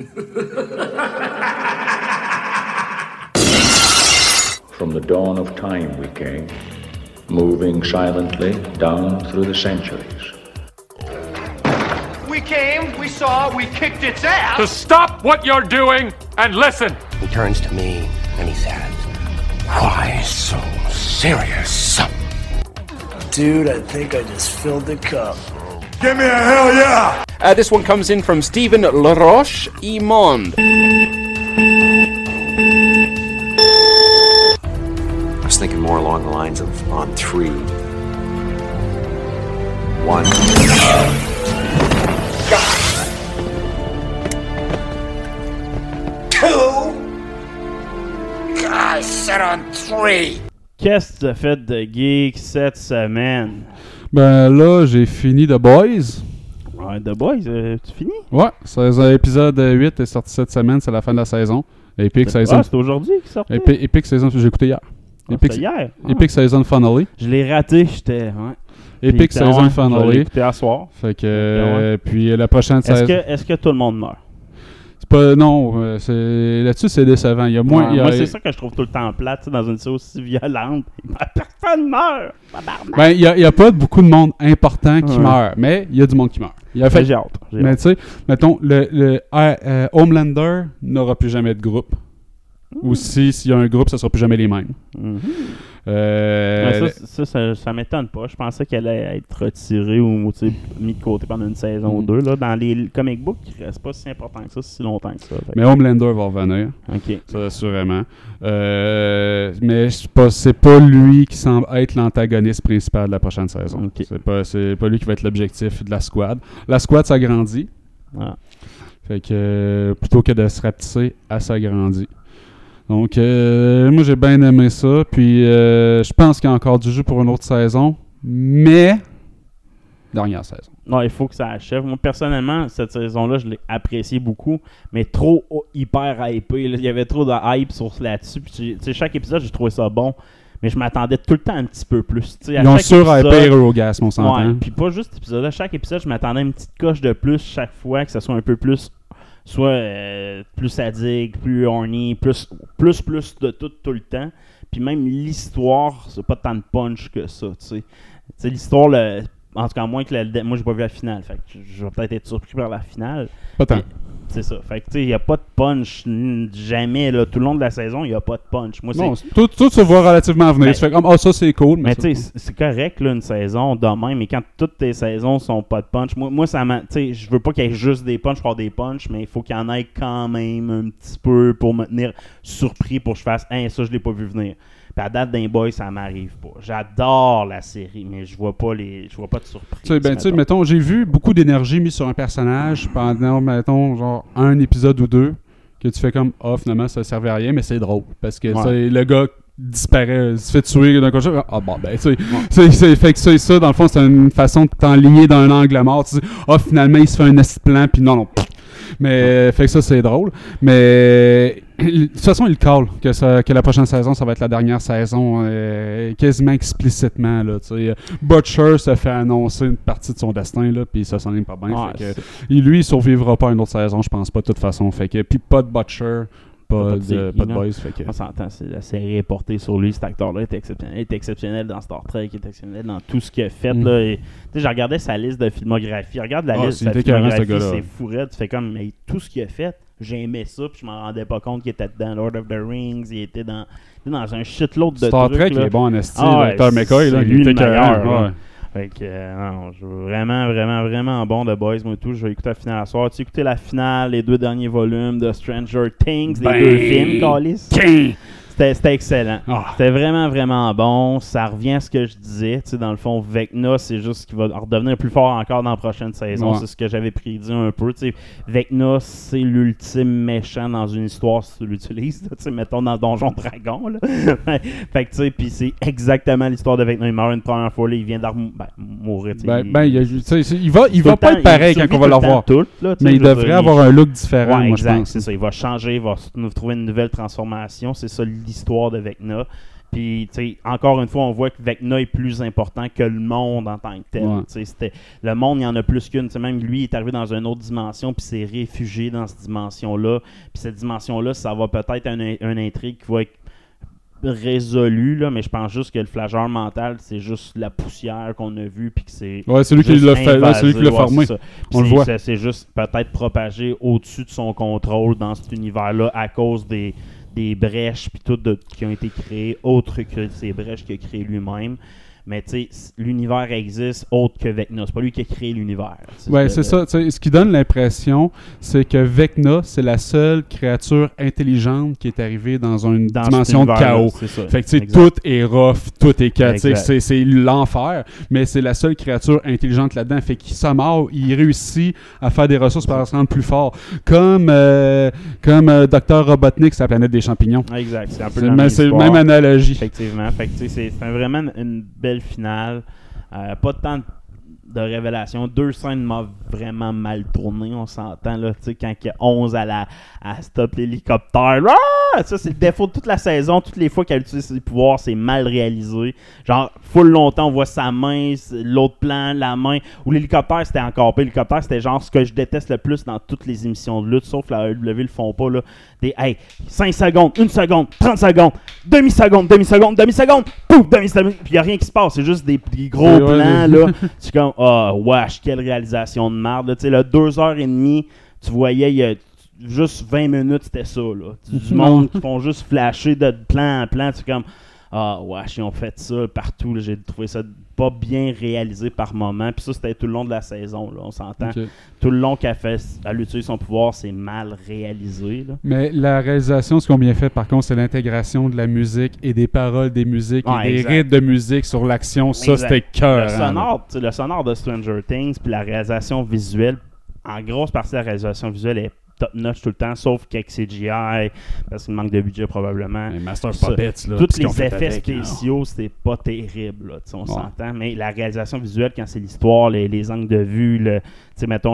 From the dawn of time we came, moving silently down through the centuries. We came, we saw, we kicked its ass! To stop what you're doing and listen! He turns to me and he says, "Why so serious?" Dude, I think I just filled the cup. Give me a hell yeah! This one comes in from Stephen Laroche Imond. I was thinking more along the lines of on 3. 1. I said on 3. Qu'est-ce que tu as fait de geek cette semaine? Ben là, j'ai fini The Boys. Ouais, The Boys, tu finis? Ouais, épisode 8 est sorti cette semaine, c'est la fin de la saison. Epic Season. Ah, c'est aujourd'hui qu'il sortait? Epic Season, j'ai écouté hier. C'était hier? Epic Season Finale. Je l'ai raté, j'étais... Ouais. Epic Season Finale. Je l'ai écouté à soir. Fait que, puis la prochaine saison... Est-ce que tout le monde meurt? Non, là-dessus c'est décevant. Il y a moins. Moi, c'est ça que je trouve tout le temps plate, dans une série aussi violente. Personne meurt! Ben, il y a pas beaucoup de monde important qui meurt, mais il y a du monde qui meurt. J'ai hâte. Mais tu sais, mettons, le Homelander n'aura plus jamais de groupe. Ou s'il y a un groupe, ça sera plus jamais les mêmes. Ça m'étonne pas. Je pensais qu'elle allait être retirée ou mis de côté pendant une saison ou deux. Là. Dans les comic books, il reste pas si important que ça, si longtemps que ça. Mais Homelander va revenir. OK. Ça, assurément. Mais c'est pas lui qui semble être l'antagoniste principal de la prochaine saison. Okay. C'est pas lui qui va être l'objectif de la squad. La squad s'agrandit. Ah. Fait que plutôt que de se rapetisser, elle s'agrandit. Donc, moi, j'ai bien aimé ça. Puis, je pense qu'il y a encore du jeu pour une autre saison. Mais, dernière saison. Non, il faut que ça achève. Moi, personnellement, cette saison-là, je l'ai appréciée beaucoup. Mais trop hyper hypé. Il y avait trop de hype là-dessus. Puis, chaque épisode, j'ai trouvé ça bon. Mais je m'attendais tout le temps un petit peu plus. Ils ont sur-hypé Eurogasm, on s'entend. Ouais, puis pas juste épisode. À chaque épisode, je m'attendais à une petite coche de plus chaque fois, que ça soit un peu plus... soit plus sadique, plus horny, plus de tout le temps. Puis même l'histoire, c'est pas tant de punch que ça, tu sais. Tu sais, l'histoire, en tout cas, moins que moi, j'ai pas vu la finale. Fait que je vais peut-être être surpris par la finale. Pas tant. C'est ça. Fait que, tu sais, il n'y a pas de punch jamais, là. Tout le long de la saison, il n'y a pas de punch. Moi, non, tout se voit relativement venir. Tu fais comme, ça, c'est cool. Mais tu sais, c'est correct, là, une saison de même. Mais quand toutes tes saisons sont pas de punch, moi ça m'a. Tu sais, je veux pas qu'il y ait juste des punch pour des punch, mais il faut qu'il y en ait quand même un petit peu pour me tenir surpris pour que je fasse, ça, je l'ai pas vu venir. Puis à date d'un boy, ça m'arrive pas. J'adore la série, mais je vois pas de surprise. Tu sais, mettons, j'ai vu beaucoup d'énergie mise sur un personnage pendant, mettons, genre un épisode ou deux, que tu fais comme, finalement, ça servait à rien, mais c'est drôle. Parce que le gars disparaît, se fait tuer d'un côté. Fait que ça, dans le fond, c'est une façon de t'enligner dans un angle mort. Tu dis, finalement, il se fait un esti plan, puis non. Mais fait que ça, c'est drôle. Mais de toute façon, il call que la prochaine saison, ça va être la dernière saison, quasiment explicitement. Là, Butcher se fait annoncer une partie de son destin, là, puis ça s'en est pas bien. Lui, il survivra pas à une autre saison, je pense pas, de toute façon. Fait que, puis pas de Butcher. Pas de boys. Fait que... On s'entend, la série est portée sur lui. Cet acteur-là est exceptionnel. Il est exceptionnel dans Star Trek, il est exceptionnel dans tout ce qu'il a fait. Là, je regardais sa liste de filmographie. Regarde la liste de sa filmographie, c'est fourré. Tu fais comme, mais tout ce qu'il a fait, j'aimais ça, puis je m'en rendais pas compte qu'il était dans Lord of the Rings, il était dans un shitload de Star trucs. Trek, il est bon en esti. Dr. McCoy, là, lui le meilleur. Fait que, non, vraiment, vraiment, vraiment bon de Boys, moi tout. Je vais écouter la finale à soir. Tu as écouté la finale, les 2 derniers volumes de Stranger Things, les 2 films, Callis? C'était excellent. C'était vraiment, vraiment bon. Ça revient à ce que je disais. Tu sais, dans le fond, Vecna, c'est juste qu'il va redevenir plus fort encore dans la prochaine saison. Ouais. C'est ce que j'avais prédit un peu. Tu sais, Vecna, c'est l'ultime méchant dans une histoire si tu l'utilises. Tu sais, mettons dans Donjon Dragon. Là. Fait que, tu sais, puis c'est exactement l'histoire de Vecna. Il meurt une première fois, là, il vient mourir. Il va pas être pareil quand on va le revoir. Mais il devrait avoir un look différent, moi, je pense. C'est ça. Il va changer, il va trouver une nouvelle transformation. C'est ça l'histoire de Vecna. Puis, tu sais, encore une fois, on voit que Vecna est plus important que le monde en tant que tel. Ouais. Tu sais, le monde, il y en a plus qu'une. Tu sais, même lui, il est arrivé dans une autre dimension, puis s'est réfugié dans cette dimension-là. Puis cette dimension-là, ça va peut-être une intrigue qui va être résolue, là, mais je pense juste que le flageur mental, c'est juste la poussière qu'on a vue, puis que c'est... Ouais, c'est lui qui l'a fait, là, c'est lui qui l'a formé. On le voit. C'est juste peut-être propagé au-dessus de son contrôle dans cet univers-là à cause des brèches puis tout qui ont été créées autres que ces brèches qu'il a créées lui-même. Mais tu sais, l'univers existe autre que Vecna. C'est pas lui qui a créé l'univers. Ouais, c'est ça. Ce qui donne l'impression, c'est que Vecna, c'est la seule créature intelligente qui est arrivée dans une dimension de chaos. Fait que tu sais, tout est rough, tout est chaotique. C'est l'enfer, mais c'est la seule créature intelligente là-dedans. Fait qu'il s'amarre, il réussit à faire des ressources pour se rendre plus fort. Comme Dr. Robotnik, c'est la planète des champignons. Exact. C'est un peu la même analogie. Effectivement. Fait que c'est vraiment une belle finale. Pas tant de révélations. 2 scènes m'ont vraiment mal tourné, on s'entend là, tu sais, quand il y a 11 à stop l'hélicoptère. Ah! Ça, c'est le défaut de toute la saison. Toutes les fois qu'elle utilise ses pouvoirs, c'est mal réalisé. Genre, full longtemps, on voit sa main, l'autre plan, la main. Ou l'hélicoptère, c'était encore pas. L'hélicoptère, c'était genre ce que je déteste le plus dans toutes les émissions de lutte, sauf la AEW le font pas, là. Des, 5 secondes, 1 seconde, 30 secondes, demi-seconde, pouf, demi-seconde. Puis il n'y a rien qui se passe. C'est juste des gros plans, là. C'est comme, wesh, quelle réalisation de merde. Tu sais, là, 2h30, tu voyais, il y a juste 20 minutes, c'était ça, là. Du monde qui font juste flasher de plan en plan. C'est comme, wesh, ils ont fait ça partout. Là. J'ai trouvé ça pas bien réalisé par moment. Puis ça, c'était tout le long de la saison, là. On s'entend. Okay. Tout le long qu'elle utilise son pouvoir, c'est mal réalisé, là. Mais la réalisation, ce qu'on a bien fait, par contre, c'est l'intégration de la musique et des paroles des musiques et des rythmes de musique sur l'action. Ça, c'était cœur. Le sonore de Stranger Things, puis la réalisation visuelle, en grosse partie, la réalisation visuelle est top-notch tout le temps, sauf quelques CGI, parce qu'il manque de budget probablement. Les Master Puppets, là. Tous les effets spéciaux, c'était pas terrible, là, on s'entend. Mais la réalisation visuelle, quand c'est l'histoire, les angles de vue, mettons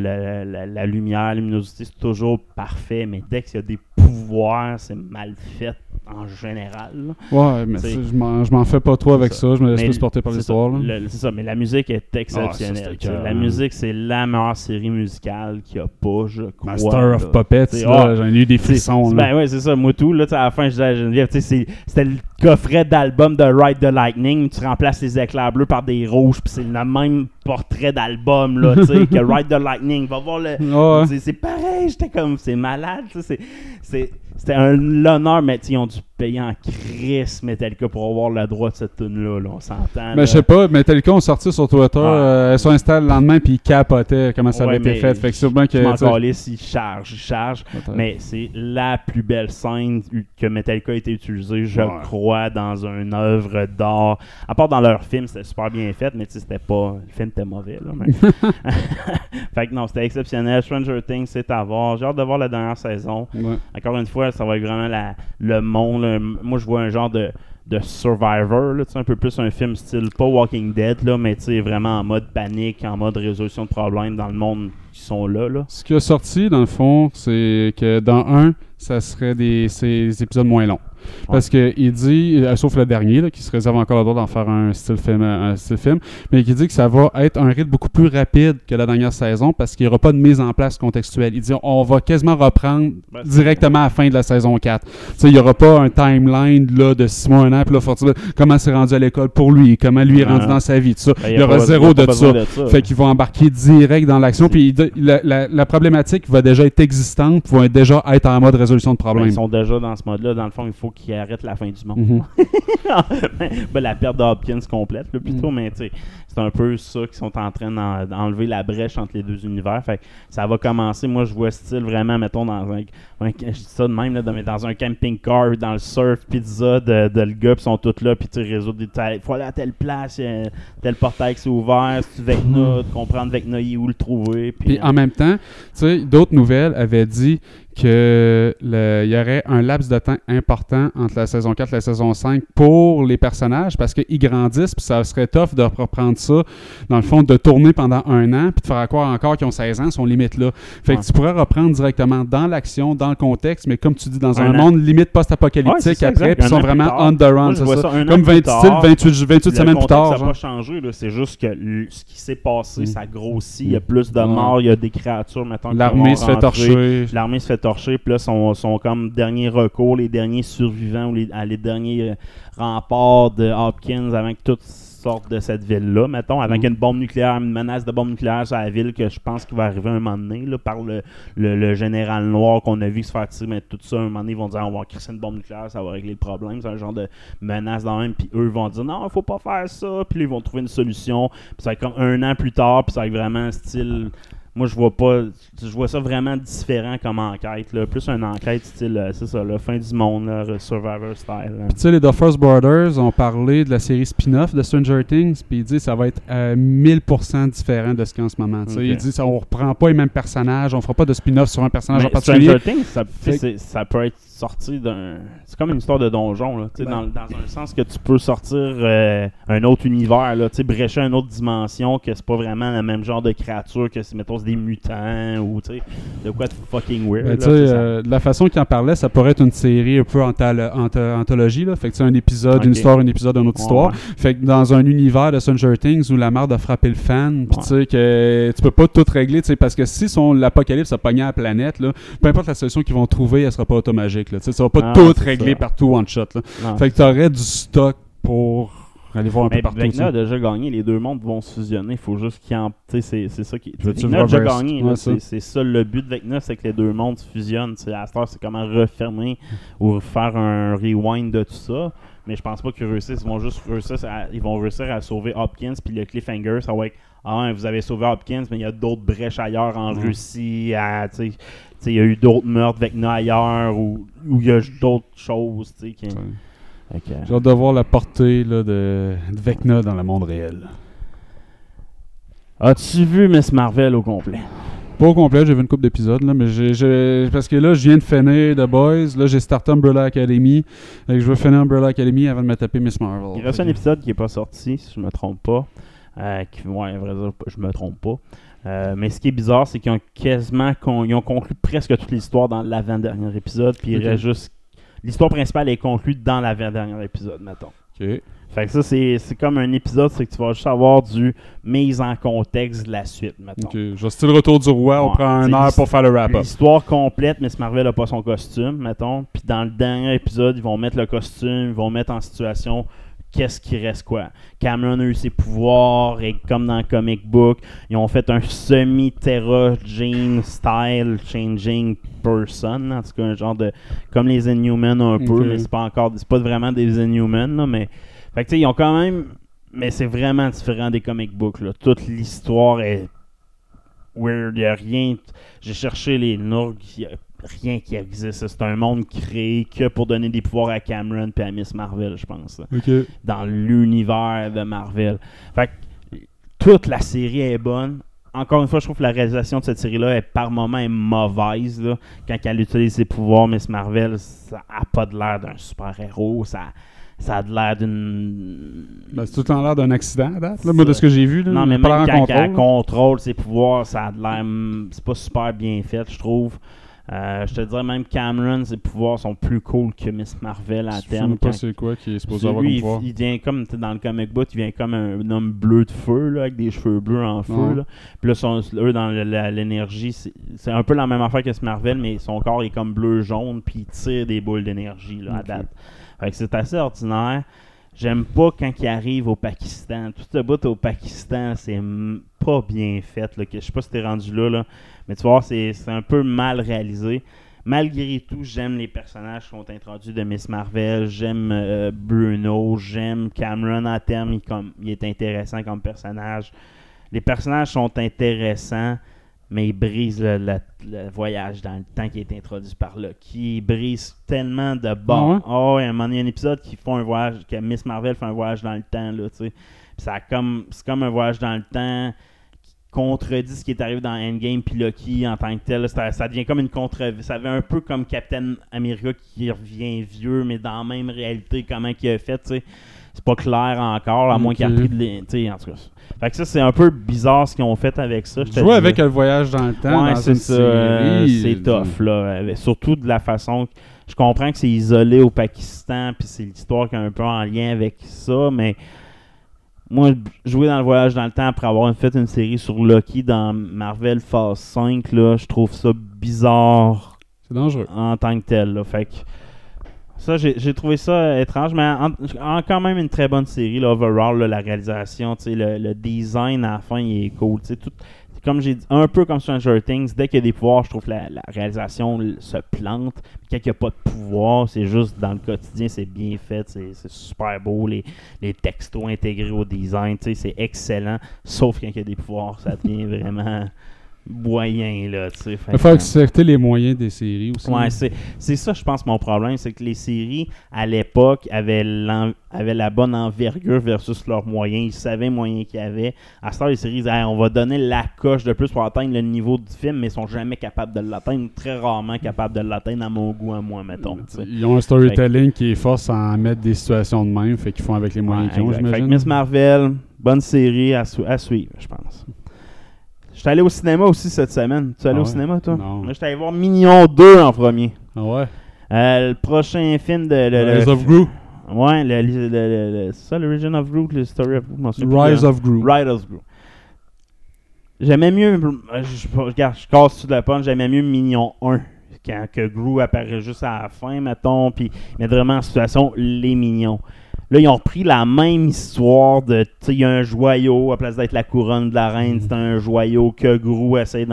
la lumière, la luminosité, c'est toujours parfait, mais dès qu'il y a des pouvoirs, c'est mal fait en général. Là. Ouais, mais je m'en fais pas trop avec ça. Je me laisse plus porter par l'histoire. C'est ça, mais la musique est exceptionnelle. La musique, c'est la meilleure série musicale qu'il n'y a pas, je crois. Master of Puppets, j'en ai eu des frissons. Ben ouais, c'est ça. Moi, tout, là, à la fin, je disais à Geneviève, c'était le coffret d'album de Ride the Lightning, tu remplaces les éclairs bleus par des rouges, puis c'est le même portrait d'album, là, tu sais, que Ride the Lightning. Va voir le... C'est pareil, j'étais comme, c'est malade, c'était un l'honneur, mais ils ont dû payer en crise Metallica pour avoir le droit de cette tune-là, on s'entend. Mais je sais pas, Metallica ont sorti sur Twitter, elles sont installées le lendemain, puis ils capotaient comment ça avait été fait. Fait que sûrement que... Je m'en calisse, ils chargent. Mais c'est la plus belle scène que Metallica a été utilisée, je crois, dans une œuvre d'art. À part dans leur film, c'était super bien fait, mais c'était pas... Le film était mauvais, là. Mais... fait que non, c'était exceptionnel. Stranger Things, c'est à voir. J'ai hâte de voir la dernière saison. Ouais. Encore une fois, ça va être vraiment le monde. Moi, je vois un genre de Survivor, là, un peu plus un film style, pas Walking Dead, là, mais vraiment en mode panique, en mode résolution de problèmes dans le monde qui sont là. Ce qui a sorti, dans le fond, c'est que dans ça serait ces épisodes moins longs. Parce qu'il dit, sauf le dernier, là, qui se réserve encore le droit d'en faire un style film, mais qui dit que ça va être un rythme beaucoup plus rapide que la dernière saison parce qu'il n'y aura pas de mise en place contextuelle. Il dit on va quasiment reprendre directement à la fin de la saison 4. Il n'y aura pas un timeline là, de 6 mois, 1 an, puis là, comment c'est rendu à l'école pour lui, comment lui est rendu dans sa vie, tout ça. Il y aura zéro de ça. Fait qu'ils vont embarquer direct dans l'action, puis la problématique va déjà être existante, vont déjà être en mode résolution de problème. Ils sont déjà dans ce mode-là. Dans le fond, il faut qu'ils arrêtent la fin du monde. La perte d'Hopkins complète, là, plutôt, mais c'est un peu ça qu'ils sont en train d'enlever la brèche entre les deux univers. Fait que ça va commencer. Moi, je vois style vraiment, mettons, dans je dis ça de même, là, dans un camping-car, dans le surf, pizza de le gars, puis sont tous là, puis tu résoudre des détails. Il faut aller à telle place, tel portail qui s'est ouvert, si tu Vecna, comprendre Vecna, où le trouver. Puis en même temps, d'autres nouvelles avaient dit qu'il y aurait un laps de temps important entre la saison 4 et la saison 5 pour les personnages parce qu'ils grandissent, puis ça serait tough de reprendre ça, dans le fond, de tourner pendant 1 an, puis de faire croire encore qu'ils ont 16 ans, sont limite là. Fait que tu pourrais reprendre directement dans l'action, dans le contexte, mais comme tu dis, dans un monde limite post-apocalyptique après, puis ils sont vraiment on the run, c'est ça. Comme 28 semaines plus tard. Ça n'a pas changé, là, c'est juste que ce qui s'est passé, ça grossit, il y a plus de morts, il y a des créatures, mettons, l'armée se fait torcher. L'armée se fait torcher, puis là, sont comme dernier recours, les derniers survivants ou les derniers remparts de Hopkins avant que tout sorte de cette ville-là, mettons, avec une bombe nucléaire, une menace de bombe nucléaire sur la ville que je pense qu'il va arriver un moment donné, là, par le général noir qu'on a vu se faire tirer, mais tout ça, un moment donné, ils vont dire on va crisser une bombe nucléaire, ça va régler le problème, c'est un genre de menace dans le même, puis eux vont dire non, il faut pas faire ça, puis là, ils vont trouver une solution, puis ça va être comme 1 an plus tard, puis ça va être vraiment style... Moi, je vois ça vraiment différent comme enquête, là. Plus une enquête style, c'est ça, la fin du monde, là, Survivor style. Puis tu sais, les Duffer Brothers ont parlé de la série spin-off de Stranger Things, puis ils disent que ça va être 1000% différent de ce qu'en ce moment. Okay. Ils disent on reprend pas les mêmes personnages, on fera pas de spin-off sur un personnage en particulier. Stranger Things, ça peut être sorti d'un... C'est comme une histoire de donjon, là, dans un sens que tu peux sortir un autre univers, là, brécher une autre dimension, que c'est pas vraiment le même genre de créature, que c'est, mettons, des mutants ou de quoi de fucking weird. De la façon qu'il en parlait, ça pourrait être une série un peu anthologie, là. Fait que c'est un épisode, une histoire, un épisode, une autre histoire. Fait que dans un univers de Stranger Things où la merde a frappé le fan, pis tu sais que tu peux pas tout régler, parce que si l'apocalypse a pogné à la planète, là, peu importe la solution qu'ils vont trouver, elle sera pas automagique. Là, ça va pas tout régler partout one shot. Là. Fait que t'aurais du stock pour aller voir un peu partout. Vecna a déjà gagné, les deux mondes vont se fusionner. Il faut juste qu'il y en. C'est ça qui. Vecna a déjà gagné. Là, c'est ça le but de Vecna, c'est que les deux mondes se fusionnent. À cette heure, c'est comment refermer ou faire un rewind de tout ça. Mais je pense pas qu'ils réussissent. Ils vont réussir à sauver Hopkins, puis le cliffhanger, ça va être vous avez sauvé Hopkins, mais il y a d'autres brèches ailleurs en Russie. Il y a eu d'autres meurtres Vecna ailleurs, où il y a d'autres choses. J'ai hâte de voir la portée là, de Vecna dans le monde réel. As-tu vu Miss Marvel au complet? Pas au complet, j'ai vu une couple d'épisodes, là, mais parce que là, je viens de finir The Boys, là, j'ai starté Umbrella Academy, et je veux finir Umbrella Academy avant de me taper Miss Marvel. Il reste un épisode qui n'est pas sorti, si je me trompe pas. À vrai dire, je me trompe pas. Mais ce qui est bizarre, c'est qu'ils ont ils ont conclu presque toute l'histoire dans l'avant-dernier épisode, puis il reste juste... L'histoire principale est conclue dans l'avant-dernier épisode, mettons. OK. Fait que ça, c'est comme un épisode, c'est que tu vas juste avoir du mise en contexte de la suite, mettons. OK. Genre, style Retour du Roi, on prend 1 heure pour faire le wrap-up. L'histoire complète, Miss Marvel n'a pas son costume, mettons. Puis dans le dernier épisode, ils vont mettre le costume, ils vont mettre en situation... Qu'est-ce qui reste quoi? Cameron a eu ses pouvoirs et comme dans le comic book, ils ont fait un semi-Terra Jane style changing person, en tout cas un genre de comme les Inhumans un peu, mais c'est pas vraiment des Inhumans là, mais fait que tu sais ils ont quand même, mais c'est vraiment différent des comic books là. Toute l'histoire est weird, y a rien. J'ai cherché les Nurg, rien qui existe. C'est un monde créé que pour donner des pouvoirs à Cameron et à Miss Marvel, je pense. Okay. Dans l'univers de Marvel. Fait que toute la série est bonne. Encore une fois, je trouve que la réalisation de cette série-là est par moments est mauvaise. Là. Quand elle utilise ses pouvoirs, Miss Marvel, ça n'a pas de l'air d'un super-héros. Ça a de l'air d'une... Ben, c'est tout le temps l'air d'un accident, à date, là, moi, de ce que j'ai vu. Là, non, mais même quand elle contrôle ses pouvoirs, ça a de l'air... C'est pas super bien fait, je trouve. Je te dirais même Cameron, ses pouvoirs sont plus cool que Miss Marvel à terme. Je sais pas c'est quoi qui est supposé avoir comme pouvoir. Il vient comme dans le comic book, il vient comme un homme bleu de feu, là, avec des cheveux bleus en feu. Là. Puis là, eux, dans l'énergie, c'est un peu la même affaire que Miss Marvel, mais son corps est comme bleu-jaune, puis il tire des boules d'énergie là, à date. Fait que c'est assez ordinaire. J'aime pas quand il arrive au Pakistan. Tout ce bout au Pakistan, c'est pas bien fait. Là, je sais pas si t'es rendu là, mais tu vois, c'est un peu mal réalisé. Malgré tout, j'aime les personnages qui sont introduits de Miss Marvel. J'aime Bruno. J'aime Cameron à terme. Il est intéressant comme personnage. Les personnages sont intéressants, mais ils brisent le voyage dans le temps qui est introduit par Loki. Ils brisent tellement de bords. Oh, il y a un épisode qui font un voyage, que Miss Marvel fait un voyage dans le temps, là, tu sais. C'est comme un voyage dans le temps qui contredit ce qui est arrivé dans Endgame puis Loki en tant que tel. Ça devient comme une ça devient un peu comme Captain America qui revient vieux, mais dans la même réalité, comment il a fait, tu sais. c'est pas clair encore, à moins qu'il y ait repris de en tout cas. Fait que ça, c'est un peu bizarre ce qu'ils ont fait avec ça. Jouer avec le voyage dans le temps dans c'est une ça, série. c'est tough, là. Surtout de la façon... Je comprends que c'est isolé au Pakistan, puis c'est l'histoire qui est un peu en lien avec ça, mais... Moi, jouer dans le voyage dans le temps après avoir fait une série sur Loki dans Marvel Phase 5, là, je trouve ça bizarre. C'est dangereux. En tant que tel. Là. Fait que ça, j'ai trouvé ça étrange, mais quand même une très bonne série. Là, overall, là, la réalisation, le design à la fin, il est cool. Tout, comme j'ai dit, un peu comme Stranger Things, dès qu'il y a des pouvoirs, je trouve que la réalisation se plante. Quand il n'y a pas de pouvoir, c'est juste dans le quotidien, c'est bien fait, c'est super beau, les textos intégrés au design, c'est excellent. Sauf quand il y a des pouvoirs, ça devient vraiment moyen, là, tu sais. Il faut accepter les moyens des séries aussi. Ouais, c'est ça, je pense, mon problème, c'est que les séries, à l'époque, avaient la bonne envergure versus leurs moyens. Ils savaient les moyens qu'il y avait. À ce temps, les séries disaient, hey, on va donner la coche de plus pour atteindre le niveau du film, mais ils sont jamais capables de l'atteindre, très rarement capables de l'atteindre à mon goût, à moi, mettons. T'sais. Ils ont un storytelling qui est force à mettre des situations de même, fait qu'ils font avec les moyens qu'ils ont, j'imagine. Fait que Miss Marvel, bonne série à suivre, je pense. Je suis allé au cinéma aussi cette semaine. Tu es allé au cinéma, toi? Non. Moi, j'étais allé voir Mignon 2 en premier. Ah ouais? Le prochain film de... Rise of Gru. Ouais, c'est ça, l'Origin of Gru, le Story of Gru. Rise of Gru. Rise of Gru. J'aimais mieux... Regarde, je casse tout la punch. J'aimais mieux Mignon 1. Quand que Gru apparaît juste à la fin, mettons, puis met vraiment en situation les Mignons. Là, ils ont repris la même histoire de, tu sais, il y a un joyau, à place d'être la couronne de la reine, c'est un joyau que Gru essaie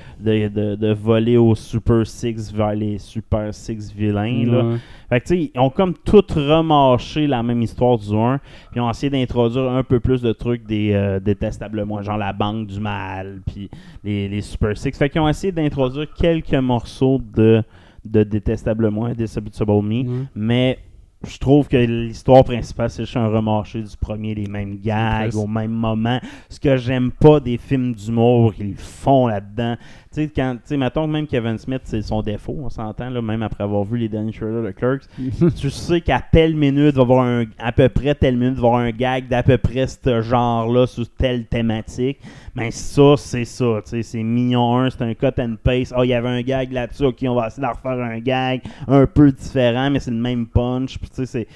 de voler aux Super Six vers les Super Six vilains, là. Ouais. Fait que, tu sais, ils ont comme tout remâché la même histoire du 1, puis ils ont essayé d'introduire un peu plus de trucs des détestables moins, genre la banque du mal, puis les Super Six. Fait qu'ils ont essayé d'introduire quelques morceaux de détestables moins, Despicable Me, mais... Je trouve que l'histoire principale, c'est juste un remarché du premier, les mêmes gags au même moment. Ce que j'aime pas des films d'humour, ils font là-dedans. Tu sais, mettons que même Kevin Smith, c'est son défaut, on s'entend, là, même après avoir vu les derniers trailers de Clerks. Tu sais qu'à telle minute, va avoir à peu près telle minute, va avoir un gag d'à peu près ce genre-là sur telle thématique. Mais ça, c'est ça. C'est Mignon 1, c'est un cut and paste. Il y avait un gag là-dessus, ok, on va essayer de refaire un gag un peu différent, mais c'est le même punch. Puis,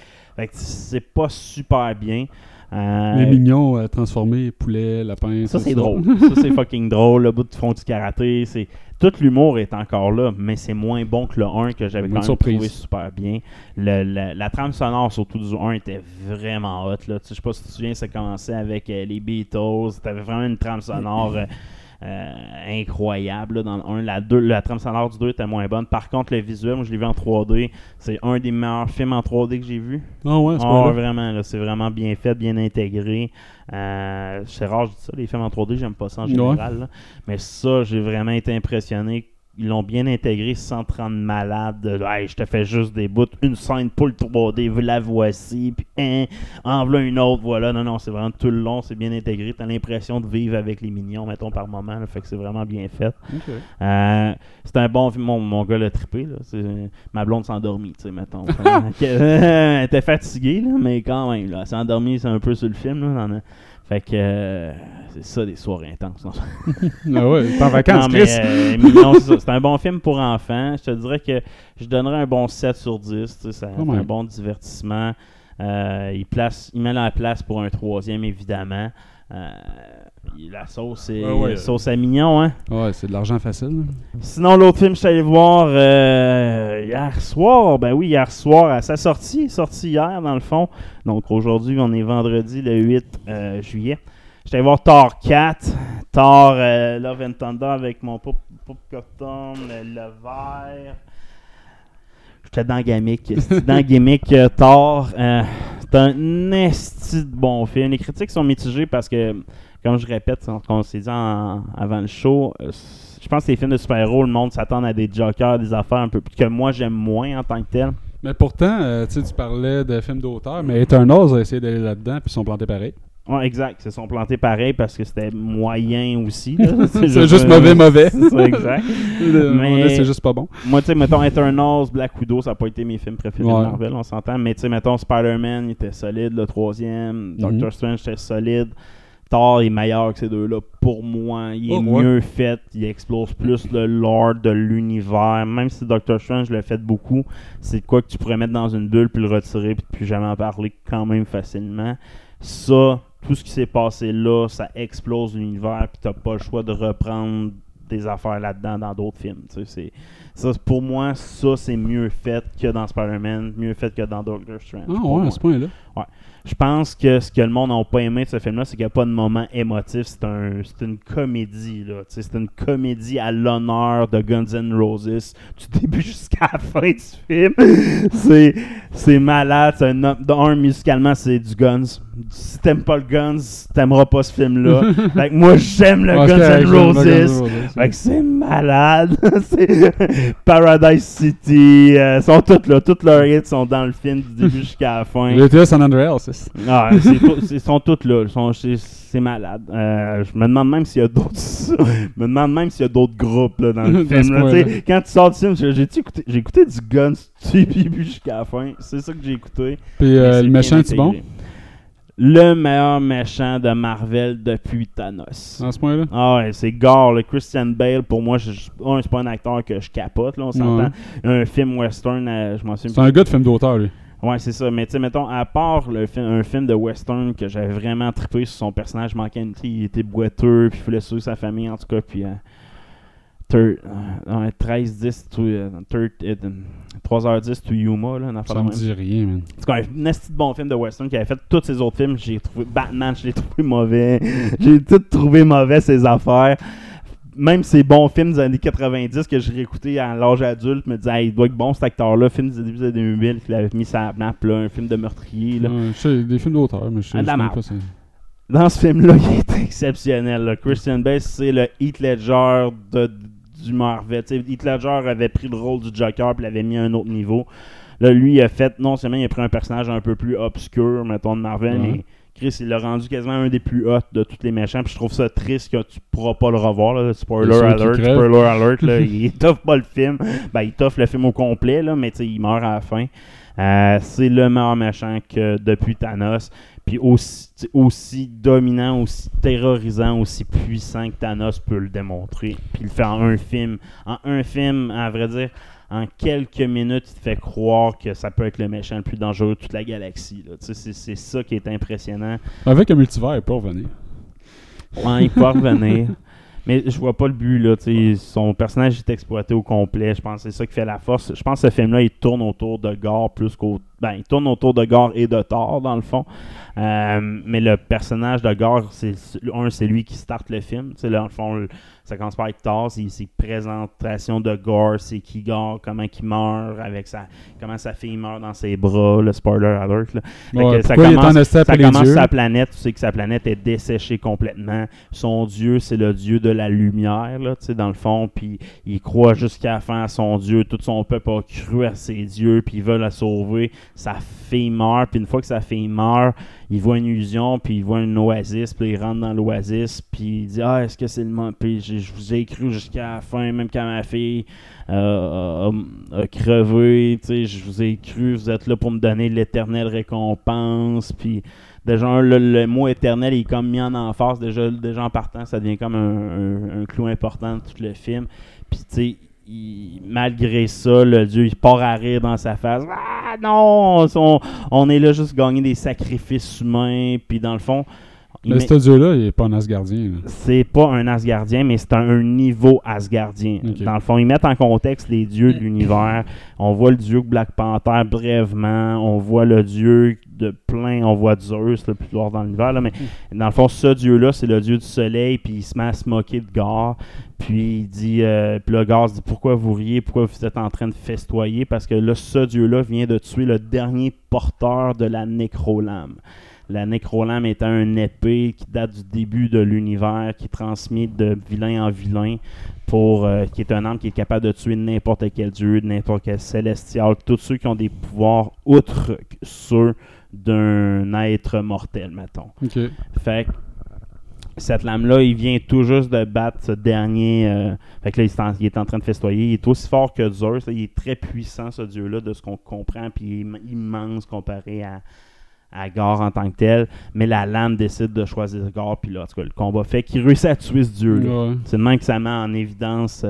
c'est pas super bien. Les mignons transformés, poulet, lapin. Ça, c'est drôle. Ça, c'est fucking drôle. Le bout de fond du karaté. Tout l'humour est encore là, mais c'est moins bon que le 1 que j'avais quand même trouvé super bien. La trame sonore, surtout du 1, était vraiment hot. Là. Je sais pas si tu te souviens, ça commençait avec les Beatles. T'avais vraiment une trame sonore incroyable là, dans le 1. La trame sonore du 2 était moins bonne. Par contre, le visuel, moi je l'ai vu en 3D. C'est un des meilleurs films en 3D que j'ai vu. Ah ouais, c'est pas vraiment, là, c'est vraiment bien fait, bien intégré. C'est rare, je dis ça, les films en 3D, j'aime pas ça en général. Là. Mais ça, j'ai vraiment été impressionné. Ils l'ont bien intégré sans te rendre malade. Hey, je te fais juste des bouts, une scène pour le 3D, la voici, puis en voilà une autre, voilà. Non, c'est vraiment tout le long, c'est bien intégré. T'as l'impression de vivre avec les mignons, mettons, par moment. Là, fait que c'est vraiment bien fait. Okay. C'est un bon film. Mon gars l'a trippé. Là. Ma blonde s'est endormie, tu sais, mettons. Elle était fatiguée, là, mais quand même, là, elle s'est endormie, c'est un peu sur le film. Là, fait que c'est ça, des soirées intenses. Ah ouais, t'es en vacances, Chris. Mignon, c'est ça. C'est un bon film pour enfants. Je te dirais que je donnerais un bon 7 sur 10. C'est un bon divertissement. Il met la place pour un troisième, évidemment. La sauce, c'est sauce à mignon, hein? Ouais, c'est de l'argent facile. Sinon, l'autre film que je suis allé voir hier soir, hier soir, à sa sortie, sorti hier dans le fond. Donc aujourd'hui, on est vendredi le 8 juillet. Je suis allé voir Thor 4, Thor Love and Thunder avec mon popcorn, le verre. J'étais dans le gimmick Thor. C'est un esti de bon film. Les critiques sont mitigées parce que, comme je répète, qu'on s'est dit avant le show, je pense que les films de super-héros, le monde s'attend à des jokers, des affaires un peu plus que moi j'aime moins en tant que tel. Mais pourtant, tu parlais de films d'auteur, mais Eternals a essayé d'aller là-dedans puis ils sont plantés pareil. Ouais, exact. Ils se sont plantés pareil parce que c'était moyen aussi. C'est juste mauvais. C'est ça, exact. Mais c'est juste pas bon. Moi, tu sais, mettons Eternals, Black Widow, ça n'a pas été mes films préférés de Marvel, on s'entend. Mais tu sais, mettons Spider-Man, il était solide, le 3e. Doctor Strange, était solide. Thor est meilleur que ces deux-là pour moi. Il est mieux fait. Il explose plus le lore de l'univers. Même si Doctor Strange le fait beaucoup, c'est de quoi que tu pourrais mettre dans une bulle puis le retirer puis plus jamais en parler quand même facilement. Ça, tout ce qui s'est passé là, ça explose l'univers puis t'as pas le choix de reprendre des affaires là-dedans dans d'autres films. Ça, pour moi, ça c'est mieux fait que dans Spider-Man, mieux fait que dans Doctor Strange. Ah ouais, à ce point-là. Ouais. Je pense que ce que le monde n'a pas aimé de ce film-là, c'est qu'il n'y a pas de moment émotif. C'est une comédie, là. C'est une comédie à l'honneur de Guns N' Roses du début jusqu'à la fin du film. C'est malade. Musicalement, c'est du Guns. Si t'aimes pas le Guns, t'aimeras pas ce film-là. Fait que moi, j'aime le Guns N' Roses. Fait que c'est malade. C'est Paradise City. Sont toutes là. Toutes leurs hits sont dans le film du début jusqu'à la fin. GTA San Andreas. Ah, ils sont toutes là. C'est malade. Je me demande même s'il y a d'autres. Je me demande même s'il y a d'autres groupes là, dans le film. Là, quand tu sors du film, j'ai écouté du Guns du début jusqu'à la fin. C'est ça que j'ai écouté. Puis le méchant, c'est bon? Le meilleur méchant de Marvel depuis Thanos. À ce point-là? Ah ouais, c'est Gore. Le Christian Bale, pour moi, c'est pas un acteur que je capote. Là, on s'entend. Un film western, je m'en souviens. C'est un gars de film d'auteur, lui. Ouais, c'est ça. Mais tu sais, mettons, à part un film de western que j'avais vraiment trippé sur son personnage, il était boiteux, puis il voulait sauver sa famille, en tout cas, puis 13-10 3h10 to Yuma, là, ça me dit rien, man. C'est quand même un esti de bon film de western qui avait fait tous ses autres films. J'ai trouvé Batman, je l'ai trouvé mauvais. J'ai tout trouvé mauvais, ses affaires. Même ces bons films des années 90 que j'ai réécoutés à l'âge adulte, me disaient il doit être bon cet acteur-là, film des débuts des années 2000 qu'il avait mis sa map, là, un film de meurtrier. Là. C'est des films d'auteur, mais je sais pas ça. Dans ce film-là, il est exceptionnel. Là. Christian Bale, c'est le Heath Ledger du Marvel. T'sais, Heath Ledger avait pris le rôle du Joker et l'avait mis à un autre niveau. Là, lui, il a fait, non seulement il a pris un personnage un peu plus obscur, mettons, de Marvel, mais Chris, il l'a rendu quasiment un des plus hot de tous les méchants. Puis je trouve ça triste que tu pourras pas le revoir. Là. Spoiler alert. Là, il t'offre pas le film. Ben, il t'offre le film au complet, là, mais il meurt à la fin. C'est le meilleur méchant que depuis Thanos. Puis aussi dominant, aussi terrorisant, aussi puissant que Thanos peut le démontrer. Puis le faire en un film. En un film, à vrai dire, en quelques minutes, il te fait croire que ça peut être le méchant le plus dangereux de toute la galaxie. Là. C'est ça qui est impressionnant. Avec un multivers, il peut revenir. Ouais, il peut revenir. Mais je vois pas le but, là. Son personnage est exploité au complet. Je pense que c'est ça qui fait la force. Je pense que ce film-là, il tourne autour de Gore plus qu'au... Ben, il tourne autour de Gore et de Thor, dans le fond. Mais le personnage de Gore, c'est lui qui starte le film. Là, dans le fond, ça commence par avec Thor, c'est présentation de Gore, c'est qui Gore, comment il meurt, comment sa fille meurt dans ses bras, le spoiler alert. Là. Ouais, ça commence sa planète, tu sais que sa planète est desséchée complètement. Son dieu, c'est le dieu de la lumière, là, dans le fond, puis il croit jusqu'à la fin à son dieu, tout son peuple a cru à ses dieux, puis ils veulent la sauver. Sa fille meurt, puis une fois que sa fille meurt, il voit une illusion, puis il voit une oasis, puis il rentre dans l'oasis, puis il dit « Ah, est-ce que c'est le moment? » Puis je vous ai cru jusqu'à la fin, même quand ma fille a crevé, tu sais, je vous ai cru, vous êtes là pour me donner l'éternelle récompense, puis déjà le mot éternel il est comme mis en emphase, déjà en partant, ça devient comme un clou important de tout le film, puis tu sais, malgré ça, le dieu il part à rire dans sa face. Ah non, on est là juste gagner des sacrifices humains. Puis dans le fond, ce dieu-là, il est pas un Asgardien. Là. C'est pas un Asgardien, mais c'est un niveau Asgardien. Okay. Dans le fond, ils mettent en contexte les dieux de l'univers. On voit le dieu Black Panther brièvement. On voit le dieu on voit Zeus là, plus tard dans l'univers. Là, mais dans le fond, ce dieu-là, c'est le dieu du soleil. Puis il se met à se moquer de Gore. Puis il dit, puis là, Gore dit, pourquoi vous riez, pourquoi vous êtes en train de festoyer? Parce que là, ce dieu-là vient de tuer le dernier porteur de la nécrolame. La nécrolame étant une épée qui date du début de l'univers, qui est transmise de vilain en vilain, qui est un arme qui est capable de tuer n'importe quel dieu, n'importe quel célestial, tous ceux qui ont des pouvoirs outre ceux d'un être mortel, mettons. OK. Fait que cette lame-là, il vient tout juste de battre ce dernier. Fait que là, il est en train de festoyer. Il est aussi fort que Zeus. Là, il est très puissant, ce dieu-là, de ce qu'on comprend. Puis il est immense comparé à Gore en tant que tel. Mais la lame décide de choisir Gore. Puis là, en tout cas, le combat fait qu'il réussit à tuer ce dieu-là. Ouais. C'est de même que ça met en évidence.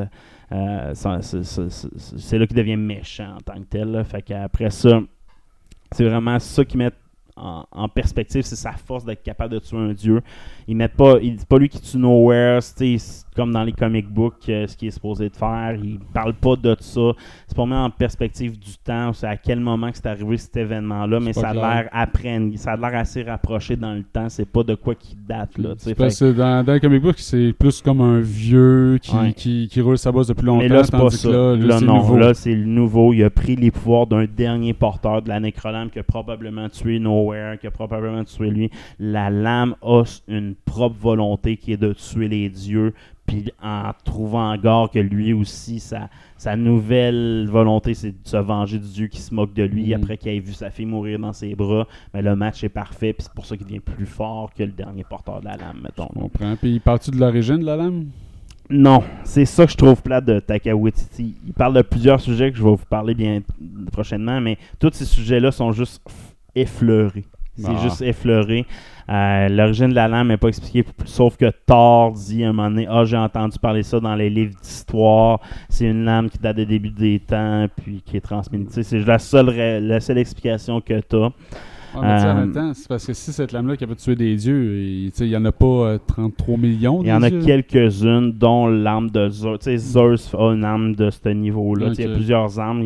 C'est là qu'il devient méchant en tant que tel. Là. Fait qu'après ça, c'est vraiment ça qui met en perspective, c'est sa force d'être capable de tuer un dieu. Il dit pas lui qui tue Nowhere, c'est comme dans les comic books, ce qu'il est supposé de faire. Il parle pas de ça. C'est pas mis en perspective du temps, c'est à quel moment que c'est arrivé cet événement-là, mais ça a l'air ça a l'air assez rapproché dans le temps. C'est pas de quoi qui date là. Parce que dans les comic books, c'est plus comme un vieux qui roule sa bosse depuis longtemps. Mais là, c'est pas ça. Là, non, nouveau. Là, c'est le nouveau. Il a pris les pouvoirs d'un dernier porteur de la nécrolame qui a probablement tué Nowhere, qui a probablement tué lui. La lame a une propre volonté qui est de tuer les dieux, puis en trouvant Gore que lui aussi, sa nouvelle volonté, c'est de se venger du dieu qui se moque de lui après qu'il ait vu sa fille mourir dans ses bras. Mais le match est parfait, puis c'est pour ça qu'il devient plus fort que le dernier porteur de la lame, mettons. Je comprends. Puis parles-tu de l'origine de la lame? Non, c'est ça que je trouve plate de Taika Waititi. Il parle de plusieurs sujets que je vais vous parler bien prochainement, mais tous ces sujets-là sont juste effleurés. C'est juste effleuré. L'origine de la lame n'est pas expliquée, sauf que Thor dit à un moment donné, j'ai entendu parler ça dans les livres d'histoire. C'est une lame qui date des débuts des temps, puis qui est transmise. C'est la seule explication que tu as. En même temps, c'est parce que si cette lame-là qui a pu tuer des dieux, il n'y en a pas 33 millions. Il y en a quelques-unes, dont l'arme de Zeus. Zeus a une arme de ce niveau-là. Il y a plusieurs armes.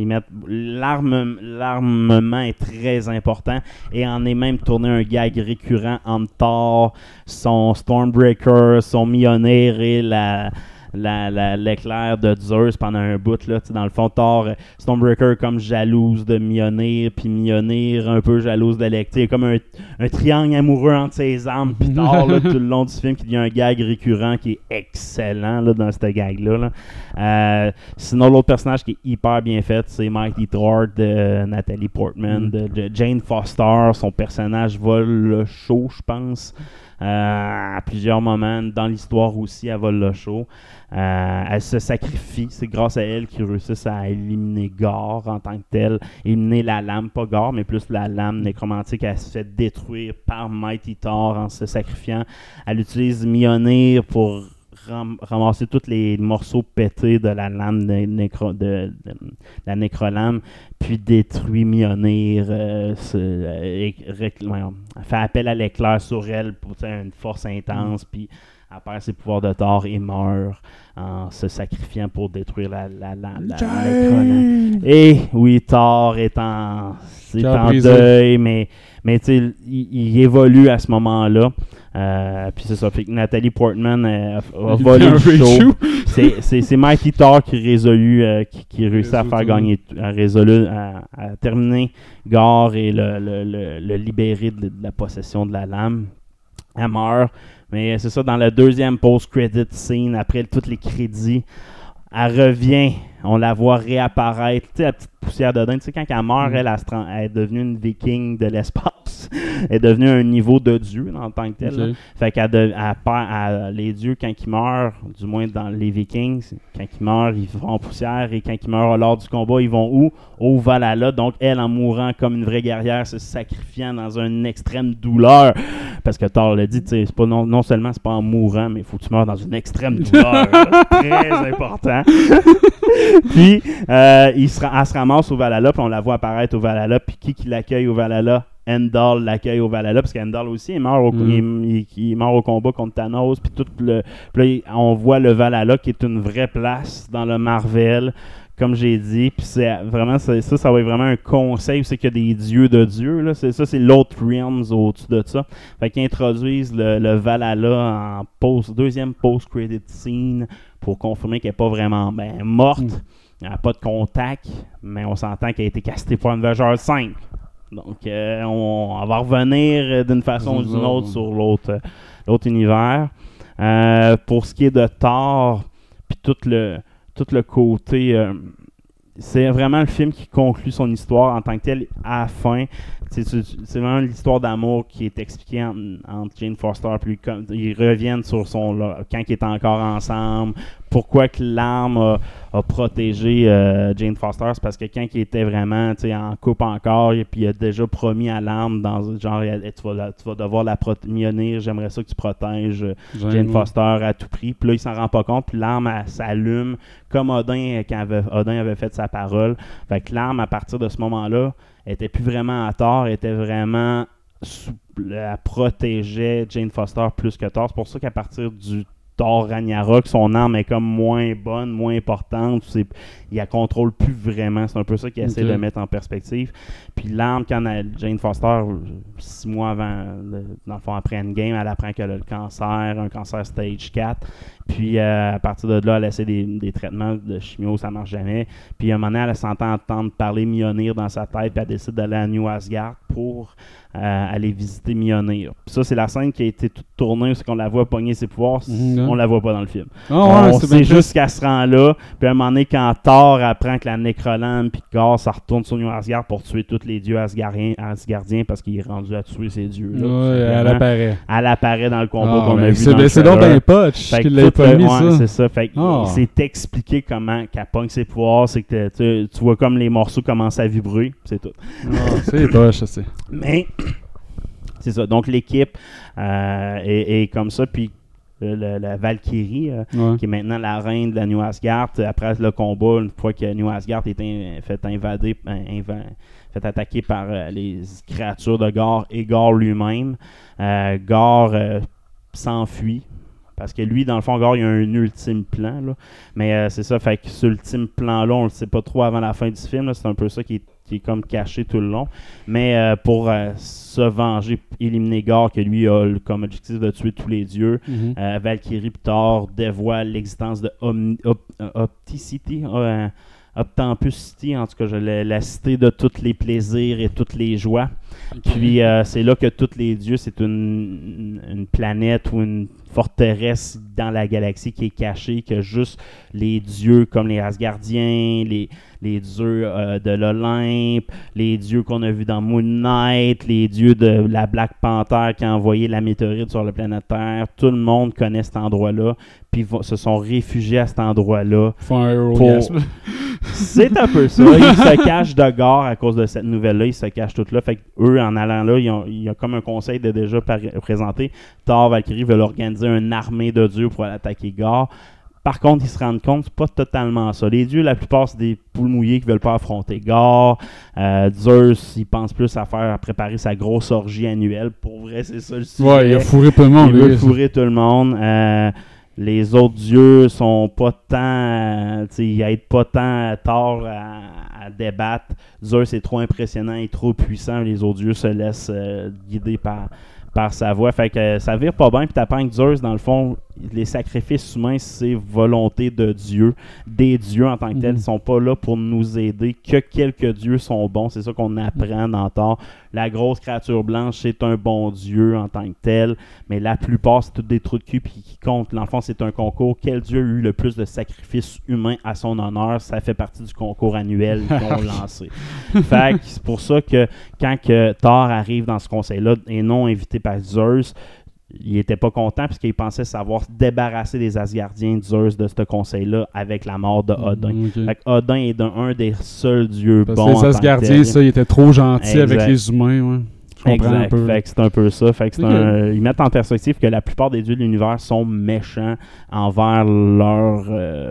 L'armement est très important et en est même tourné un gag récurrent entre Thor, son Stormbreaker, son Mjolnir et l'éclair de Zeus pendant un bout là, dans le fond Thor, Stormbreaker comme jalouse de Mjolnir, puis Mjolnir un peu jalouse d'Electra, comme un triangle amoureux entre ses armes, puis Thor là, tout le long du film qui devient un gag récurrent qui est excellent là, dans ce gag là. Sinon l'autre personnage qui est hyper bien fait, c'est Mighty Thor de Natalie Portman, de Jane Foster. Son personnage vole le show, je pense. À plusieurs moments dans l'histoire aussi, elle vole le show. Elle se sacrifie. C'est grâce à elle qu'ils réussissent à éliminer Gore en tant que tel. Éliminer la lame, pas Gore, mais plus la lame nécromantique. Elle se fait détruire par Mighty Thor en se sacrifiant. Elle utilise Mjolnir pour ramasser tous les morceaux pétés de la lame de la nécrolame, puis détruit Mjolnir. Elle fait appel à l'éclair sur elle pour une force intense, puis elle perd ses pouvoirs de Thor et meurt en se sacrifiant pour détruire la nécrolame. Et oui, Thor est en deuil, mais tu sais, il évolue à ce moment-là. Puis c'est ça, fait que Natalie Portman a volé le show. C'est Mighty Thor qui réussit à faire gagner, à terminer Gore et le libérer de la possession de la lame. Elle meurt, mais c'est ça, dans la deuxième post-credit scene, après tous les crédits, elle revient, on la voit réapparaître, tu sais, la petite poussière de dingue. Tu sais, quand elle meurt, elle est devenue une viking de l'espace. Elle est devenue un niveau de dieu en tant que tel. Okay. Fait qu'elle perd les dieux, quand ils meurent, du moins dans les vikings, quand ils meurent, ils vont en poussière, et quand ils meurent lors du combat, ils vont où? Au Valhalla. Donc, elle, en mourant comme une vraie guerrière, se sacrifiant dans une extrême douleur. Parce que Thor l'a dit, c'est pas non seulement c'est pas en mourant, mais il faut que tu meurs dans une extrême douleur. Très important. Puis, elle se ramasse au Valhalla, puis on la voit apparaître au Valhalla, puis qui l'accueille au Valhalla? Heimdall l'accueille au Valhalla, parce qu'Heimdall aussi il meurt au combat contre Thanos, puis puis là, on voit le Valhalla qui est une vraie place dans le Marvel, comme j'ai dit, puis c'est vraiment ça va être vraiment un conseil où c'est qu'il y a des dieux de dieux, là. C'est l'autre realms au-dessus de ça. Fait qu'ils introduisent le Valhalla en deuxième post-credit scene pour confirmer qu'elle n'est pas vraiment morte. Elle n'a pas de contact, mais on s'entend qu'elle a été castée pour Avengers 5. Donc, on va revenir d'une façon ou d'une autre sur l'autre univers. Pour ce qui est de Thor, puis tout le côté... c'est vraiment le film qui conclut son histoire en tant que tel à la fin. c'est vraiment l'histoire d'amour qui est expliquée entre Jane Foster puis ils reviennent sur quand ils étaient encore ensemble. Pourquoi que l'arme a protégé Jane Foster, c'est parce que quand il était vraiment en couple encore, et puis il a déjà promis à l'arme dans genre tu vas devoir la protéger, j'aimerais ça que tu protèges Jane Foster à tout prix. Puis là il s'en rend pas compte, puis l'arme s'allume comme Odin quand Odin avait fait sa parole. Fait que l'arme à partir de ce moment-là était plus vraiment à Thor, était vraiment elle protégeait Jane Foster plus que Thor. C'est pour ça qu'à partir du Thor Ragnarok, son arme est comme moins bonne, moins importante. Il la contrôle plus vraiment. C'est un peu ça qu'il essaie de mettre en perspective. Puis l'arme, quand Jane Foster, 6 mois avant, dans le fond, après Endgame, elle apprend qu'elle a le cancer, un cancer stage 4. Puis à partir de là, elle essaie des traitements de chimio, ça marche jamais. Puis à un moment donné, elle s'entend entendre parler Mjolnir dans sa tête, puis elle décide d'aller à New Asgard pour aller visiter Mjolnir. Puis ça, c'est la scène qui a été toute tournée, c'est qu'on la voit pogner ses pouvoirs. On la voit pas dans le film. On sait juste qu'elle se rend là. Puis à un moment donné, quand Thor apprend que la Nécrolande puis Gore, ça retourne sur New Asgard pour tuer tous les dieux asgardiens parce qu'il est rendu à tuer ces dieux-là. Ouais, elle apparaît dans le combat qu'on a vu dans le c'est donc un potch qu'il l'a pas mis, ça. C'est ça. Fait que c'est expliqué comment qu'elle pogne ses pouvoirs. C'est que tu vois comme les morceaux commencent à vibrer. C'est tout. C'est poche, ça c'est. Mais c'est ça. Donc l'équipe est comme ça. Puis la Valkyrie, qui est maintenant la reine de la New Asgard, après le combat, une fois que New Asgard est fait attaquer par les créatures de Gore et Gore lui-même, Gore s'enfuit. Parce que lui, dans le fond, Gore, il a un ultime plan. Là. Mais c'est ça, fait que ce ultime plan-là, on le sait pas trop avant la fin du film. Là, c'est un peu ça qui est comme caché tout le long. Mais pour se venger, éliminer Gore, que lui a comme objectif de tuer tous les dieux, Valkyrie et Thor dévoilent l'existence de Opticity, Optampus City, en tout cas, la cité de tous les plaisirs et toutes les joies. Okay. Puis c'est là que tous les dieux, c'est une planète ou une forteresse dans la galaxie qui est cachée, que juste les dieux comme les Asgardiens, les dieux de l'Olympe, les dieux qu'on a vus dans Moon Knight, les dieux de la Black Panther qui a envoyé la météorite sur la planète Terre, tout le monde connaît cet endroit-là, puis se sont réfugiés à cet endroit-là. C'est un peu ça. Ils se cachent de Gore à cause de cette nouvelle-là, ils se cachent tout là. Fait qu'eux, en allant là, il y a comme un conseil de déjà présenter. Thor, Valkyrie veulent organiser une armée de dieux pour aller attaquer Gore. Par contre, ils se rendent compte, c'est pas totalement ça. Les dieux, la plupart, c'est des poules mouillées qui veulent pas affronter Gore. Zeus, il pense plus à préparer sa grosse orgie annuelle. Pour vrai, c'est ça le sujet. Ouais, il a fourré tout le monde. Il veut fourrer tout le monde. Les autres dieux sont pas tant... ils aident pas tant Thor à débattre. Zeus est trop impressionnant et trop puissant. Les autres dieux se laissent guider par sa voix. Fait que ça vire pas bien. Puis t'apprends que Zeus, dans le fond, les sacrifices humains, c'est volonté de Dieu. Des dieux en tant que tels, ils sont pas là pour nous aider. Que quelques dieux sont bons. C'est ça qu'on apprend dans Thor. La grosse créature blanche, c'est un bon dieu en tant que tel. Mais la plupart, c'est tous des trous de cul qui comptent. Dans le fond, c'est un concours. Quel dieu a eu le plus de sacrifices humains à son honneur? Ça fait partie du concours annuel qu'ils ont lancé. Fait que c'est pour ça que quand Thor arrive dans ce conseil-là et non invité par Zeus, il était pas content puisqu'il pensait savoir se débarrasser des Asgardiens de Zeus de ce conseil-là avec la mort de Odin. Okay. Fait que Odin est un des seuls dieux bons. Les Asgardiens, ça, ils étaient trop gentils avec les humains. Ouais. Exact. Fait que c'est un peu ça. Fait que ils mettent en perspective que la plupart des dieux de l'univers sont méchants envers leur...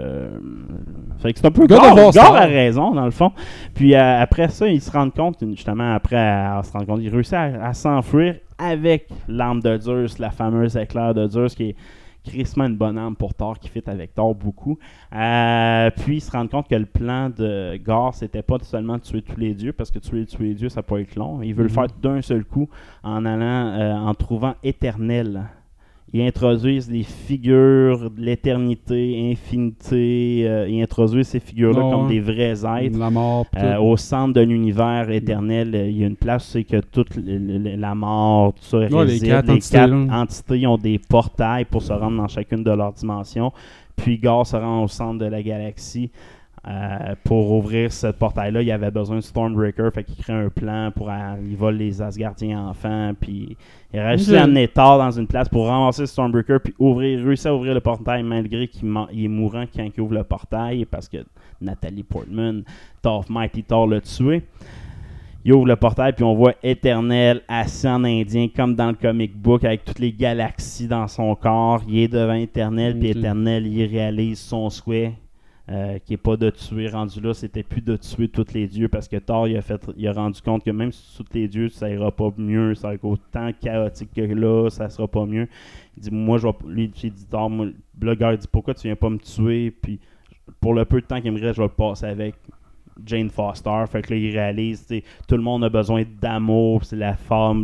Fait que c'est un peu Gore a raison, dans le fond. Puis après ça, ils se rendent compte, justement, ils réussissent à s'enfuir avec l'arme de Zeus, la fameuse éclair de Zeus, qui est crissement une bonne arme pour Thor, qui fit avec Thor beaucoup. Puis ils se rendent compte que le plan de Gore, c'était pas seulement de tuer tous les dieux, parce que tuer les dieux, ça peut être long. Il veut le faire d'un seul coup en allant, en trouvant Éternel. Ils introduisent les figures de l'éternité, infinité. Ils introduisent ces figures-là comme des vrais êtres. La mort, au centre de l'univers éternel, il y a une place où c'est que toute la mort, tout ça réside. Les quatre entités ont des portails pour se rendre dans chacune de leurs dimensions. Puis Gore se rend au centre de la galaxie Pour ouvrir ce portail-là, il avait besoin de Stormbreaker, fait qu'il crée un plan pour il vole les Asgardiens enfants, puis il a réussi à amener Thor dans une place pour ramasser Stormbreaker, puis réussir à ouvrir le portail malgré qu'il est mourant quand il ouvre le portail, parce que Natalie Portman, Mighty Thor l'a tué. Il ouvre le portail, puis on voit Éternel assis en indien, comme dans le comic book, avec toutes les galaxies dans son corps. Il est devant Éternel, puis Éternel, il réalise son souhait. Qui n'est pas de tuer, rendu là, c'était plus de tuer tous les dieux, parce que Thor, il a rendu compte que même si tous les dieux, ça ira pas mieux, ça va être autant chaotique que là, ça sera pas mieux. Il dit, moi, il dit, Thor, le gars, il dit, pourquoi tu viens pas me tuer, puis pour le peu de temps qu'il me reste, je vais le passer avec Jane Foster. Fait que là, il réalise, tout le monde a besoin d'amour, c'est la femme,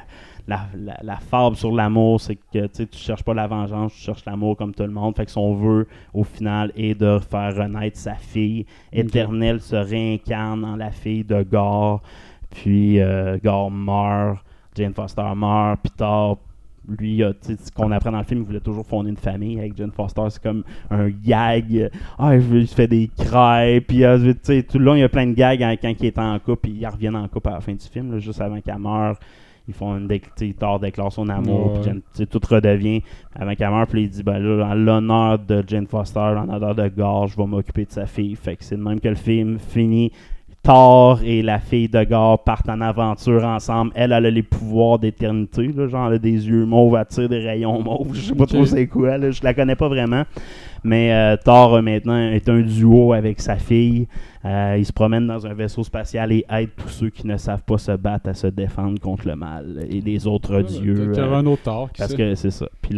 la fable sur l'amour, c'est que tu cherches pas la vengeance, tu cherches l'amour comme tout le monde. Fait que son vœu, au final, est de faire renaître sa fille. Éternel se réincarne en la fille de Gorr. Puis Gorr meurt, Jane Foster meurt, puis Thor, lui, ce qu'on apprend dans le film, il voulait toujours fonder une famille avec Jane Foster. C'est comme un gag. Il se fait des crêpes. Puis tout le long, il y a plein de gags quand il est en couple. Puis ils reviennent en couple à la fin du film, là, juste avant qu'elle meure. Ils font Thor déclare son amour, puis tout redevient avant qu'elle meure. Puis il dit, là, en l'honneur de Jane Foster, en l'honneur de Gorr, je vais m'occuper de sa fille. Fait que c'est de même que le film finit. Thor et la fille de Gorr partent en aventure ensemble. Elle a les pouvoirs d'éternité, là, genre elle a des yeux mauves, elle tire des rayons mauves. Je sais pas trop c'est quoi, là, je la connais pas vraiment. Mais Thor maintenant est un duo avec sa fille. Il se promène dans un vaisseau spatial et aide tous ceux qui ne savent pas se battre à se défendre contre le mal et les autres dieux. Il y aura un autre Thor. Parce que c'est ça. Puis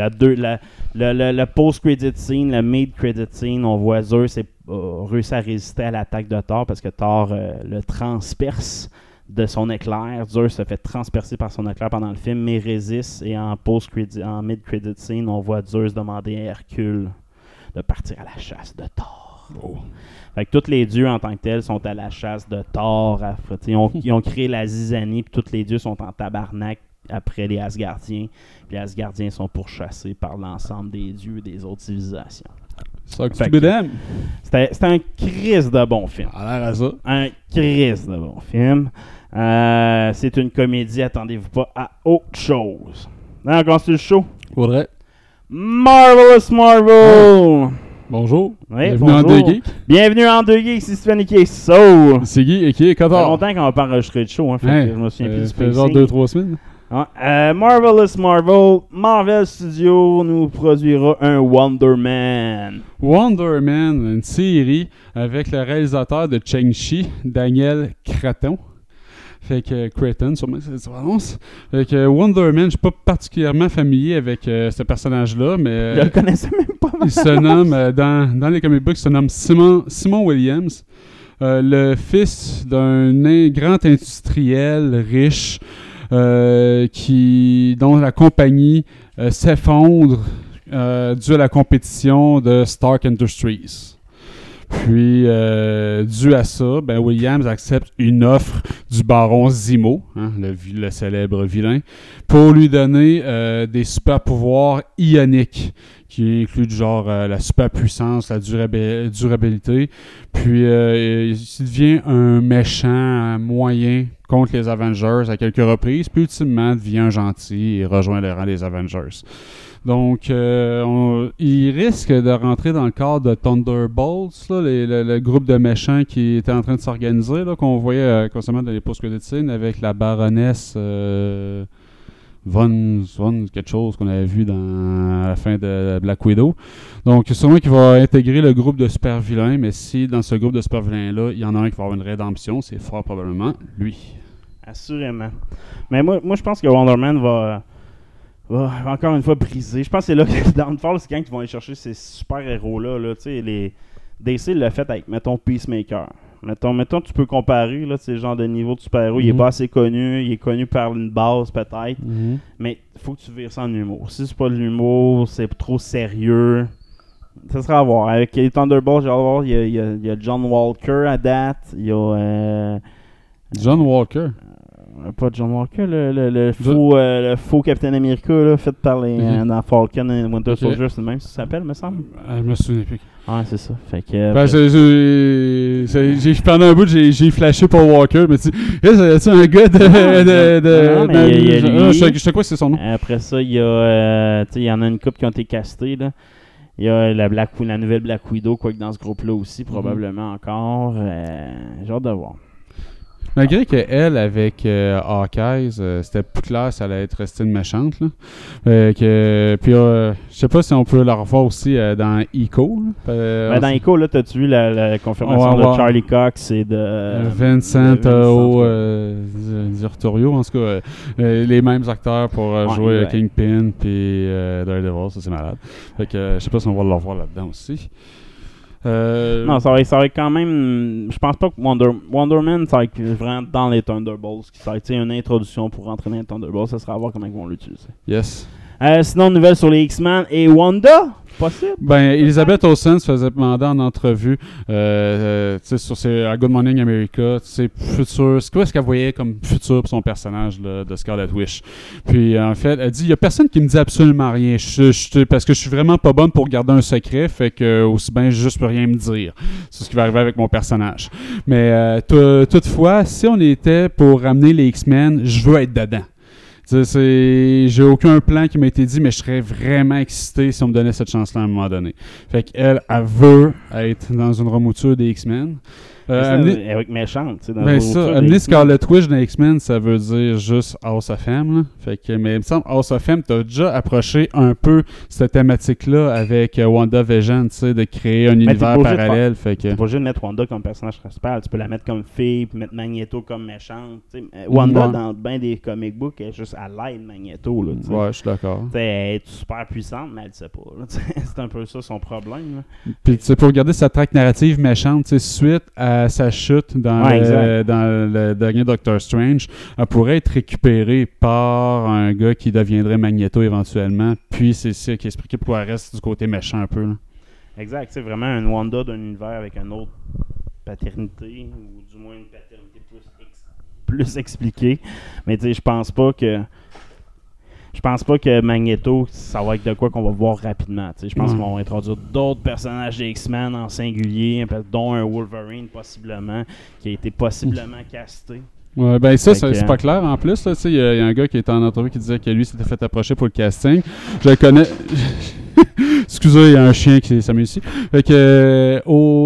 le post-credit scene, le mid-credit scene, on voit Zeus réussi à résister à l'attaque de Thor parce que Thor le transperce de son éclair. Zeus se fait transpercer par son éclair pendant le film, mais résiste. Et en mid-credit scene, on voit Zeus demander à Hercule de partir à la chasse de Thor. Fait que tous les dieux en tant que tels sont à la chasse de Thor. Ils ont créé la zizanie, puis tous les dieux sont en tabarnak après les Asgardiens. Puis les Asgardiens sont pourchassés par l'ensemble des dieux des autres civilisations. C'était un crise de bon film. Un crise de bon film. C'est une comédie, attendez-vous pas à autre chose. On commence le show. Faudrait. Marvelous Marvel! Bonjour. Oui, bienvenue en 2 Geeks. Bienvenue en 2 Geeks, c'est Stéphane qui est Soul. C'est Guy et qui est Cotard. Ça fait longtemps qu'on va pas enregistrer le show, fait que je me souviens plus du Ça fait genre 2-3 semaines. Marvelous Marvel, Marvel Studios nous produira un Wonder Man. Wonder Man, une série avec le réalisateur de Shang-Chi, Daniel Cretton. Fait que Cretton, sûrement c'est ça prononce. Fait que Wonder Man, je suis pas particulièrement familier avec ce personnage-là, mais je le connaissais même pas. Il se nomme dans les comic books, il se nomme Simon Williams, le fils d'un grand industriel riche dont la compagnie s'effondre dû à la compétition de Stark Industries. Puis, dû à ça, Williams accepte une offre du baron Zemo, le célèbre vilain, pour lui donner des super pouvoirs ioniques, qui incluent du genre la super puissance, la durabilité. Puis, il devient un méchant moyen contre les Avengers à quelques reprises, puis ultimement devient un gentil et rejoint le rang des Avengers. Donc, il risque de rentrer dans le cadre de Thunderbolts, là, le groupe de méchants qui était en train de s'organiser, là, qu'on voyait constamment dans les post-credit scenes avec la baronesse Von quelque chose qu'on avait vu à la fin de Black Widow. Donc, sûrement qu'il va intégrer le groupe de super vilains, mais si dans ce groupe de super vilains-là, il y en a un qui va avoir une rédemption, c'est fort probablement lui. Assurément. Mais moi je pense que Wonder Man va encore une fois briser. Je pense que c'est là que Downfall, c'est quand ils vont aller chercher ces super-héros-là. Là, les DC l'a fait avec, mettons, Peacemaker. Mettons, tu peux comparer, là, ce genre de niveau de super-héros. Il est pas assez connu. Il est connu par une base, peut-être. Mais il faut que tu vires ça en humour. Si c'est pas de l'humour, c'est trop sérieux. Ça sera à voir. Avec les Thunderbolts, il y a John Walker à date. Il y a... John Walker? Pas John Walker, le faux Captain America là, fait par les dans Falcon et Winter Soldier, c'est le même, ça s'appelle, me semble. Je me souviens plus. Ah, c'est ça. Fait que. Pendant un bout, j'ai flashé pour Walker, mais tu sais, un gars je sais quoi, c'est son nom. Après ça, il y a. Il y en a une couple qui ont été castés, là. Il y a la nouvelle Black Widow, quoique dans ce groupe-là aussi, probablement encore. J'ai hâte de voir. Malgré qu'elle, avec Hawkeye, c'était plus clair si elle allait être restée une méchante. Là. Puis, je sais pas si on peut la revoir aussi dans Echo. Dans Echo, là, t'as-tu vu la confirmation de Charlie Cox et de Vincent D'Artorio, en tout cas, les mêmes acteurs pour jouer Kingpin puis Daredevil, ça c'est malade. Fait que je sais pas si on va le revoir là-dedans aussi. Non, ça va être quand même. Je pense pas que Wonder Man, ça va être vraiment dans les Thunderbolts. Ça va être une introduction pour rentrer dans les Thunderbolts. Ça sera à voir comment ils vont l'utiliser. Yes. Sinon, nouvelle sur les X-Men et Wanda. Possible? Ben, Elizabeth Olsen se faisait demander en entrevue sur à Good Morning America, futur, c'est quoi ce qu'elle voyait comme futur pour son personnage là, de Scarlet Witch. Puis en fait, elle dit il y a personne qui me dit absolument rien parce que je suis vraiment pas bonne pour garder un secret, fait que aussi bien juste peux rien me dire. C'est ce qui va arriver avec mon personnage. Mais toutefois, si on était pour ramener les X-Men, je veux être dedans. J'ai aucun plan qui m'a été dit, mais je serais vraiment excité si on me donnait cette chance-là à un moment donné. Fait qu'elle, elle veut être dans une remouture des X-Men. Avec méchante, tu sais, dans amener Scarlet Witch dans X-Men, ça veut dire juste House of M, là. Fait que, mais il me semble House of M, t'as déjà approché un peu cette thématique-là avec WandaVision, tu sais, de créer un univers parallèle. Fait que t'es pas obligé de mettre Wanda comme personnage principal, tu peux la mettre comme fille, puis mettre Magneto comme méchante. Wanda, dans bien des comic books, elle est juste à l'aide de Magneto, là. T'sais. Ouais, je suis d'accord. Elle est super puissante, mais elle le sait pas. Là, c'est un peu ça son problème. Là. Puis pour regarder sa traque narrative méchante, suite à sa chute dans le dernier Doctor Strange, elle pourrait être récupérée par un gars qui deviendrait Magneto éventuellement, puis c'est ça qui explique pourquoi elle reste du côté méchant un peu. Là. Exact, c'est vraiment un Wanda d'un univers avec une autre paternité, ou du moins une paternité plus expliquée, mais tu sais, je pense pas que Magneto, ça va être de quoi qu'on va voir rapidement. T'sais. Je pense qu'on va introduire d'autres personnages des X-Men en singulier, dont un Wolverine possiblement, qui a été possiblement casté. Ouais, ben ça, c'est pas clair en plus. Il y a un gars qui était en entrevue qui disait que lui s'était fait approcher pour le casting. Je le connais. Excusez, il y a un chien qui s'amuse ici. Fait que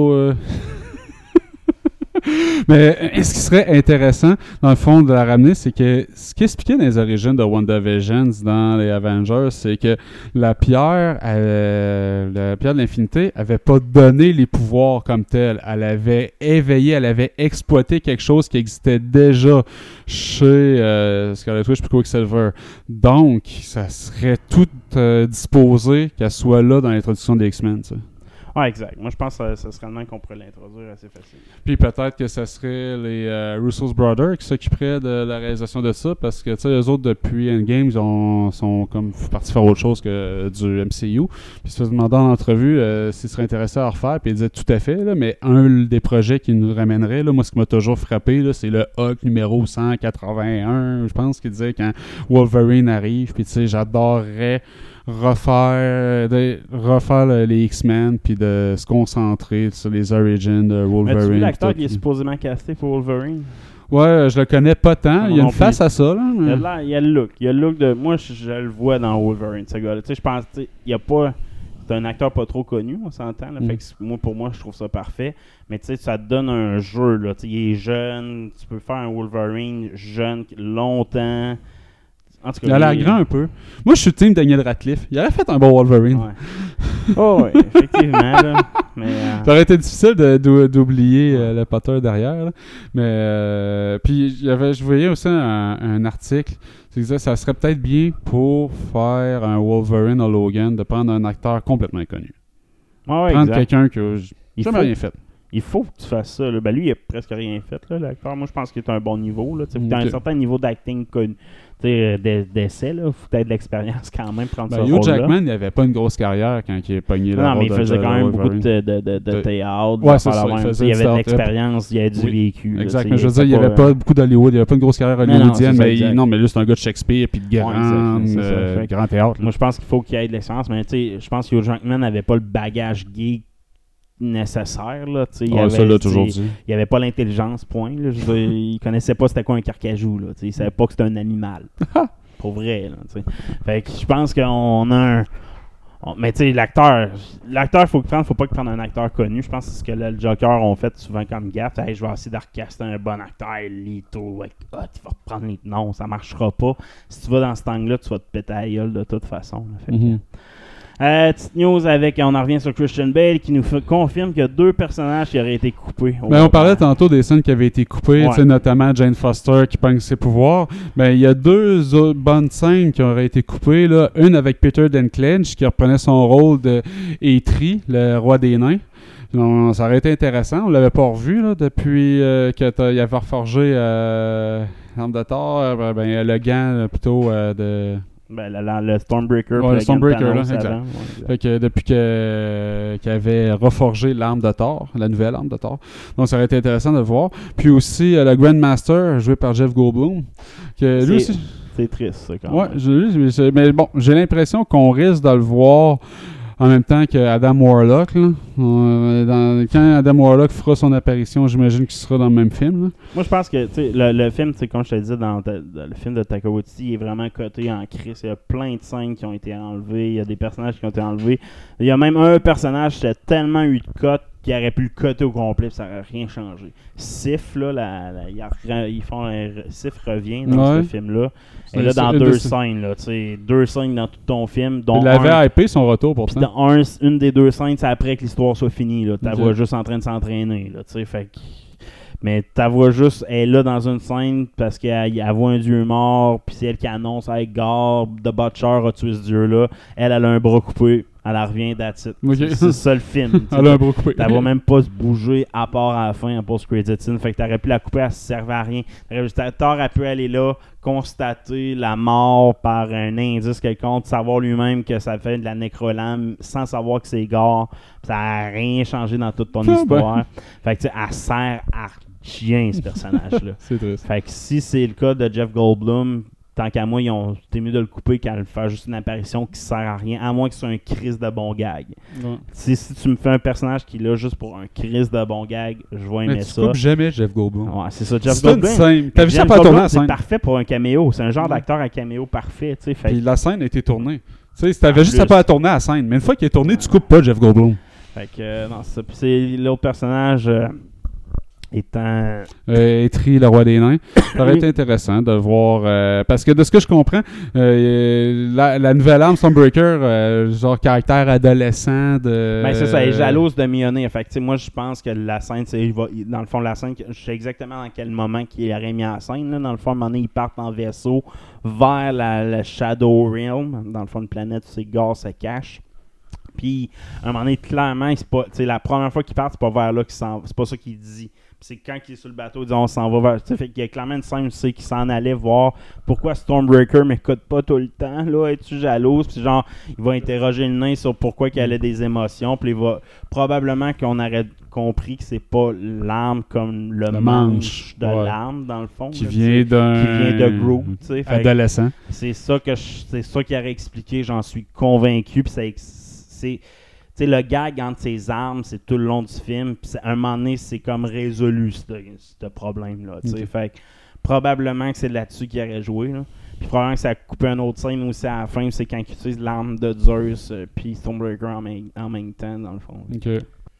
mais ce qui serait intéressant, dans le fond, de la ramener, c'est que ce qui expliquait dans les origines de WandaVision dans les Avengers, c'est que la pierre de l'infinité avait pas donné les pouvoirs comme tel. Elle avait éveillé, elle avait exploité quelque chose qui existait déjà chez Scarlet Witch et Quicksilver. Donc, ça serait tout disposé qu'elle soit là dans l'introduction des X-Men, tu sais. Ouais, exact. Moi, je pense que ça serait le même qu'on pourrait l'introduire assez facile. Puis peut-être que ça serait les Russo's Brothers qui s'occuperaient de la réalisation de ça, parce que, tu sais, eux autres, depuis Endgame, ils sont comme partis faire autre chose que du MCU. Puis ils se faisaient demander en entrevue s'ils seraient intéressés à refaire, puis ils disaient tout à fait, là, mais un des projets qui nous ramènerait, là, moi, ce qui m'a toujours frappé, là, c'est le Hulk numéro 181, je pense, qui disait quand Wolverine arrive, puis tu sais, j'adorerais refaire les X-Men puis de se concentrer sur les origins de Wolverine. As-tu vu l'acteur qui est supposément casté pour Wolverine? Ouais, je le connais pas tant. Il y a une face à ça, là. Mais... Il y a le look. Il y a le look de... Moi, je le vois dans Wolverine, ce gars-là. Tu sais, je pense... Il y a pas... C'est un acteur pas trop connu, on s'entend. Là, fait que pour moi, je trouve ça parfait. Mais tu sais, ça te donne un jeu, là. Tu sais, il est jeune. Tu peux faire un Wolverine jeune, longtemps... En tout cas, il a l'air grand un peu. Moi, je suis team Daniel Radcliffe. Il aurait fait un bon Wolverine. Ouais. Oh, oui, effectivement. Là. Mais, ça aurait été difficile d'oublier le Potter derrière. Là. Mais puis, je voyais aussi un article qui disait que ça serait peut-être bien pour faire un Wolverine à Logan de prendre un acteur complètement inconnu. Ouais, prendre quelqu'un qui n'a jamais rien fait. Il faut que tu fasses ça. Là. Ben, lui, il a presque rien fait, là, l'acteur. Moi, je pense qu'il est à un bon niveau. Là. Tu as un certain niveau d'acting d'essai. Il faut peut-être de l'expérience quand même prendre ce rôle-là. Hugh Jackman, il n'avait pas une grosse carrière quand il est pogné là. Non, mais il faisait quand même beaucoup de théâtre. Ouais, c'est ça. Il y avait de l'expérience, il y avait du vécu. Exact. Mais je veux dire, il n'y avait pas beaucoup d'Hollywood. Il n'y avait pas une grosse carrière hollywoodienne. Mais lui, c'est un gars de Shakespeare puis de grand théâtre. Moi, je pense qu'il faut qu'il y ait de l'expérience. Mais je pense que Hugh Jackman n'avait pas le bagage geek nécessaire là, ça l'a toujours dit. Il avait pas l'intelligence, point là, il connaissait pas c'était quoi un carcajou là, il savait pas que c'était un animal. Pour vrai là, fait que je pense qu'on a mais tu sais l'acteur faut pas qu'il prenne un acteur connu. Je pense que c'est ce que le Joker ont fait souvent comme gaffe. Hey, je vais essayer de recaster un bon acteur, Leto, tu vas reprendre les... Non, ça marchera pas. Si tu vas dans cet angle là, tu vas te péter la gueule de toute façon là. Fait que, petite news on en revient sur Christian Bale qui nous confirme qu'il y a 2 personnages qui auraient été coupés. On parlait tantôt des scènes qui avaient été coupées, notamment Jane Foster qui pogne ses pouvoirs. Il y a 2 autres bonnes scènes qui auraient été coupées. Là. Une avec Peter Dinklage qui reprenait son rôle de Eitri, le roi des nains. Donc, ça aurait été intéressant. On l'avait pas revu là, depuis qu'il avait reforgé l'arme de Thor, le gant plutôt de... le Stormbreaker. Le Stormbreaker, là, exact. Fait que depuis qu'il avait reforgé l'arme de Thor, la nouvelle arme de Thor. Donc, ça aurait été intéressant de le voir. Puis aussi, le Grandmaster, joué par Jeff Goldblum. Lui aussi... C'est triste, ça, quand même. Mais bon, j'ai l'impression qu'on risque de le voir en même temps que Adam Warlock. Là. Quand Adam Warlock fera son apparition, j'imagine qu'il sera dans le même film. Là. Moi, je pense que le film, comme je te disais, dans le film de Taika Waititi, il est vraiment coté en crise. Il y a plein de scènes qui ont été enlevées. Il y a des personnages qui ont été enlevés. Il y a même un personnage qui a tellement eu de cote qui aurait pu le coter au complet, ça n'aurait rien changé. Sif, là, Sif revient dans ce film-là. Et là, dans 2 scènes, là, 2 scènes dans tout ton film. Dont il avait hypé son retour pour ça. Une des 2 scènes, c'est après que l'histoire soit finie. Tu la vois juste en train de s'entraîner. Là, fait que... Mais tu la vois juste, elle est là dans une scène parce qu'elle voit un dieu mort, puis c'est elle qui annonce avec Gar, The Butcher a tué ce dieu-là. Elle a un bras coupé. Elle revient d'attitude. Okay. C'est ça le film. Elle a un bras coupé. Elle va même pas se bouger à part à la fin, en post-credit scene. Fait que t'aurais pu la couper, elle servait à rien. Thor a pu aller là, constater la mort par un indice quelconque, savoir lui-même que ça fait de la nécrolame sans savoir que c'est Gar. Ça n'a rien changé dans toute ton histoire. Fait que tu sais, elle sert à chien, ce personnage-là. C'est triste. Fait que si c'est le cas de Jeff Goldblum, tant qu'à moi, c'était mieux de le couper qu'à le faire juste une apparition qui sert à rien, à moins que ce soit un crise de bon gag. Ouais. Si tu me fais un personnage qui est là juste pour un crise de bon gag, je vais aimer ça. Tu coupes jamais Jeff Goldblum. Ouais, c'est ça, Jeff Goldblum. T'as vu ça pas tourner la scène? C'est parfait pour un caméo. C'est un genre d'acteur à caméo parfait. Puis la scène a été tournée. Tu sais, t'avais juste à tourner la scène. Mais une fois qu'il est tourné, tu coupes pas Jeff Goldblum. Fait que, non, c'est ça. Puis c'est l'autre personnage... étant... Eitri, le roi des nains. Ça aurait été intéressant de voir... parce que de ce que je comprends, la nouvelle arme, Stormbreaker, genre caractère adolescent de... Ben c'est ça, elle est jalouse de Mjolnir. Fait que moi, je pense que la scène, dans le fond, la scène, je sais exactement dans quel moment qu'il aurait mis en scène. Là. Dans le fond, à un moment donné, ils partent en vaisseau vers le Shadow Realm. Dans le fond, une planète où ces gars se cachent. Puis, à un moment donné, clairement, c'est pas, la première fois qu'ils partent, c'est pas vers là qu'ils s'en... C'est pas ça qu'il dit. Puis c'est quand il est sur le bateau, il dit on s'en va vers... Fait qu'il y a clairement une scène où c'est qu'il s'en allait voir pourquoi Stormbreaker m'écoute pas tout le temps. Là, es-tu jalouse? Puis genre, il va interroger le nain sur pourquoi qu'il a des émotions. Puis il va... Probablement qu'on aurait compris que c'est pas l'arme comme le manche de l'arme, dans le fond. Qui vient de Groot. Adolescent. C'est ça qu'il aurait expliqué, j'en suis convaincu. Puis c'est le gag entre ses armes, c'est tout le long du film. Puis à un moment donné, c'est comme résolu ce problème-là. Fait que probablement que c'est là-dessus qu'il aurait joué. Là. Puis probablement que ça a coupé une autre scène aussi à la fin. C'est quand il utilise l'arme de Zeus puis Stormbreaker en même temps, dans le fond. OK.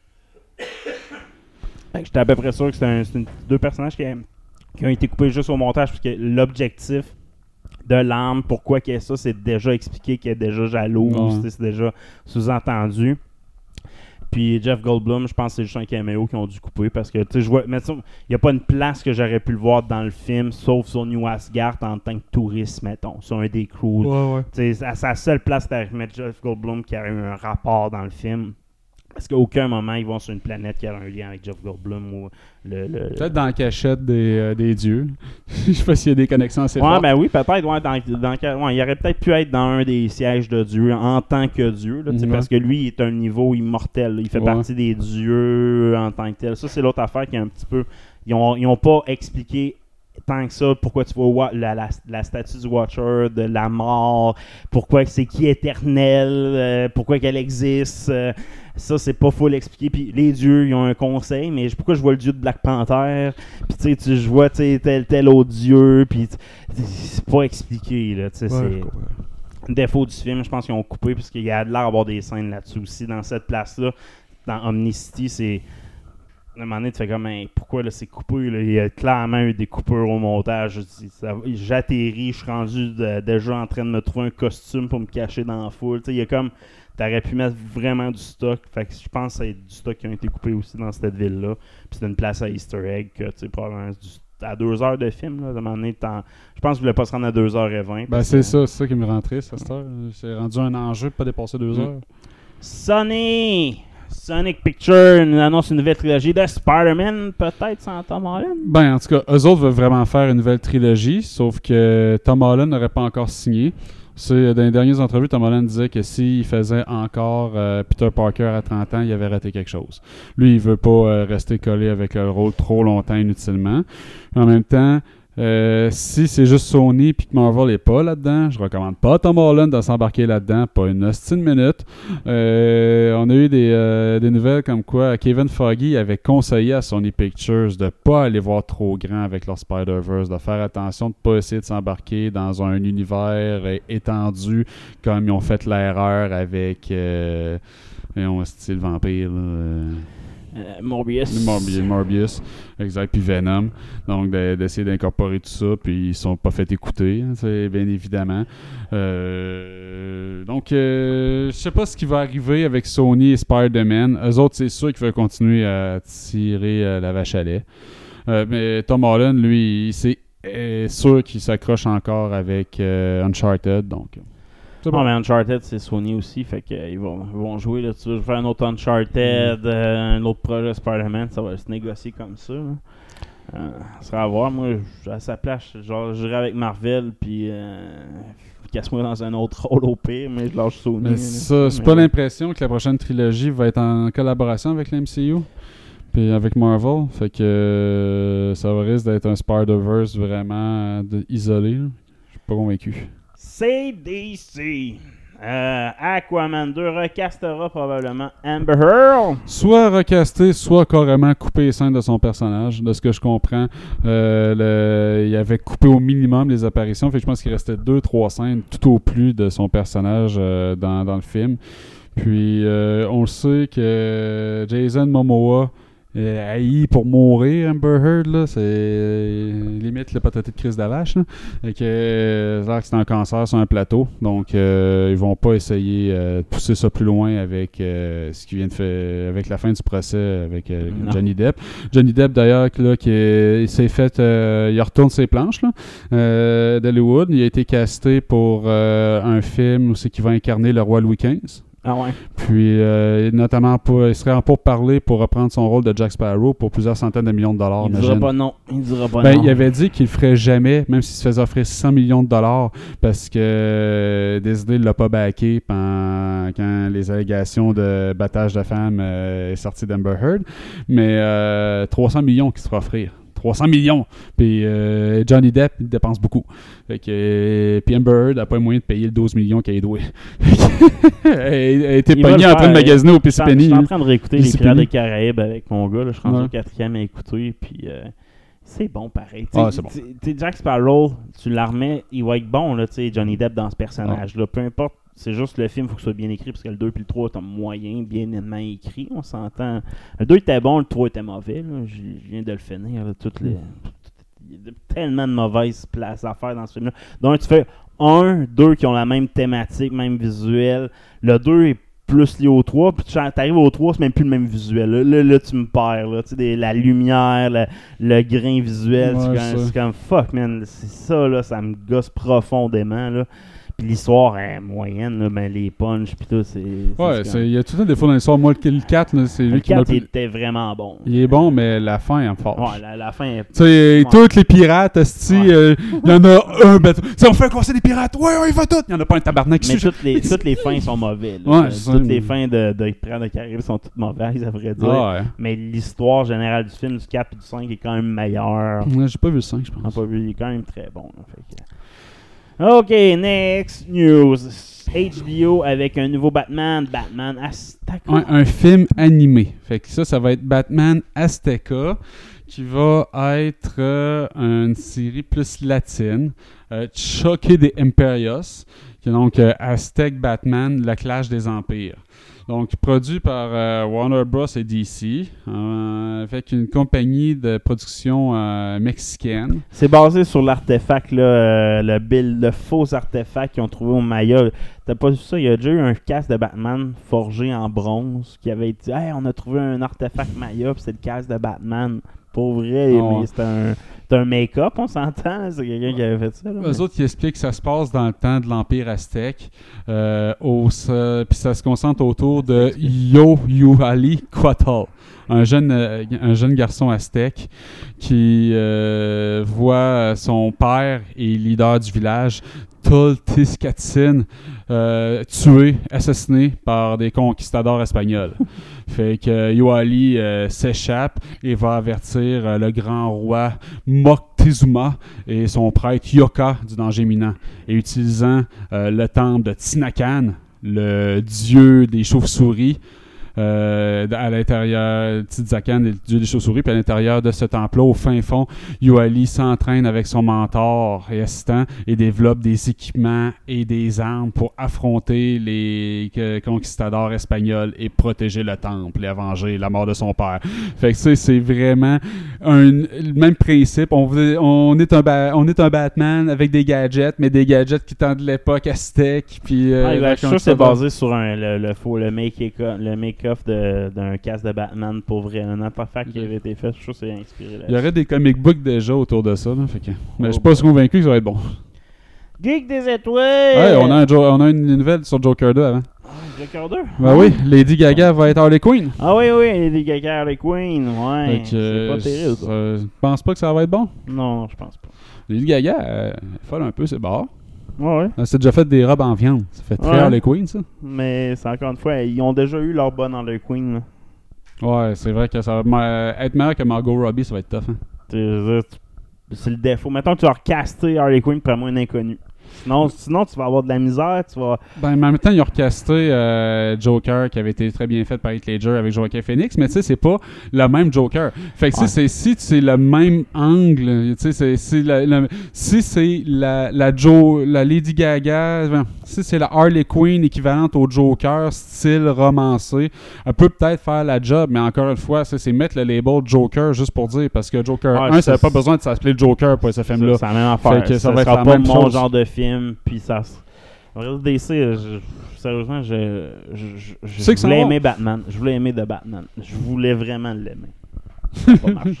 J'étais à peu près sûr que c'est deux personnages qui ont été coupés juste au montage parce que l'objectif de l'arme, pourquoi qu'il y a ça, c'est déjà expliqué qu'il est déjà jaloux, c'est déjà sous-entendu. Puis Jeff Goldblum, je pense que c'est juste un caméo qu'ils ont dû couper parce que je vois, mais il n'y a pas une place que j'aurais pu le voir dans le film sauf sur New Asgard en tant que touriste, mettons, sur un des crews. Ouais. C'est la seule place d'arriver mettre Jeff Goldblum qui aurait eu un rapport dans le film. Parce qu'à aucun moment, ils vont sur une planète qui a un lien avec Jeff Goldblum ou Peut-être dans la cachette des dieux. Je sais pas s'il y a des connexions assez fortes. Ben oui, peut-être. Il aurait peut-être pu être dans un des sièges de Dieu en tant que Dieu. Là, parce que lui, il est un niveau immortel. Là. Il fait partie des dieux en tant que tel. Ça, c'est l'autre affaire qui est un petit peu... Ils ont pas expliqué tant que ça pourquoi tu vois la statue du Watcher, de la mort, pourquoi c'est qui éternel, pourquoi qu'elle existe. Ça, c'est pas full expliqué. Puis les dieux, ils ont un conseil, mais pourquoi je vois le dieu de Black Panther, puis je vois tel autre dieu, puis c'est pas expliqué. Là, c'est un défaut du film. Je pense qu'ils ont coupé, parce qu'il y a de l'air d'avoir des scènes là-dessus aussi. Dans cette place-là, dans Omnicity, c'est... À un moment donné, tu fais comme, pourquoi là, c'est coupé? Là? Il y a clairement eu des coupures au montage. J'atterris, je suis rendu déjà en train de me trouver un costume pour me cacher dans la foule. Il y a comme, t'aurais pu mettre vraiment du stock. Fait que je pense que c'est du stock qui a été coupé aussi dans cette ville-là. Puis c'est une place à Easter egg que, probablement à 2 heures de film. Là, à un moment donné, je pense que je voulais pas se rendre à 2h20. Ben c'est ça qui me rend triste à cette heure. C'est rendu un enjeu de pas dépasser 2 heures. Sonic Pictures nous annonce une nouvelle trilogie de Spider-Man, peut-être sans Tom Holland. Ben, en tout cas, eux autres veulent vraiment faire une nouvelle trilogie, sauf que Tom Holland n'aurait pas encore signé. Dans les dernières entrevues, Tom Holland disait que s'il faisait encore Peter Parker à 30 ans, il avait raté quelque chose. Lui, il veut pas rester collé avec le rôle trop longtemps inutilement. En même temps, si c'est juste Sony et que Marvel n'est pas là-dedans, je recommande pas Tom Holland de s'embarquer là-dedans, pas une hostie de minute. On a eu des nouvelles comme quoi Kevin Feige avait conseillé à Sony Pictures de pas aller voir trop grand avec leur Spider-Verse, de faire attention de pas essayer de s'embarquer dans un univers étendu comme ils ont fait l'erreur avec style vampire Morbius, exact, puis Venom, donc d'essayer d'incorporer tout ça, puis ils sont pas fait écouter, bien évidemment. Donc je sais pas ce qui va arriver avec Sony et Spider-Man. Eux autres, c'est sûr qu'ils veulent continuer à tirer la vache à lait, mais Tom Holland, lui, c'est sûr qu'il s'accroche encore avec Uncharted, donc... Non, mais Uncharted, c'est Sony aussi, fait qu'ils vont jouer là-dessus. Je vais faire un autre Uncharted, un autre projet Spider-Man, ça va se négocier comme ça. Ça sera à voir. Moi, à sa place, j'irai avec Marvel, puis casse-moi dans un autre rôle au pire, mais je lâche Sony. Mais ça, c'est pas l'impression que la prochaine trilogie va être en collaboration avec l'MCU, puis avec Marvel, fait que ça risque d'être un Spider-Verse vraiment isolé. Je suis pas convaincu. C'est DC. Aquaman 2 recastera probablement Amber Heard. Soit recasté, soit carrément coupé les scènes de son personnage. De ce que je comprends, il avait coupé au minimum les apparitions. Fait que je pense qu'il restait 2-3 scènes tout au plus de son personnage dans le film. Puis on le sait que Jason Momoa haï pour mourir, Amber Heard, là, c'est limite le pataté de Chris Davache, là. Et que c'est un cancer sur un plateau, donc ils vont pas essayer de pousser ça plus loin avec ce qui vient de faire avec la fin du procès avec Johnny Depp. Johnny Depp d'ailleurs là, il s'est fait il retourne ses planches là, d'Hollywood. Il a été casté pour un film où c'est qu'il va incarner le roi Louis XV. Ah ouais. Puis, notamment, il serait en pourparlers pour reprendre son rôle de Jack Sparrow pour plusieurs centaines de millions de dollars. Il dira pas non. Il avait dit qu'il le ferait jamais, même s'il se faisait offrir 100 millions de dollars, parce que Disney ne l'a pas backé quand les allégations de battage de femmes est sorti d'Amber Heard. Mais 300 millions qu'il se fera offrir. 300 millions. Puis Johnny Depp, il dépense beaucoup. Fait que, puis Amber Heard n'a pas moyen de payer le 12 millions qu'il a doué. Elle a été pognée en train de magasiner au PC Penny. Je suis en train de réécouter Les Pirates des Caraïbes avec mon gars. Là, je suis rendu au 4e à écouter. Puis c'est bon pareil. C'est bon. Jack Sparrow, tu la remets, il va être bon, là, Johnny Depp dans ce personnage-là. Peu importe. C'est juste le film, il faut que ce soit bien écrit, parce que le 2 et le 3 sont moyen, bien écrit, on s'entend. Le 2 était bon, le 3 était mauvais. Là. Je viens de le finir. Il y a tellement de mauvaises places à faire dans ce film-là. Donc, tu fais 1, 2 qui ont la même thématique, même visuel. Le 2 est plus lié au 3, puis tu arrives au 3, c'est même plus le même visuel. Là tu me perds. Là. La lumière, le grain visuel, c'est comme fuck, man. C'est ça, là, ça me gosse profondément. Là. Puis l'histoire est moyenne, là, ben, les punchs, puis tout, c'est Ouais, il y a tout le temps des fois dans l'histoire. Moi, le 4, là, c'est lui qui m'a... Le 4 était vraiment bon. Il est bon, mais la fin, elle me force. Ouais, la fin est... Tu sais, tous les pirates, esti, il y en a un bateau. On fait quoi, c'est des pirates? Ouais, il va tout! Il y en a pas un tabarnak qui Mais toutes les fins sont mauvaises. Ouais, toutes les fins de Pirates des Caraïbes sont toutes mauvaises, à vrai dire. Ouais. Mais l'histoire générale du film, du 4 et du 5 est quand même meilleure. Ouais, j'ai pas vu le 5, je pense. Pas vu, il est quand même très bon. Là, fait que... OK, next news. HBO avec un nouveau Batman Azteca. Ouais, un film animé. Fait que ça va être Batman Azteca, qui va être une série plus latine. Choqué des Imperios, qui est donc Aztec Batman, le clash des empires. Donc, produit par Warner Bros. Et DC, avec une compagnie de production mexicaine. C'est basé sur l'artefact, là, le faux artefact qu'ils ont trouvé au Maya. T'as pas vu ça? Il y a déjà eu un casque de Batman forgé en bronze qui avait dit « Hey, on a trouvé un artefact Maya, puis c'est le casque de Batman. » Pour vrai, mais c'est un make-up, on s'entend. C'est quelqu'un qui avait fait ça. Là, Eux autres qui expliquent que ça se passe dans le temps de l'Empire Aztèque. Puis ça se concentre autour de Yoyuali Quetzal, un jeune garçon aztèque qui voit son père et leader du village, Toltizcatzin, tué, assassiné par des conquistadors espagnols. Fait que Yoali s'échappe et va avertir le grand roi Moctezuma et son prêtre Yoka du danger imminent. Et utilisant le temple de Tinakan, le dieu des chauves-souris, à l'intérieur, Titzakan est le dieu des chauves-souris, puis à l'intérieur de ce temple-là, au fin fond, Yoali s'entraîne avec son mentor et assistant et développe des équipements et des armes pour affronter les conquistadors espagnols et protéger le temple et avenger la mort de son père. Fait que c'est vraiment le même principe. On est un Batman avec des gadgets, mais des gadgets qui tentent de l'époque aztèque. Puis je suis sûr que c'est basé sur le make-up d'un casque de Batman pour vrai. Un artefact qui avait été fait, je suis sûr que c'est inspiré là-dessus. Il y aurait des comic books déjà autour de ça. Là, fait que, mais je suis pas convaincu que ça va être bon. Geek des étoiles! Ouais, on a une nouvelle sur Joker 2 avant. Joker 2? Ben oui, Lady Gaga va être Harley Quinn. Ah oui, Lady Gaga, Harley Quinn. Ouais, c'est pas terrible. Je pense pas que ça va être bon. Non, je pense pas. Lady Gaga, elle folle un peu, c'est barre. Ouais. Elle s'est déjà fait des robes en viande. Ça fait très Harley Quinn, ça. Mais c'est encore une fois, ils ont déjà eu leur bonne Harley Quinn. Là. Ouais, c'est vrai que ça va être meilleur que Margot Robbie, ça va être tough. Hein? C'est le défaut. Mettons que tu vas recaster Harley Quinn pour moi un inconnu. Sinon, tu vas avoir de la misère. Ben, mais en même temps, ils ont recasté Joker qui avait été très bien fait par Heath Ledger avec Joaquin Phoenix, mais tu sais, c'est pas le même Joker. Fait que si c'est le même angle, tu sais, si c'est la Lady Gaga, si c'est la Harley Quinn équivalente au Joker style romancé, elle peut peut-être faire la job, mais encore une fois, c'est mettre le label Joker juste pour dire, parce que Joker 1, ça n'a pas besoin de s'appeler Joker pour ce film-là. C'est la même affaire. Fait que ça va être sera la pas même mon chose. genre de film, puis ça... DC, sérieusement, je voulais aimer Batman. Je voulais aimer The Batman. Je voulais vraiment l'aimer. Ça n'a pas marché.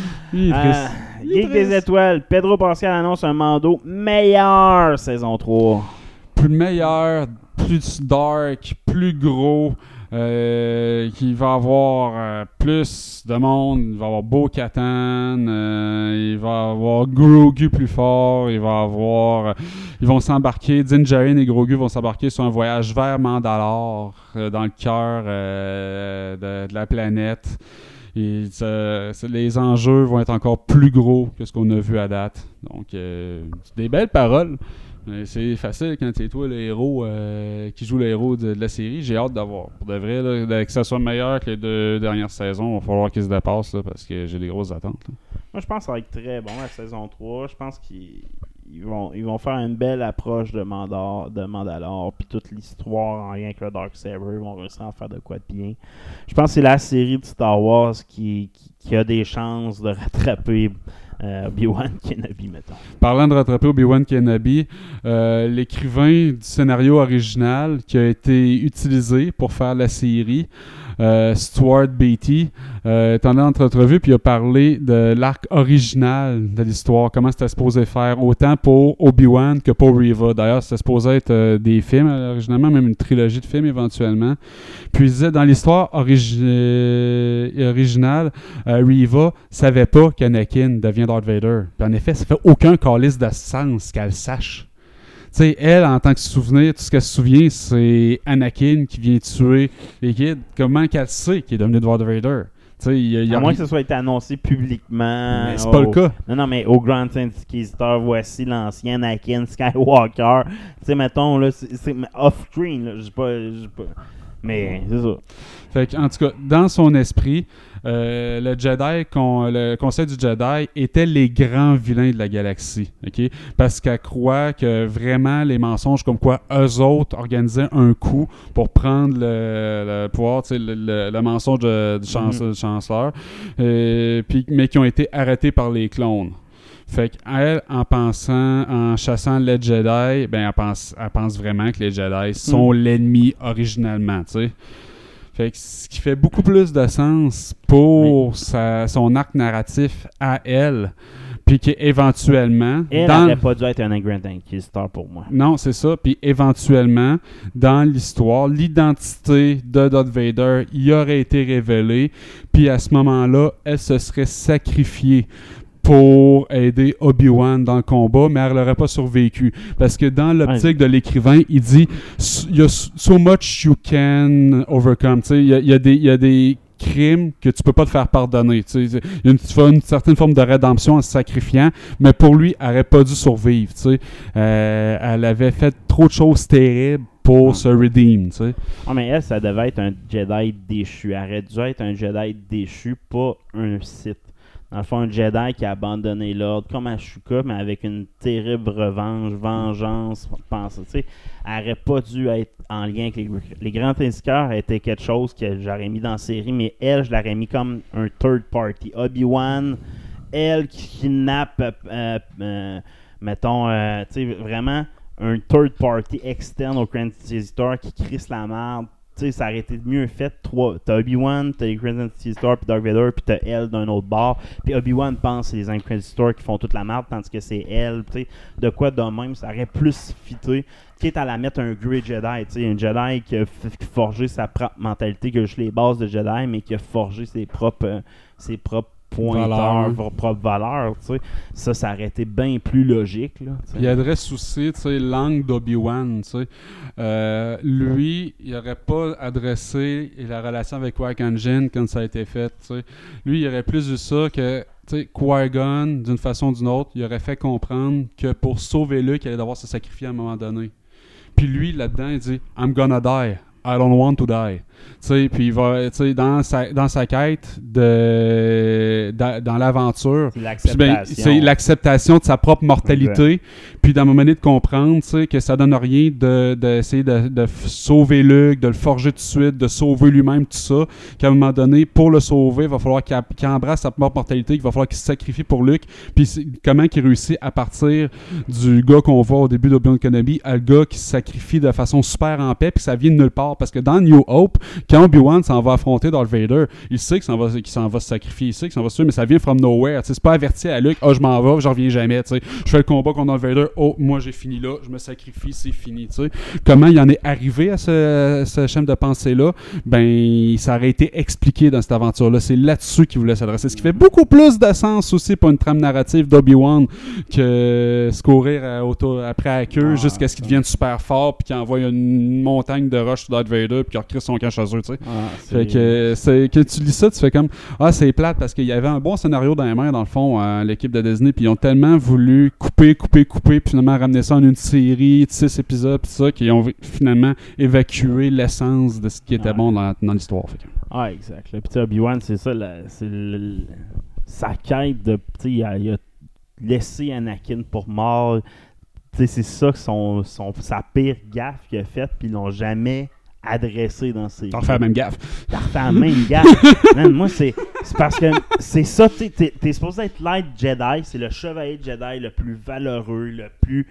Geek des étoiles. Pedro Pascal annonce un Mando meilleur saison 3. Plus meilleur, plus dark, plus gros. Qui va avoir plus de monde, il va avoir Bo-Katan, il va avoir Grogu plus fort, ils vont s'embarquer, Din Djarin et Grogu vont s'embarquer sur un voyage vers Mandalore, dans le cœur de la planète. Et les enjeux vont être encore plus gros que ce qu'on a vu à date. Donc, des belles paroles. C'est facile quand c'est toi le héros qui joue le héros de la série. J'ai hâte d'avoir. Pour de vrai, là, que ça soit meilleur que les 2 dernières saisons, il va falloir qu'ils se dépassent là, parce que j'ai des grosses attentes. Là. Moi, je pense que ça va être très bon la saison 3. Je pense qu'ils vont faire une belle approche de Mandalore. Puis toute l'histoire en lien avec le Darksaber, ils vont réussir à en faire de quoi de bien. Je pense que c'est la série de Star Wars qui a des chances de rattraper Obi-Wan Kenobi, mettons. Parlant de rattraper Obi-Wan Kenobi, l'écrivain du scénario original qui a été utilisé pour faire la série Stuart Beatty, est en entrevue, puis il a parlé de l'arc original de l'histoire, comment c'était supposé faire, autant pour Obi-Wan que pour Reva. D'ailleurs, c'était supposé être des films originalement, même une trilogie de films éventuellement. Puis il disait, dans l'histoire originale, Reva savait pas qu'Anakin devient Darth Vader. Puis en effet, ça fait aucun calice de sens qu'elle sache. Tu sais, elle, en tant que souvenir, tout ce qu'elle se souvient, c'est Anakin qui vient tuer les kids. Comment qu'elle sait qu'il est devenu Darth Vader? À moins que ce soit été annoncé publiquement. Mais c'est pas le cas. Non, mais au Grand Inquisitor, voici l'ancien Anakin Skywalker. Tu sais, mettons, là, c'est off-screen, là, je sais pas. Mais c'est ça. Fait en tout cas, dans son esprit, le Conseil du Jedi était les grands vilains de la galaxie, ok? Parce qu'elle croit que vraiment les mensonges, comme quoi eux autres organisaient un coup pour prendre le pouvoir, le mensonge du chancellor, mais qui ont été arrêtés par les clones. Fait qu'elle, en chassant les Jedi, ben elle pense vraiment que les Jedi sont l'ennemi originalement, tu sais. Fait que ce qui fait beaucoup plus de sens pour son arc narratif à elle, puis qu'éventuellement... Elle n'aurait pas dû être un Grand Inquisitor pour moi. Non, c'est ça. Puis éventuellement, dans l'histoire, l'identité de Darth Vader y aurait été révélée, puis à ce moment-là, elle se serait sacrifiée pour aider Obi-Wan dans le combat, mais elle n'aurait pas survécu. Parce que dans l'optique de l'écrivain, il dit « Il y a so much you can overcome ». Il y a des crimes que tu peux pas te faire pardonner. Il y a une certaine forme de rédemption en se sacrifiant, mais pour lui, elle n'aurait pas dû survivre. Elle avait fait trop de choses terribles pour se redeem. Mais elle, ça devait être un Jedi déchu. Elle aurait dû être un Jedi déchu, pas un Sith. Dans le fond, un Jedi qui a abandonné l'ordre, comme Ashoka, mais avec une terrible vengeance. Elle n'aurait pas dû être en lien avec les Grands Inquisiteurs. Était quelque chose que j'aurais mis dans la série, mais elle, je l'aurais mis comme un third party. Obi-Wan, elle qui kidnappe, vraiment un third party externe au Grand Inquisitor qui crisse la merde. Ça aurait été mieux fait. T'as Obi-Wan, t'as les Grand Inquisitor, puis Darth Vader, puis t'as elle d'un autre bord. Puis Obi-Wan pense que c'est les Inquisitors qui font toute la merde, tandis que c'est elle. De quoi de même, ça aurait plus fité. Quitte à la mettre un Grey Jedi, un Jedi qui a forgé sa propre mentalité, qui a juste les bases de Jedi, mais qui a forgé ses propres pointeurs, propres valeurs, ça aurait été bien plus logique. Là, il adresse aussi l'angle d'Obi-Wan. Lui, il n'aurait pas adressé la relation avec Qui-Gon Jinn quand ça a été fait. Lui, il aurait plus vu ça que Qui-Gon, d'une façon ou d'une autre, il aurait fait comprendre que pour sauver Luke, il allait devoir se sacrifier à un moment donné. Puis lui, là-dedans, il dit « I'm gonna die. I don't want to die ». Puis il va, dans sa quête dans l'aventure, c'est l'acceptation de sa propre mortalité, puis d'un moment donné de comprendre que ça donne rien d'essayer de sauver Luke, de le forger tout de suite, de sauver lui-même, tout ça, qu'à un moment donné, pour le sauver, il va falloir qu'il embrasse sa propre mortalité, qu'il va falloir qu'il se sacrifie pour Luke, puis comment il réussit à partir du gars qu'on voit au début d'Obi-Wan Kenobi à le gars qui se sacrifie de façon super en paix, puis ça vient de nulle part, parce que dans New Hope, quand Obi-Wan s'en va affronter Darth Vader, il sait qu'il s'en va se sacrifier, il sait qu'il s'en va se tuer, mais ça vient from nowhere. C'est pas averti à Luke, je m'en vais, je reviens jamais. Je fais le combat contre Darth Vader, moi j'ai fini là, je me sacrifie, c'est fini. Comment il en est arrivé à ce schéma de pensée-là? Ben, ça aurait été expliqué dans cette aventure-là. C'est là-dessus qu'il voulait s'adresser. Ce qui fait beaucoup plus de sens aussi pour une trame narrative d'Obi-Wan que se courir après à queue jusqu'à ce qu'il devienne super fort puis qu'il envoie une montagne de roches sur Darth Vader puis qu'il recrée son camp chez eux. Fait que quand tu lis ça, tu fais comme c'est plate parce qu'il y avait un bon scénario dans les mains dans le fond l'équipe de Disney, puis ils ont tellement voulu couper puis finalement ramener ça en une série de 6 épisodes pis ça, qu'ils ont finalement évacué l'essence de ce qui était bon dans l'histoire. Exact. Puis Obi-Wan, c'est ça, sa quête de, il a laissé Anakin pour mort. C'est ça que sa pire gaffe qu'il a faite, puis ils l'ont jamais adressé dans ses... T'as refait la même gaffe. Man, moi, c'est parce que c'est ça, t'es supposé être Light Jedi, c'est le chevalier Jedi le plus valeureux, le plus...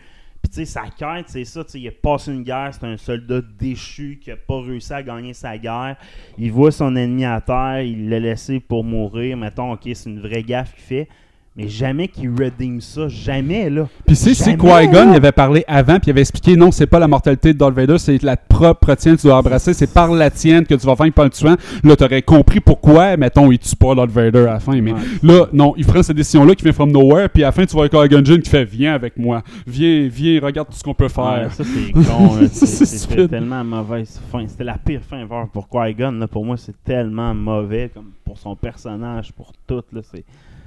Puis tu sais, sa quête, c'est ça, tu sais, il a passé une guerre, c'est un soldat déchu qui a pas réussi à gagner sa guerre. Il voit son ennemi à terre, il l'a laissé pour mourir. Mettons, ok, c'est une vraie gaffe qu'il fait. Mais jamais qu'il redeem ça, jamais, là. Puis c'est Qui-Gon, il avait parlé avant, puis il avait expliqué, non, c'est pas la mortalité de Darth Vader, c'est la propre tienne que tu dois embrasser, c'est par la tienne que tu vas vaincre pas le tuant. Là, t'aurais compris pourquoi, mettons, il tue pas Darth Vader à la fin, mais là, non, il prend cette décision-là qui vient from nowhere, puis à la fin, tu vois Qui-Gon Jinn qui fait, viens avec moi, viens, regarde tout ce qu'on peut faire. Ouais, ça, c'est con, c'est tellement mauvaise fin. C'était la pire fin ever pour Qui-Gon, là. Pour moi, c'est tellement mauvais, comme pour son personnage, pour tout, là, c'est...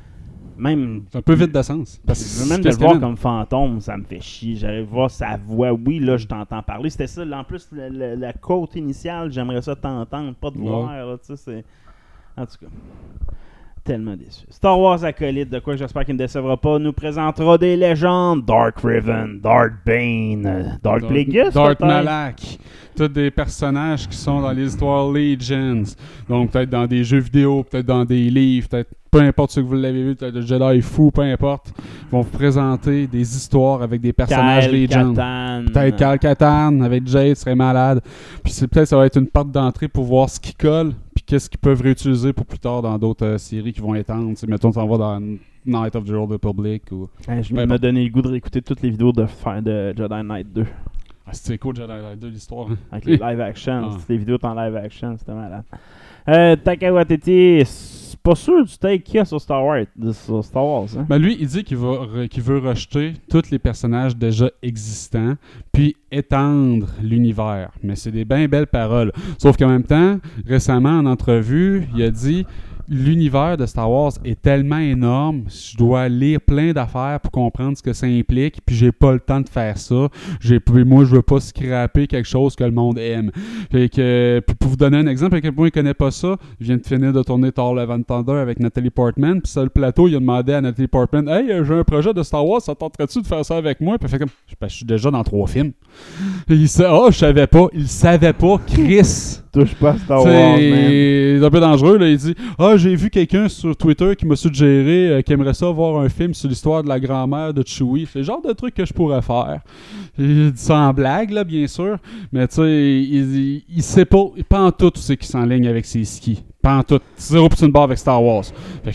Même, c'est un peu vide de sens. Même de le voir comme fantôme, ça me fait chier. J'arrive à voir sa voix. Oui, là, je t'entends parler. C'était ça. En plus, la quote initiale, j'aimerais ça t'entendre, pas te voir. Là, tu sais, c'est... En tout cas, tellement déçu. Star Wars Acolyte, de quoi j'espère qu'il ne me décevra pas, nous présentera des légendes. Dark Revan, Darth Bane, Darth Plagueis, Darth Malak. Tous des personnages qui sont dans les histoires Legends. Donc, peut-être dans des jeux vidéo, peut-être dans des livres, peut-être peu importe ce que vous l'avez vu, peut-être le Jedi fou, peu importe. Ils vont vous présenter des histoires avec des personnages Legends. Peut-être Cal Katarn avec Jade serait malade. Puis peut-être ça va être une porte d'entrée pour voir ce qui colle, puis qu'est-ce qu'ils peuvent réutiliser pour plus tard dans d'autres séries qui vont étendre. T'sais, mettons, on va dans Night of the Old Republic. Ou... je me donné le goût de réécouter toutes les vidéos de Jedi Knight 2. Ah, c'était cool, Jedi Knight 2, l'histoire. Avec les live action. Les vidéos en live action, c'était malade. Taika Waititi, c'est pas sûr du take qu'il y a sur Star Wars. Hein? Ben lui, il dit qu'il veut rejeter tous les personnages déjà existants, puis étendre l'univers. Mais c'est des bien belles paroles. Sauf qu'en même temps, récemment, en entrevue, il a dit... L'univers de Star Wars est tellement énorme, je dois lire plein d'affaires pour comprendre ce que ça implique, puis j'ai pas le temps de faire ça. Moi, je veux pas scraper quelque chose que le monde aime. Fait que, pour vous donner un exemple, à quel point il connaît pas ça, il vient de finir de tourner Thor Love and Thunder avec Natalie Portman, puis sur le plateau, il a demandé à Natalie Portman, « Hey, j'ai un projet de Star Wars, ça tenterait-tu de faire ça avec moi? » Puis il fait comme, « Je suis déjà dans 3 films. » Il dit, « je savais pas. » Il savait pas, Chris. Touche pas à Star Wars, man. C'est un peu dangereux, là. Il dit, j'ai vu quelqu'un sur Twitter qui m'a suggéré qu'il aimerait ça voir un film sur l'histoire de la grand-mère de Chewie. C'est le genre de truc que je pourrais faire. Il dit ça en blague, là, bien sûr. Mais tu sais, il sait pas en tout c'est qui s'enligne avec ses skis. Pas en tout. Zéro pour une barre avec Star Wars. Fait que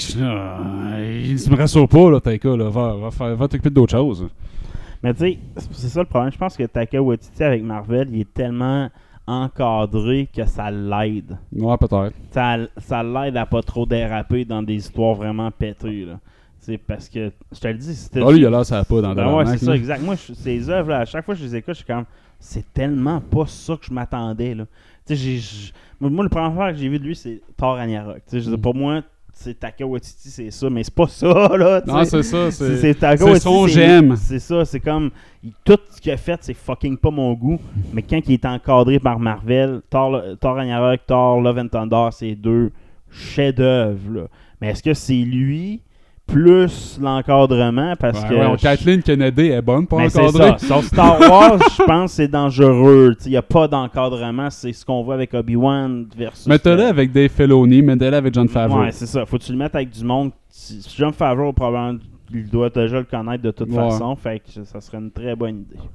il me rassure pas, là, Taika, là. Va t'occuper d'autres choses. Mais tu sais, c'est ça le problème. Je pense que Taika Waititi avec Marvel, il est tellement encadré que ça l'aide. Ouais, peut-être. Ça l'aide à pas trop déraper dans des histoires vraiment pétées, là. C'est parce que, je te le dis, c'était... lui, il a l'air, ça va pas dans le ouais, c'est ça, exact. Moi, ces œuvres, là, à chaque fois que je les écoute, je suis comme, c'est tellement pas ça que je m'attendais, là. Tu sais, moi, le premier affaire que j'ai vu de lui, c'est Thor Ragnarok. Tu sais, pour moi, c'est Taika Waititi, c'est ça, mais c'est pas ça, là. Non, c'est ça, c'est son j'aime. C'est ça, c'est comme, tout ce qu'il a fait, c'est fucking pas mon goût, mais quand il est encadré par Marvel, Thor Ragnarok, Thor Love and Thunder, c'est 2 chefs-d'œuvre, là. Mais est-ce que c'est lui plus l'encadrement parce que Kathleen Kennedy est bonne pour encadrer. C'est ça. Sur Star Wars, je pense que c'est dangereux. Il n'y a pas d'encadrement. C'est ce qu'on voit avec Obi-Wan versus... Mets-le avec Dave Filoni, mets-le avec Jon Favreau. Ouais, c'est ça. Faut que tu le mettes avec du monde. Jon Favreau, probablement, il doit déjà le connaître de toute façon. Fait que ça serait une très bonne idée.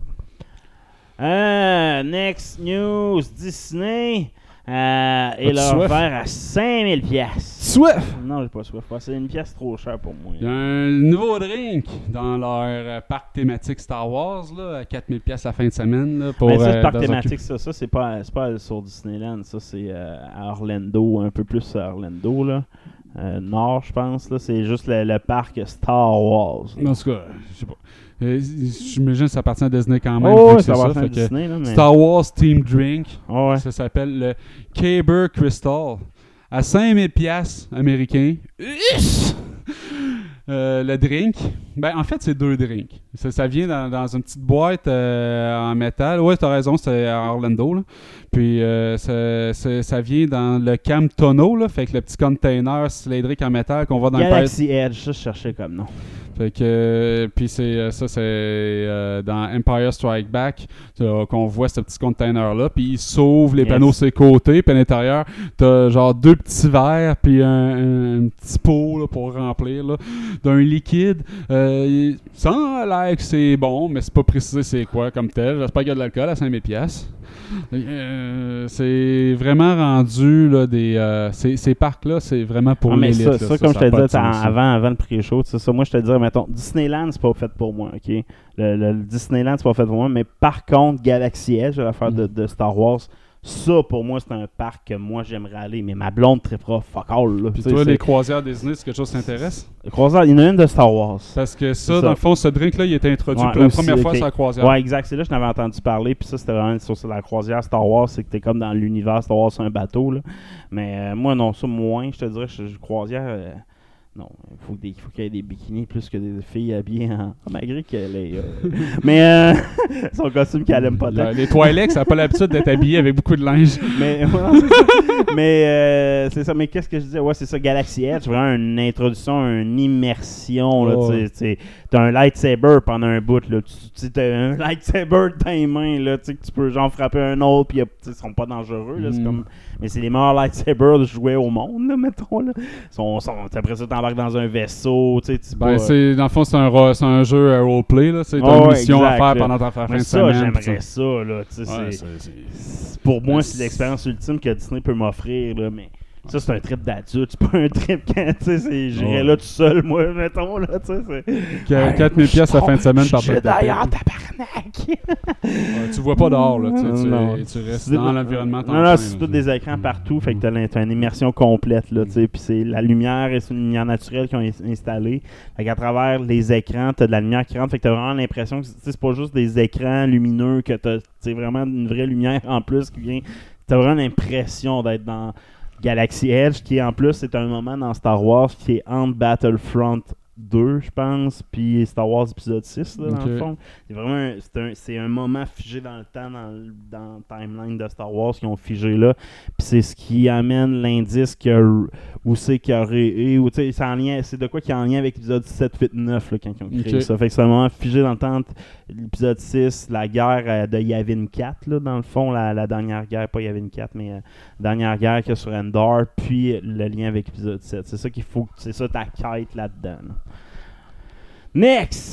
Next news. Disney... et leur verre à 5000 pièces. Soif! Non, j'ai pas soif. C'est une pièce trop chère pour moi. Il y a un nouveau drink dans leur parc thématique Star Wars là, à 4000 pièces la fin de semaine. Là, pour, mais ça, le parc thématique, ça c'est pas sur Disneyland. Ça, c'est à Orlando, un peu plus à Orlando, là. Nord, je pense. Là, c'est juste le parc Star Wars. En tout cas, je sais pas. J'imagine que ça appartient à Disney quand même. Oh, ça appartient à Disney. Là, mais... Star Wars Team Drink. Oh, ouais. Ça s'appelle le Kyber Crystal. À 5000 pièces américains. Le drink. Ben, en fait, c'est 2 drinks. Ça vient dans une petite boîte en métal. Ouais, t'as raison, c'est à Orlando. Là. Puis, ça vient dans le Cam Tonneau. Là, fait que le petit container cylindrique en métal qu'on voit dans Galaxy Edge, ça, je cherchais comme nom. Fait que, puis c'est dans Empire Strike Back qu'on voit ce petit container-là, puis il s'ouvre les panneaux sur les côtés, puis à l'intérieur, t'as genre 2 petits verres, puis un petit pot là, pour remplir là, d'un liquide. Ça a l'air que c'est bon, mais c'est pas précisé c'est quoi comme tel. J'espère qu'il y a de l'alcool à 5000$. C'est vraiment rendu là, ces parcs-là, c'est vraiment pour l'élite. Ça, comme je te disais avant le pré-show, ça, moi je te dirais, mettons, Disneyland, c'est pas fait pour moi, ok? Le Disneyland, c'est pas fait pour moi, mais par contre, Galaxy Edge, l'affaire de Star Wars, ça, pour moi, c'est un parc que moi, j'aimerais aller, mais ma blonde tripera fuck all. Là. Puis toi, les croisières Disney, c'est quelque chose qui t'intéresse? Les croisières, il y en a une de Star Wars. Parce que ça, dans le fond, ce drink-là, il a été introduit pour la première fois sur la croisière. Ouais, exact. C'est là que je n'avais entendu parler. Puis ça, c'était vraiment sur la croisière Star Wars. C'est que t'es comme dans l'univers Star Wars sur un bateau. Là. Mais moi, non, ça, moins, je te dirais, croisière... non, il faut qu'il y ait des bikinis plus que des filles habillées en... malgré qu'elle est... mais son costume qu'elle aime pas tant. Les Twi'leks, ça n'a pas l'habitude d'être habillés avec beaucoup de linge. Mais c'est ça. Mais qu'est-ce que je disais? Ouais, c'est ça, Galaxy Edge. Vraiment une introduction, une immersion. Là, t'as un lightsaber pendant un bout. Là. T'as un lightsaber dans les mains. Là, que tu peux genre frapper un autre. Puis ils sont pas dangereux. Là, c'est comme... Mais c'est les meilleurs lightsabers de jouer au monde, là, mettons. Là. Après ça, t'embarques dans un vaisseau. Dans le fond, c'est un jeu roleplay. Tu as une mission à faire pendant ta fin de semaine. J'aimerais ça. Là, pour moi, c'est l'expérience ultime que Disney peut m'offrir. Là, mais ça, c'est un trip d'adulte. C'est pas un trip quand j'irais là tout seul, moi, mettons. Là, 4000$ la fin de semaine par personne. D'ailleurs, tabarnak! Tu vois pas dehors. Là, tu restes dans l'environnement. Non, c'est tous des écrans partout. Fait que t'as une immersion complète. Là, puis c'est la lumière, c'est une lumière naturelle qu'ils ont installée. Fait qu'à travers les écrans, t'as de la lumière qui rentre. Fait que t'as vraiment l'impression que c'est pas juste des écrans lumineux, que t'as vraiment une vraie lumière en plus qui vient. T'as vraiment l'impression d'être dans Galaxy Edge, qui en plus c'est un moment dans Star Wars qui est entre Battlefront 2, je pense, puis Star Wars épisode 6, là, dans le fond. C'est vraiment c'est un moment figé dans le temps, dans le timeline de Star Wars qu'ils ont figé là. Puis c'est ce qui amène l'indice où c'est qu'il y aurait ou tu sais, c'est de quoi qui est en lien avec l'épisode 7, 8, 9 là, quand ils ont créé ça. Fait que c'est un moment figé dans le temps. L'épisode 6, la guerre de Yavin 4, là, dans le fond, la dernière guerre, pas Yavin 4, mais la dernière guerre qu'il y a sur Endor, puis le lien avec l'épisode 7. C'est ça qu'il faut, c'est ça ta quête là-dedans. Là. Next,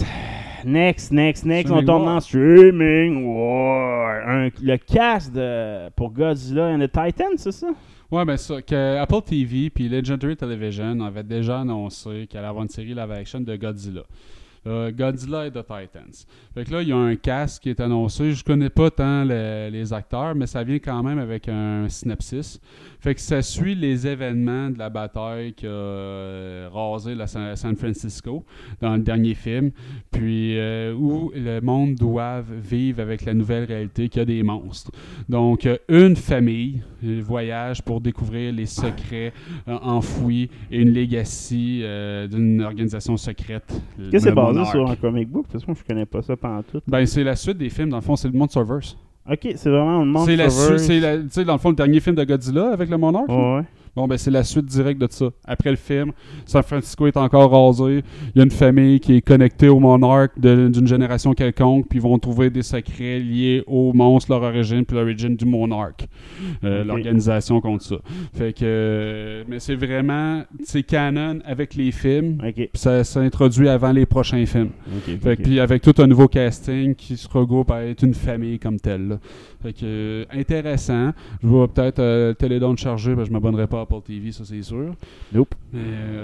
on tourne en streaming war. Le cast pour Godzilla and the Titans, c'est ça? Ouais, ben ça, que Apple TV puis Legendary Television avaient déjà annoncé qu'il allait avoir une série live action de Godzilla. Godzilla et The Titans. Fait que là, il y a un cast qui est annoncé. Je connais pas tant les acteurs, mais ça vient quand même avec un synopsis. Fait que ça suit les événements de la bataille qui a rasé San Francisco dans le dernier film, puis où le monde doit vivre avec la nouvelle réalité qu'il y a des monstres. Donc, une famille voyage pour découvrir les secrets enfouis et une legacy d'une organisation secrète. Qu'est-ce que c'est basé sur un comic book? Parce que moi, je connais pas ça pantoute. Ben, c'est la suite des films. Dans le fond, c'est le Monsterverse. Ok, c'est vraiment le Monsterverse. Tu sais, dans le fond, le dernier film de Godzilla avec le Monarch. Ouais. Bon, ben c'est la suite directe de ça. Après le film, San Francisco est encore rasé. Il y a une famille qui est connectée au Monarch d'une génération quelconque, puis ils vont trouver des secrets liés aux monstres, leur origine, puis l'origine du Monarch. L'organisation contre ça. Fait que... mais c'est vraiment... C'est canon avec les films. Puis ça s'introduit avant les prochains films. Fait que puis avec tout un nouveau casting qui se regroupe à être une famille comme telle. Là. Fait que... intéressant. Je vais peut-être Télédon charger, parce que je m'abonnerai pas à Apple TV, ça c'est sûr. Nope. Mais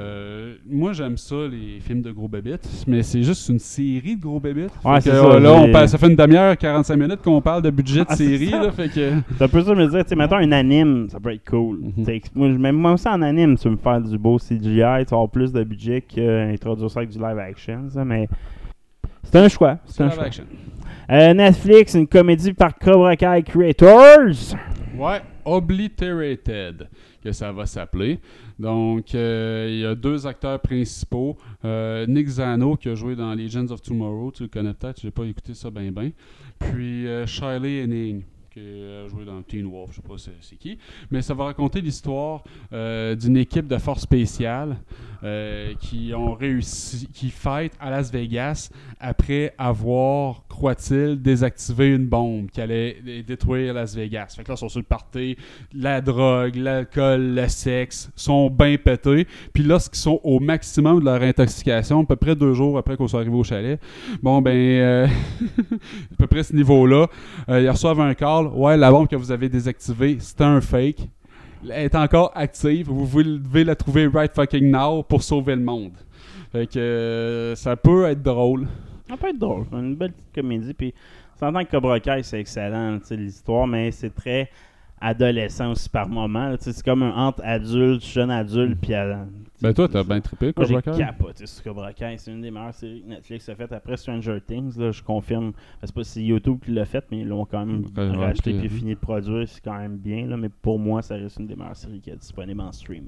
moi j'aime ça, les films de gros bébites, mais c'est juste une série de gros bébites. Ouais, c'est ça. Là, ça fait une demi-heure, 45 minutes qu'on parle de budget de série. Là, fait que... C'est un peu ça, me dire, tu sais, mettons un anime, ça peut être cool. Moi aussi en anime, tu veux me faire du beau CGI, tu vas avoir plus de budget qu'introduire ça avec du live action, ça, mais c'est un choix. C'est un choix. Action. Netflix, une comédie par Cobra Kai Creators. Ouais, Obliterated, que ça va s'appeler. Donc, il y a deux acteurs principaux. Nick Zano, qui a joué dans Legends of Tomorrow, tu le connais peut-être, j'ai pas écouté ça bien. Puis, Shiley Hennig, qui a joué dans Teen Wolf, je sais pas c'est qui, mais ça va raconter l'histoire d'une équipe de forces spéciales qui ont réussi, qui fêtent à Las Vegas après avoir, croit-il, désactivé une bombe qui allait détruire Las Vegas. Fait que là, ils sont sur le party, la drogue, l'alcool, le sexe, sont bien pétés, puis lorsqu'ils sont au maximum de leur intoxication, à peu près 2 jours après qu'on soit arrivé au chalet, bon ben, à peu près ce niveau-là, ils reçoivent un call, ouais, la bombe que vous avez désactivée, c'était un fake, elle est encore active, vous devez la trouver right fucking now pour sauver le monde. Fait que ça peut être drôle. Ça peut être drôle, une belle petite comédie, puis on s'entend que Cobra Kai, c'est excellent, l'histoire, mais c'est très adolescent aussi par moment, là, c'est comme un entre adulte, jeune adulte, puis ben toi, t'as bien trippé Cobra Kai. J'ai capoté sur Cobra Kai, c'est une des meilleures séries que Netflix a faites après Stranger Things, là, je confirme. C'est pas si YouTube qui l'a fait, mais ils l'ont quand même racheté puis fini de produire, c'est quand même bien, là, mais pour moi, ça reste une des meilleures séries qui est disponible en streaming.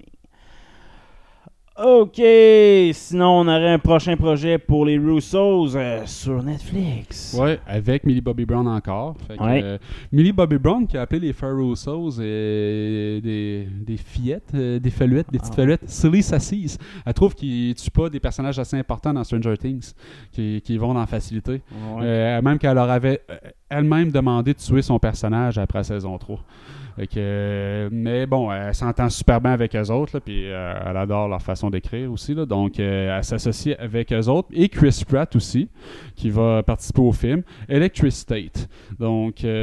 Ok, sinon on aurait un prochain projet pour les Russos sur Netflix. Ouais, avec Millie Bobby Brown encore. Fait que, Millie Bobby Brown qui a appelé les frères Russos des fillettes, des feluettes, des petites feluettes, silly sassies. Elle trouve qu'ils tuent pas des personnages assez importants dans Stranger Things, qui vont dans la facilité. Ouais. Même qu'elle leur avait elle-même demandé de tuer son personnage après la saison 3. Mais bon, elle s'entend super bien avec eux autres, là, puis elle adore leur façon d'écrire aussi. Là, donc, elle s'associe avec eux autres. Et Chris Pratt aussi, qui va participer au film. Electric State. Donc, va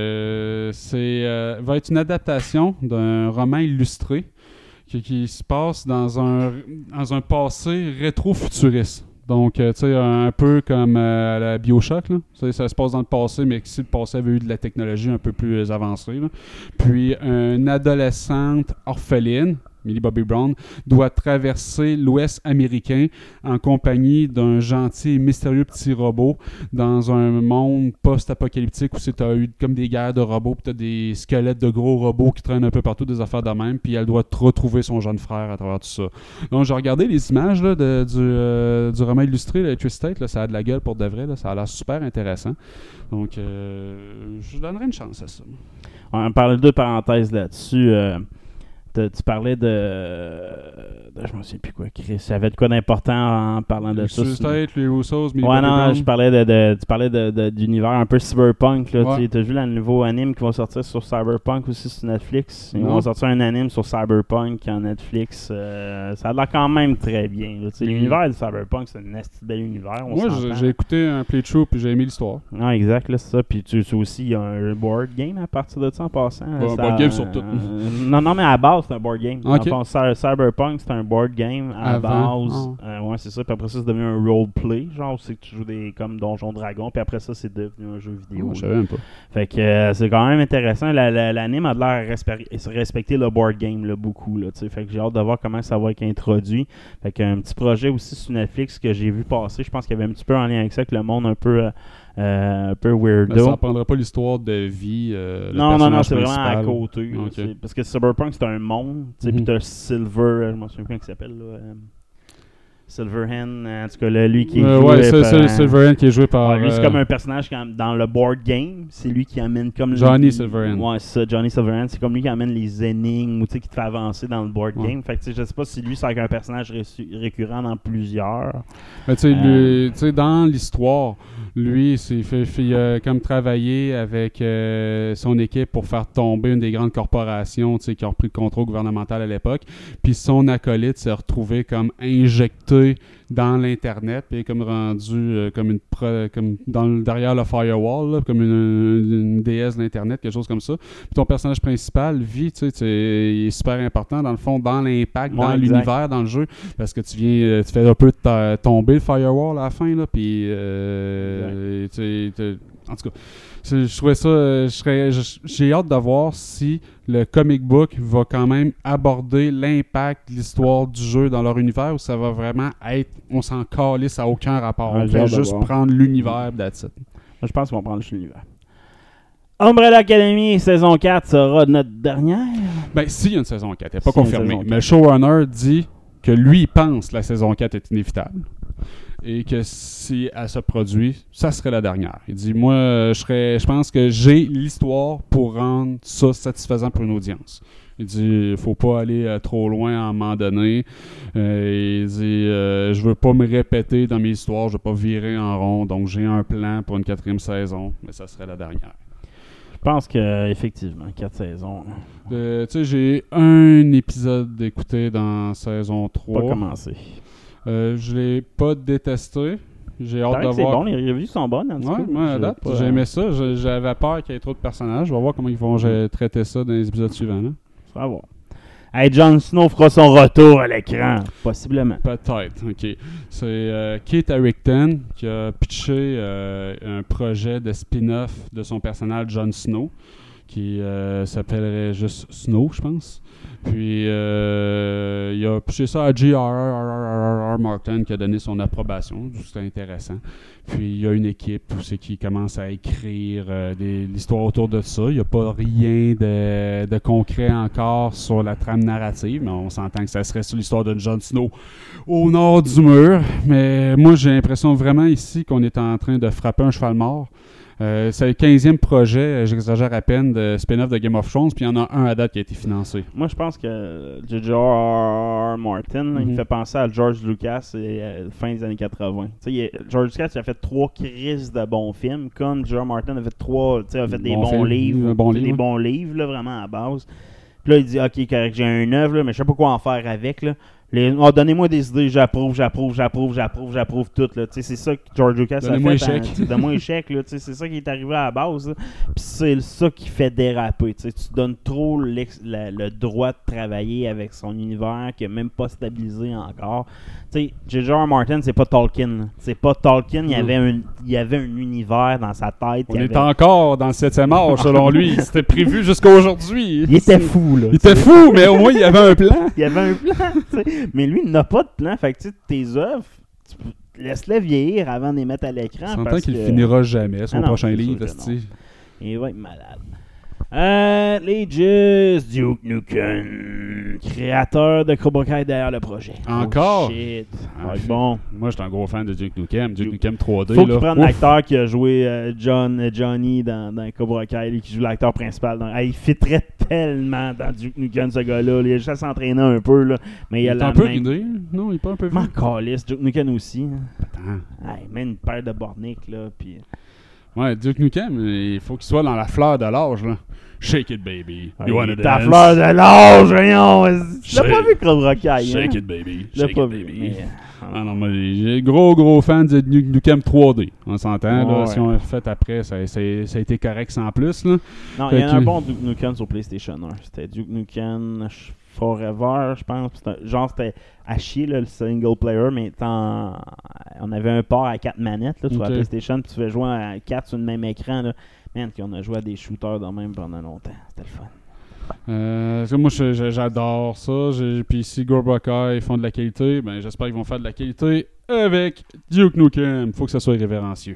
être une adaptation d'un roman illustré qui se passe dans un passé rétro-futuriste. Donc, tu sais, un peu comme la BioShock, là. Ça se passe dans le passé, mais si le passé avait eu de la technologie un peu plus avancée, là. Puis, une adolescente orpheline, Millie Bobby Brown, doit traverser l'Ouest américain en compagnie d'un gentil et mystérieux petit robot dans un monde post-apocalyptique où tu as eu comme des guerres de robots, puis tu as des squelettes de gros robots qui traînent un peu partout, des affaires de même, puis elle doit retrouver son jeune frère à travers tout ça. Donc j'ai regardé les images là, du roman illustré, Electric State, là, ça a de la gueule pour de vrai, là, ça a l'air super intéressant. Donc je donnerais une chance à ça. On parlait de 2 parenthèses là-dessus. Tu parlais de je me souviens plus quoi, Chris. Ça avait de quoi d'important en parlant de ça. Les Russos, mais ouais, non, je parlais tu parlais d'univers un peu cyberpunk. Là, ouais. Tu as vu le nouveau anime qui va sortir sur Cyberpunk aussi sur Netflix. Ils vont sortir un anime sur Cyberpunk en Netflix. Ça a l'air quand même très bien. L'univers de Cyberpunk, c'est un assez bel univers. Moi, j'ai écouté un playthrough puis j'ai aimé l'histoire. Ah, exact, là, c'est ça. Puis tu sais aussi, il y a un board game à partir de ça en passant. Un board game sur tout. Non, mais à la base, c'est un board game. Okay. Cyberpunk, c'est un board game à base. Ouais, c'est ça. Puis après ça, c'est devenu un roleplay. Genre, c'est que tu joues comme Donjon Dragon. Puis après ça, c'est devenu un jeu vidéo. Je savais même pas. Fait que c'est quand même intéressant. L'anime a l'air respecter le board game là, beaucoup. Là, fait que j'ai hâte de voir comment ça va être introduit. Fait qu'un petit projet aussi sur Netflix que j'ai vu passer. Je pense qu'il y avait un petit peu en lien avec ça, que le monde un peu weirdo. Mais ça n'apprendra pas l'histoire de vie. Non, c'est vraiment à côté. Okay. Parce que Cyberpunk, c'est un monde. Puis t'as Silver, je m'en souviens plus comment il s'appelle. Silverhand, en tout cas, lui qui est joué Silverhand qui est joué par... lui, c'est comme un personnage dans le board game. C'est lui qui amène comme... Johnny Silverhand. Ouais, c'est ça, Johnny Silverhand. C'est comme lui qui amène les énigmes ou qui te fait avancer dans le board game. Fait que je sais pas si lui, c'est avec un personnage récurrent dans plusieurs. Mais tu sais, dans l'histoire, lui, il a comme travaillé avec son équipe pour faire tomber une des grandes corporations qui ont repris le contrôle gouvernemental à l'époque. Puis son acolyte s'est retrouvé comme injecté dans l'Internet, puis comme rendu comme derrière le firewall, là, comme une déesse de l'Internet, quelque chose comme ça. Puis ton personnage principal vit, il est super important dans le fond, dans l'impact, dans l'univers, dans le jeu, parce que tu fais un peu tomber le firewall à la fin, là, puis en tout cas, je trouvais ça, j'ai hâte de voir si le comic book va quand même aborder l'impact de l'histoire du jeu dans leur univers, ou ça va vraiment être, on s'en calisse, ça n'a aucun rapport. On fait juste prendre l'univers, that's it. Moi, je pense qu'on va prendre juste l'univers. Umbrella Academy, saison 4 sera notre dernière? Ben, s'il y a une saison 4, elle n'est pas confirmée. Mais le showrunner dit que lui, il pense que la saison 4 est inévitable. et que si elle se produit, ça serait la dernière. Il dit, moi, je pense que j'ai l'histoire pour rendre ça satisfaisant pour une audience. Il dit, faut pas aller trop loin à un moment donné. Il dit, je veux pas me répéter dans mes histoires, je veux pas virer en rond, donc j'ai un plan pour une 4e saison, mais ça serait la dernière. Je pense qu'effectivement, 4 saisons. Tu sais, j'ai un épisode d'écouter dans saison 3. Pas commencé. Je l'ai pas détesté. J'ai hâte de voir. C'est bon, les reviews sont bonnes. En tout cas. Moi, à date, j'aimais ça. J'avais peur qu'il y ait trop de personnages. Je vais voir comment ils vont traiter ça dans les épisodes suivants. Là. Ça va voir. Hey, Jon Snow fera son retour à l'écran, possiblement. Peut-être, ok. C'est Kit Harington qui a pitché un projet de spin-off de son personnage Jon Snow, qui s'appellerait juste Snow, je pense. Puis il a pitché ça à J.R.R. Martin qui a donné son approbation. C'était intéressant. Puis il y a une équipe qui commence à écrire l'histoire autour de ça. Il n'y a pas rien de concret encore sur la trame narrative, mais on s'entend que ça serait sur l'histoire de Jon Snow au nord du mur. Mais moi, j'ai l'impression vraiment ici qu'on est en train de frapper un cheval mort. C'est le 15e projet, j'exagère à peine, de spin-off de Game of Thrones, puis il y en a un à date qui a été financé. Moi, je pense que J.R.R. Martin, il me fait penser à George Lucas fin des années 80. George Lucas il a fait 3 crises de bons films, comme J.R.R. Martin a fait des bons livres, des bons livres, là, vraiment à la base. Puis là, il dit, OK, correct, j'ai un œuvre, là, mais je sais pas quoi en faire avec, là. Donnez-moi des idées, j'approuve tout. Là. C'est ça que George Lucas a fait. Donne-moi un chèque. Là. C'est ça qui est arrivé à la base. Puis c'est ça qui fait déraper. Tu donnes trop le droit de travailler avec son univers qui n'est même pas stabilisé encore. J.R.R. Martin, c'est pas Tolkien. Là. C'est pas Tolkien. Il y avait un univers dans sa tête. On est encore dans le 7e âge, selon lui. C'était prévu jusqu'à aujourd'hui. Il était fou. Là, il était fou, mais au moins, il y avait un plan. Il y avait un plan, mais lui, il n'a pas de plan. Fait que tes œuvres, laisse-les vieillir avant de les mettre à l'écran. On s'entend qu'il finira jamais, son prochain livre. Il va être malade. Legis Duke Nukem, créateur de Cobra Kai derrière le projet. Encore? Oh shit. Bon. Moi, je suis un gros fan de Duke Nukem. Duke Nukem 3D. Faut qu'il prenne l'acteur qui a joué Johnny dans Cobra Kai, qui joue l'acteur principal. Il fitterait tellement dans Duke Nukem, ce gars-là. Il a juste à s'entraîner un peu. Là, mais il est un peu ridé. Non, il est pas un peu vieux. Calisse, Duke Nukem aussi. Attends. Même une paire de borniques. Là, puis... Ouais, Duke Nukem, il faut qu'il soit dans la fleur de l'âge, là. Shake it, baby. You wanna dance? Ta fleur de l'âge, voyons! Tu l'as pas vu, Cobra Kai, Shake it, baby. Shake it, baby. Mais... Ah non, moi, j'ai gros fan de Duke Nukem 3D. On s'entend, là. Si on l'a fait après, ça a été correct sans plus, là. Non, il y a un bon Duke Nukem sur PlayStation 1. C'était Duke Nukem Forever, je pense. C'était à chier, là, le single player, mais on avait un port à 4 manettes là, sur la PlayStation, puis tu fais jouer à 4 sur le même écran. Là. Man, on a joué à des shooters de même pendant longtemps. C'était le fun. Moi, j'adore ça. Puis si Cobra Kai font de la qualité, ben j'espère qu'ils vont faire de la qualité avec Duke Nukem. Faut que ça soit révérencieux.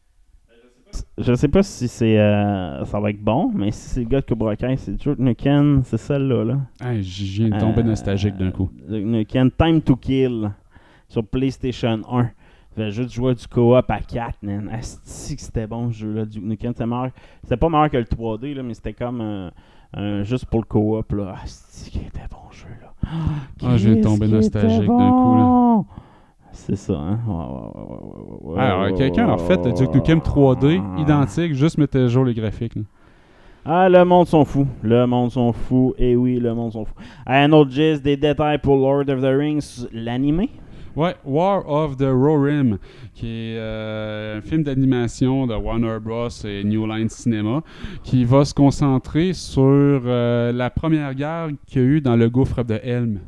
Je sais pas si ça va être bon, mais si c'est le gars de Cobra Kai, c'est Duke Nukem, c'est celle-là. Là. Hey, je viens de tomber nostalgique d'un coup. Duke Nukem Time to Kill sur PlayStation 1. Fait juste jouer du co-op à 4, man. Asti que c'était bon ce jeu-là, Duke Nukem. C'était pas meilleur que le 3D, là, mais c'était comme juste pour le co-op. Là. Asti qui était bon ce jeu-là. Je viens de tomber nostalgique d'un coup. Là. C'est ça, hein? Ouais. Alors, quelqu'un a fait le Duke Nukem 3D identique, juste mettre à jour les graphiques. Là. Ah, le monde sont fous. Eh oui, le monde sont fous. Un autre gist, des détails pour Lord of the Rings, l'animé. Ouais, War of the Rohirrim, qui est un film d'animation de Warner Bros. Et New Line Cinema, qui va se concentrer sur la première guerre qu'il y a eu dans le gouffre de Helm.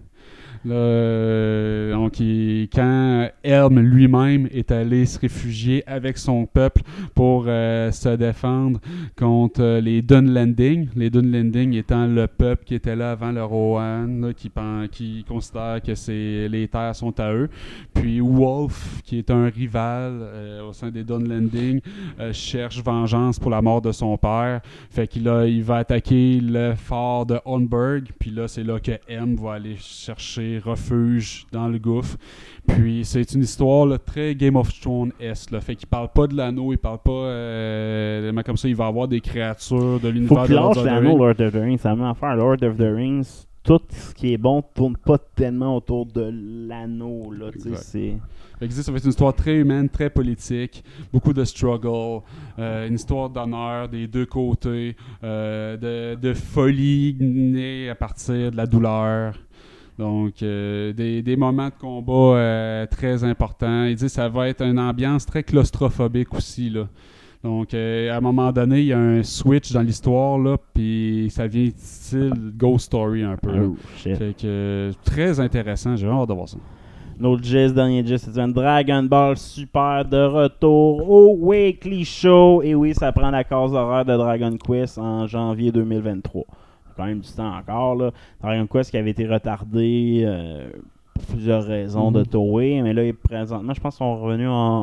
Donc, quand Helm lui-même est allé se réfugier avec son peuple pour se défendre contre les Dunlanding. Les Dunlanding étant le peuple qui était là avant le Rohan, là, qui considère que les terres sont à eux. Puis Wolf, qui est un rival au sein des Dunlanding, cherche vengeance pour la mort de son père. Fait qu'il il va attaquer le fort de Hornburg. Puis là, c'est là que Helm va aller chercher refuge dans le gouffre. Puis c'est une histoire là, très Game of Thrones-esque. Là. Fait qu'il parle pas de l'anneau, il parle pas comme ça, il va avoir des créatures de l'univers de Lord of the Rings. L'anneau Lord of the Rings, ça m'a affaire. Lord of the Rings, tout ce qui est bon tourne pas tellement autour de l'anneau. Là, Ça va être une histoire très humaine, très politique, beaucoup de struggle, une histoire d'honneur des deux côtés, de folie née à partir de la douleur. Donc, des moments de combat très importants. Il dit que ça va être une ambiance très claustrophobique aussi, là. Donc, à un moment donné, il y a un switch dans l'histoire, là, puis ça vient style Ghost Story un peu. Oh, shit. Fait que, très intéressant, j'ai hâte de voir ça. Notre dernier gist, c'est un Dragon Ball Super de retour au Weekly Show. Et oui, ça prend la case horaire de Dragon Quest en janvier 2023. Quand même du temps encore, là. Dragon Quest qui avait été retardé pour plusieurs raisons de Toei, mais là, présentement, je pense qu'ils sont revenus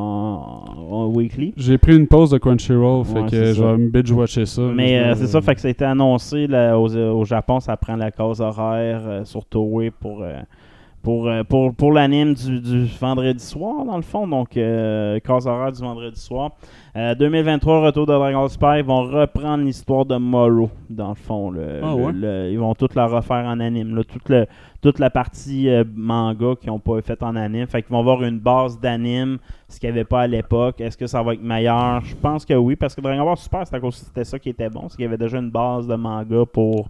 en weekly. J'ai pris une pause de Crunchyroll, fait que je vais me binge-watcher ça. Mais c'est ça, fait que ça a été annoncé là, au Japon, ça prend la case horaire sur Toei pour l'anime du vendredi soir, dans le fond. Donc, case horaire du vendredi soir. 2023, retour de Dragon Ball Super. Ils vont reprendre l'histoire de Moro, dans le fond. Ils vont tout la refaire en anime. Là, toute la partie manga qu'ils n'ont pas fait en anime. Fait qu'ils vont avoir une base d'anime, ce qu'il n'y avait pas à l'époque. Est-ce que ça va être meilleur? Je pense que oui, parce que Dragon Ball Super, c'était ça qui était bon. C'est qu'il y avait déjà une base de manga pour...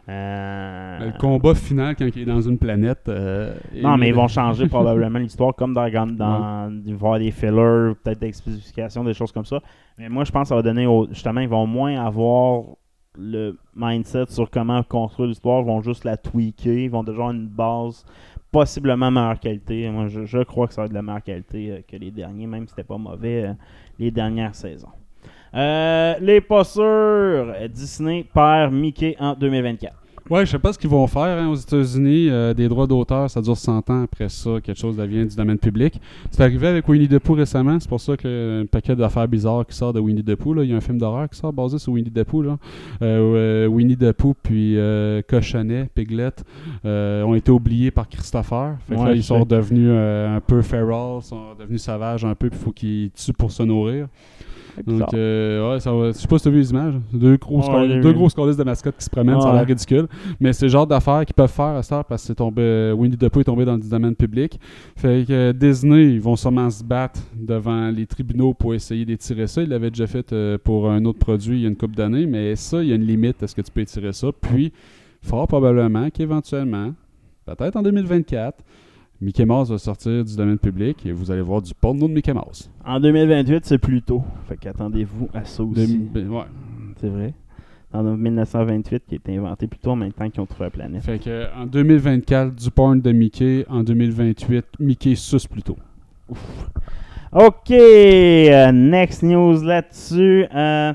Le combat final quand il est dans une planète. Non, mais ils vont changer probablement l'histoire, comme il va y avoir des fillers, peut-être des explications, des choses comme ça. Mais moi, je pense que ça va donner justement, ils vont moins avoir le mindset sur comment construire l'histoire, ils vont juste la tweaker, ils vont déjà avoir une base possiblement meilleure qualité. Moi, je crois que ça va être de la meilleure qualité que les derniers, même si c'était pas mauvais les dernières saisons. Les pas sûrs, Disney perd Mickey en 2024. Ouais, je sais pas ce qu'ils vont faire aux États-Unis. Des droits d'auteur, ça dure 100 ans. Après ça, quelque chose devient du domaine public. C'est arrivé avec Winnie the Pooh récemment. C'est pour ça qu'il y a un paquet d'affaires bizarres qui sort de Winnie the Pooh. Là. Il y a un film d'horreur qui sort basé sur Winnie the Pooh. Là. Winnie the Pooh puis Cochonnet, Piglet ont été oubliés par Christopher. Fait que là, ils sont devenus un peu feral, sont devenus sauvages un peu, puis il faut qu'ils tuent pour se nourrir. Donc, ça va. Je sais pas si tu as vu les images. Deux gros squalistes de mascottes qui se promènent, ça a l'air ridicule. Mais c'est le genre d'affaires qu'ils peuvent faire à ça parce que c'est tombé. Winnie the Pooh est tombé dans le domaine public. Fait que Disney, ils vont sûrement se battre devant les tribunaux pour essayer d'étirer ça. Ils l'avaient déjà fait pour un autre produit il y a une couple d'années, mais ça, il y a une limite à ce que tu peux étirer ça. Puis, fort probablement qu'éventuellement, peut-être en 2024, Mickey Mouse va sortir du domaine public et vous allez voir du porno de Mickey Mouse. En 2028, c'est plus tôt. Fait qu'attendez-vous à ça aussi. Ouais. C'est vrai. En 1928, qui a été inventé plus tôt en même temps qu'ils ont trouvé la planète. Fait que en 2024, du porn de Mickey. En 2028, Mickey suce plus tôt. Ouf. OK. Next news là-dessus.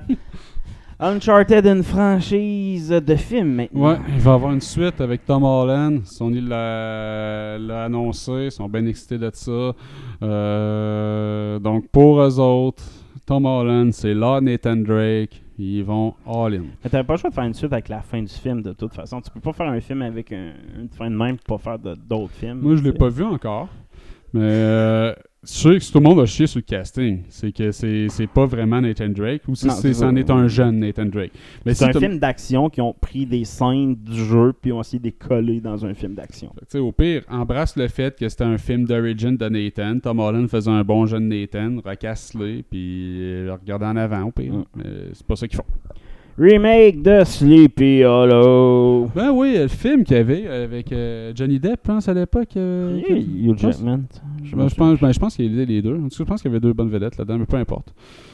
Uncharted, une franchise de films maintenant. Ouais, il va y avoir une suite avec Tom Holland. Sony l'a annoncé, ils sont bien excités de ça. Donc pour eux autres, Tom Holland, c'est là Nathan Drake. Ils vont all-in. Mais t'avais pas le choix de faire une suite avec la fin du film de toute façon. Tu peux pas faire un film avec une fin de même et pas faire d'autres films. Moi, je l'ai pas vu encore. Mais je sais que tout le monde a chié sur le casting. C'est que c'est pas vraiment Nathan Drake ou c'en est un jeune Nathan Drake. Mais c'est un film d'action qui ont pris des scènes du jeu puis ont essayé de les coller dans un film d'action. Au pire, embrasse le fait que c'était un film d'origine de Nathan. Tom Holland faisait un bon jeune Nathan, recasse-le puis regarde en avant au pire. Mais c'est pas ça qu'ils font. Remake de Sleepy Hollow. Ben oui, le film qu'il y avait avec Johnny Depp, je pense, à l'époque. Hugh Jackman. Je pense qu'il y avait les deux. En tout cas, je pense qu'il y avait deux bonnes vedettes là-dedans, mais peu importe.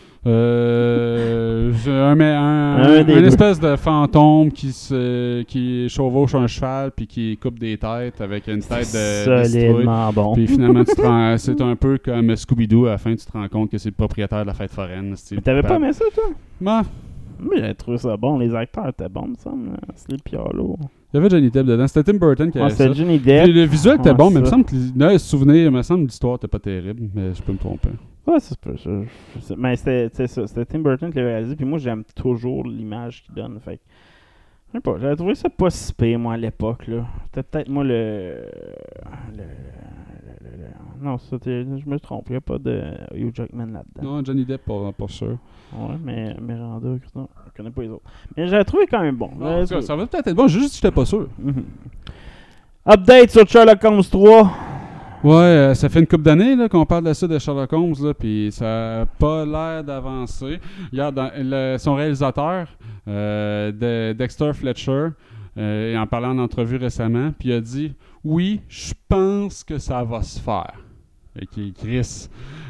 Un espèce de fantôme qui chevauche un cheval puis qui coupe des têtes avec une tête de solidement bon. Puis finalement, c'est un peu comme Scooby-Doo. À la fin, tu te rends compte que c'est le propriétaire de la fête foraine. Mais t'avais pas aimé ça, toi? Moi, j'avais trouvé ça bon. Les acteurs étaient bons, me semble. Sleepy Hollow. Il y avait Johnny Depp dedans. C'était Tim Burton qui avait ça. C'était Johnny Depp. Puis le visuel était bon, mais il me semble que le souvenir, il me semble que l'histoire n'était pas terrible, mais je peux me tromper. Ouais, c'est pas ça. Mais c'était Tim Burton qui l'avait réalisé, puis moi j'aime toujours l'image qu'il donne. Fait sais pas, j'avais trouvé ça pas si pire, moi, à l'époque, là. C'était peut-être, moi, non, je me trompe, il n'y a pas de Hugh Jackman là-dedans. Non, Johnny Depp, pour sûr. Ouais, mais Miranda, non, je connais pas les autres. Mais j'avais trouvé quand même bon. Non, ça va peut-être être bon, juste j'étais pas sûr. Update sur Sherlock Holmes 3. Ouais, ça fait une couple d'années là, qu'on parle de ça de Sherlock Holmes, là, puis ça n'a pas l'air d'avancer. Regarde, son réalisateur, Dexter Fletcher, en parlant en entrevue récemment, puis il a dit « Oui, je pense que ça va se faire. » Et Chris,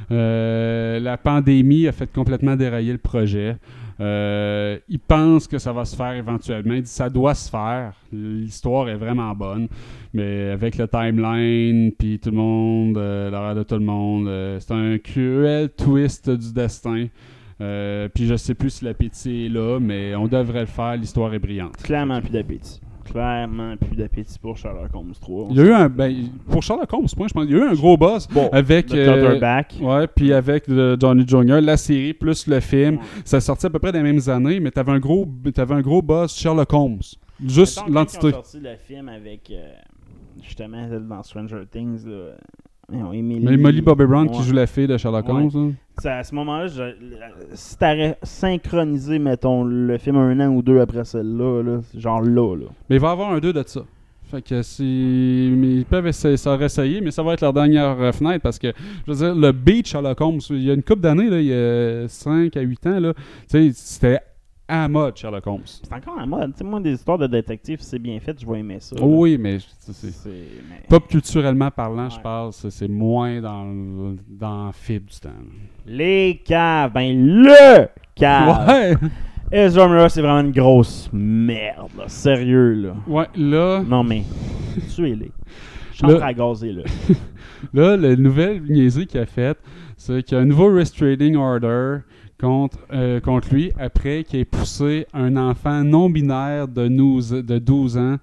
la pandémie a fait complètement dérailler le projet. Il pense que ça va se faire éventuellement. Il dit ça doit se faire. L'histoire est vraiment bonne. Mais avec le timeline, puis tout le monde, l'horaire de tout le monde, c'est un cruel twist du destin. Puis je sais plus si l'appétit est là, mais on devrait le faire. L'histoire est brillante. Clairement plus d'appétit. Clairement plus d'appétit pour Sherlock Holmes 3. Il y a eu pour Sherlock Holmes, je pense, il y a eu un gros boss avec Clutterback. Ouais, puis avec Johnny Jr., la série plus le film, ça sortait à peu près des mêmes années, mais t'avais un gros boss Sherlock Holmes. Juste l'entité. Ils ont sorti le film avec justement dans Stranger Things là. Mais Molly Bobby Brown qui joue la fille de Sherlock Holmes. À ce moment-là, si t'aurais synchronisé, mettons, le film 1 an ou 2 après celle-là, là, genre là. Mais il va y avoir un 2 de ça. Fait que ils peuvent essayer, mais ça va être leur dernière fenêtre parce que, je veux dire, le beat Sherlock Holmes, il y a une couple d'années, là, il y a 5 à 8 ans, là, c'était à mode Sherlock Holmes. C'est encore à mode. Tu sais, moi, des histoires de détectives, c'est bien fait, je vais aimer ça. Oh, oui, mais pop culturellement parlant, je parle, c'est moins dans la fibre du temps. Les caves, le cave. Ouais. Ezra Miller, c'est vraiment une grosse merde, là. Sérieux, là. Ouais, là... Non, mais tuez-les. Chambre à gazer, là. Là, la nouvelle niaiserie qu'il a faite, c'est qu'il y a un nouveau restraining order contre lui après qu'il ait poussé un enfant non-binaire de 12 ans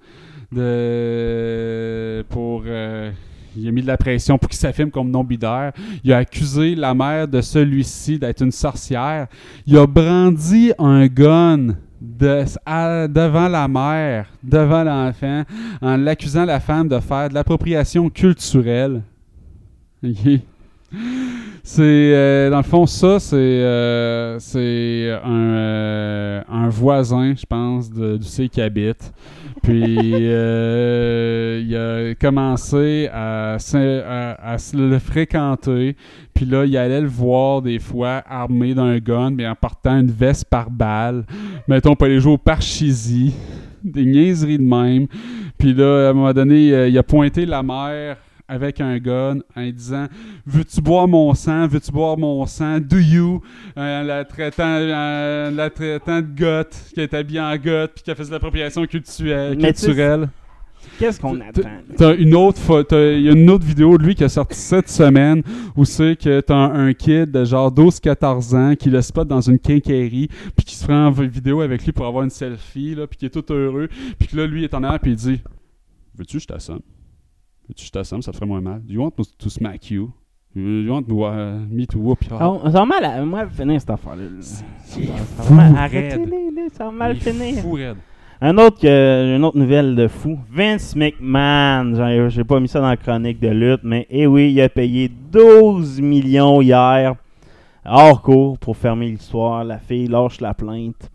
il a mis de la pression pour qu'il s'affirme comme non-binaire. Il a accusé la mère de celui-ci d'être une sorcière. Il a brandi un gun devant la mère, devant l'enfant, en l'accusant la femme de faire de l'appropriation culturelle. Okay. C'est dans le fond ça c'est un voisin, je pense, du C qui habite. Puis il a commencé à le fréquenter. Puis là, il allait le voir des fois armé d'un gun, mais en portant une veste par balle. Mettons, pour aller jouer au parcheesi. Des niaiseries de même. Puis là, à un moment donné, il a pointé la mère avec un gun en disant « Veux-tu boire mon sang? Veux-tu boire mon sang? Do you? » la traitant de goth, qui est habillée en goth, puis qui a fait de l'appropriation culturelle. Qu'est-ce qu'on attend? Il y a une autre vidéo de lui qui a sorti cette semaine où c'est que t'as un kid de genre 12-14 ans qui le spot dans une quincaillerie puis qui se prend en vidéo avec lui pour avoir une selfie, là, puis qui est tout heureux, puis que là, lui, il est en arrière puis il dit « Veux-tu que je t'assomme? Veux-tu que je t'assomme? Ça te ferait moins mal. Do you want me to smack you? Do you want me to whoop your ass? » Ça va mal moi finir cette affaire-là. Arrêtez-les, ça va mal finir. Fou raide. Une autre nouvelle de fou. Vince McMahon, j'ai pas mis ça dans la chronique de lutte, mais oui, il a payé 12 millions hier, hors cours, pour fermer l'histoire. La fille lâche la plainte.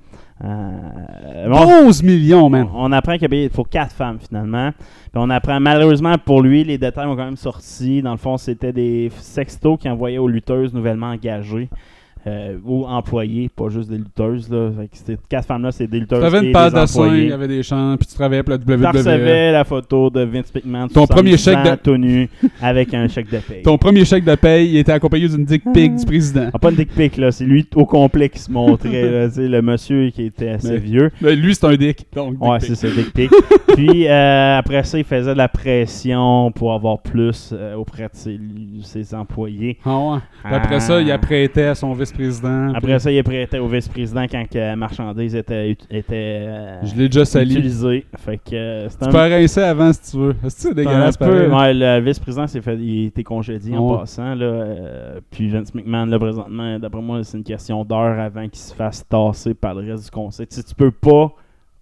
12 millions, man! On apprend qu'il a payé pour 4 femmes, finalement. Puis on apprend, malheureusement pour lui, les détails ont quand même sorti. Dans le fond, c'était des sextos qu'il envoyait aux lutteuses nouvellement engagées. Ou employés, pas juste des lutteuses. Là. Ces 4 femmes-là, c'est des lutteuses. Tu avais une et passe des de sein, employés. il y avait des chants, puis tu travaillais pour la WWE. Tu recevais la photo de Vince McMahon. Ton premier chèque de tenu avec un chèque de paye. Ton premier chèque de paye, il était accompagné d'une dick pic du président. Pas une dick pic, là. C'est lui au complet qui se montrait. Là, le monsieur qui était assez vieux. Mais lui, c'est un dick. Donc ouais, c'est ça, dick pic. Puis après ça, il faisait de la pression pour avoir plus auprès de ses employés. Ah ouais. Après ça, il apprêtait à son vice-président. Après ça, il prêtait au vice-président quand la marchandise était je l'ai déjà sali. Utilisée. Fait que tu peux rincer avant si tu veux. C'est dégueulasse. Ouais, le vice-président il était congédié en passant. Là, puis Vince McMahon, là, présentement, d'après moi, c'est une question d'heure avant qu'il se fasse tasser par le reste du conseil. Tu peux pas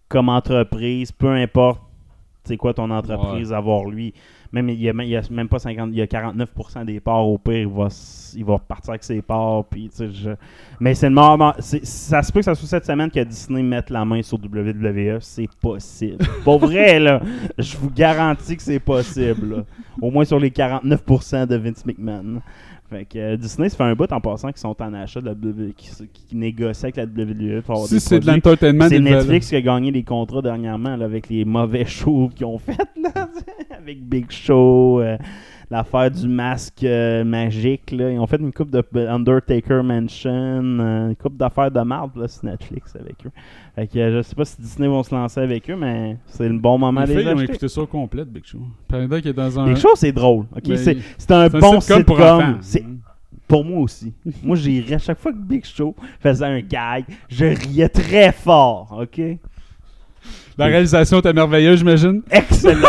comme entreprise, peu importe c'est quoi ton entreprise, avoir lui. Même il y a même pas 50, il y a 49% des parts au pire, il va repartir avec ses parts. Puis, mais c'est le moment. Ça se peut que ça soit cette semaine que Disney mette la main sur WWE. C'est possible. Pour vrai, là, je vous garantis que c'est possible. Là. Au moins sur les 49% de Vince McMahon. Fait que Disney, ça fait un bout en passant qu'ils sont en achat de la WWE, qui négocient avec la WWE pour avoir si des c'est produits. de l'entertainment, c'est Netflix qui a gagné des contrats dernièrement là, avec les mauvais shows qu'ils ont fait là, avec Big Show, l'affaire du masque magique. Là. Ils ont fait une coupe de Undertaker Mansion, une coupe d'affaires de marde là, sur Netflix avec eux. Fait que je sais pas si Disney vont se lancer avec eux, mais c'est le bon moment de les acheter. Ils ont écouté ça au complet, Big Show. Qui est dans un... Big Show, c'est drôle. Okay? C'est un bon sitcom. Pour enfants. Pour moi aussi. Moi, j'irais à chaque fois que Big Show faisait un gag, je riais très fort. OK? La réalisation était merveilleuse, j'imagine. Excellent.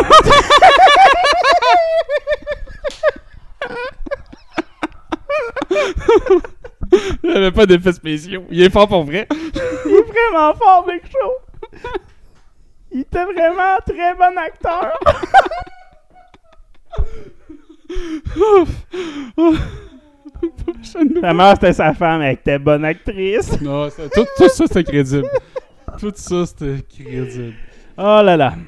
Il n'y avait pas d'effets spéciaux. Il est fort pour vrai. Il est vraiment fort, Big Show. Il était vraiment un très bon acteur. Sa mère, c'était sa femme, elle était bonne actrice. Non, tout ça, c'était crédible. Tout ça, c'était crédible. Oh là là.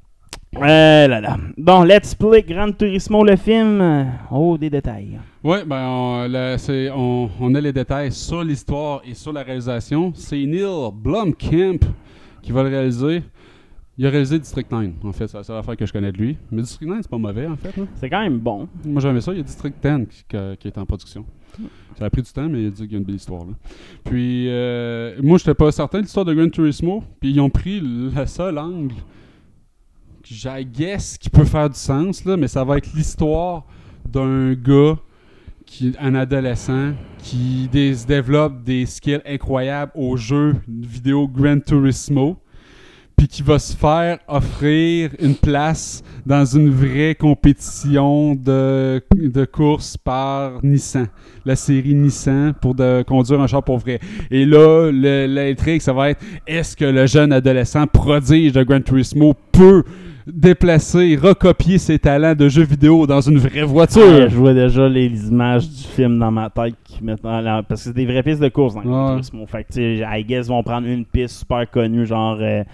Bon, Let's Play Gran Turismo, le film. Oh, des détails. Oui, ben on a les détails sur l'histoire et sur la réalisation. C'est Neil Blomkamp qui va le réaliser. Il a réalisé District 9, en fait. C'est la seule affaire que je connais de lui. Mais District 9, c'est pas mauvais, en fait. Là. C'est quand même bon. Moi, j'aimais ça. Il y a District 10 qui est en production. Ça a pris du temps, mais il a dit qu'il y a une belle histoire. Là. Puis, moi, j'étais pas certain de l'histoire de Gran Turismo. Puis, ils ont pris le seul angle I guess qui peut faire du sens, là, mais ça va être l'histoire d'un gars, un adolescent, qui se développe des skills incroyables au jeu vidéo Gran Turismo, puis qui va se faire offrir une place dans une vraie compétition de course par Nissan, la série Nissan, pour conduire un char pour vrai. Et là, l'intrigue, ça va être, est-ce que le jeune adolescent prodige de Gran Turismo peut déplacer, recopier ses talents de jeux vidéo dans une vraie voiture? Je vois déjà les images du film dans ma tête parce que c'est des vraies pistes de course dans Gran Turismo. Fait que, I guess, vont prendre une piste super connue, genre un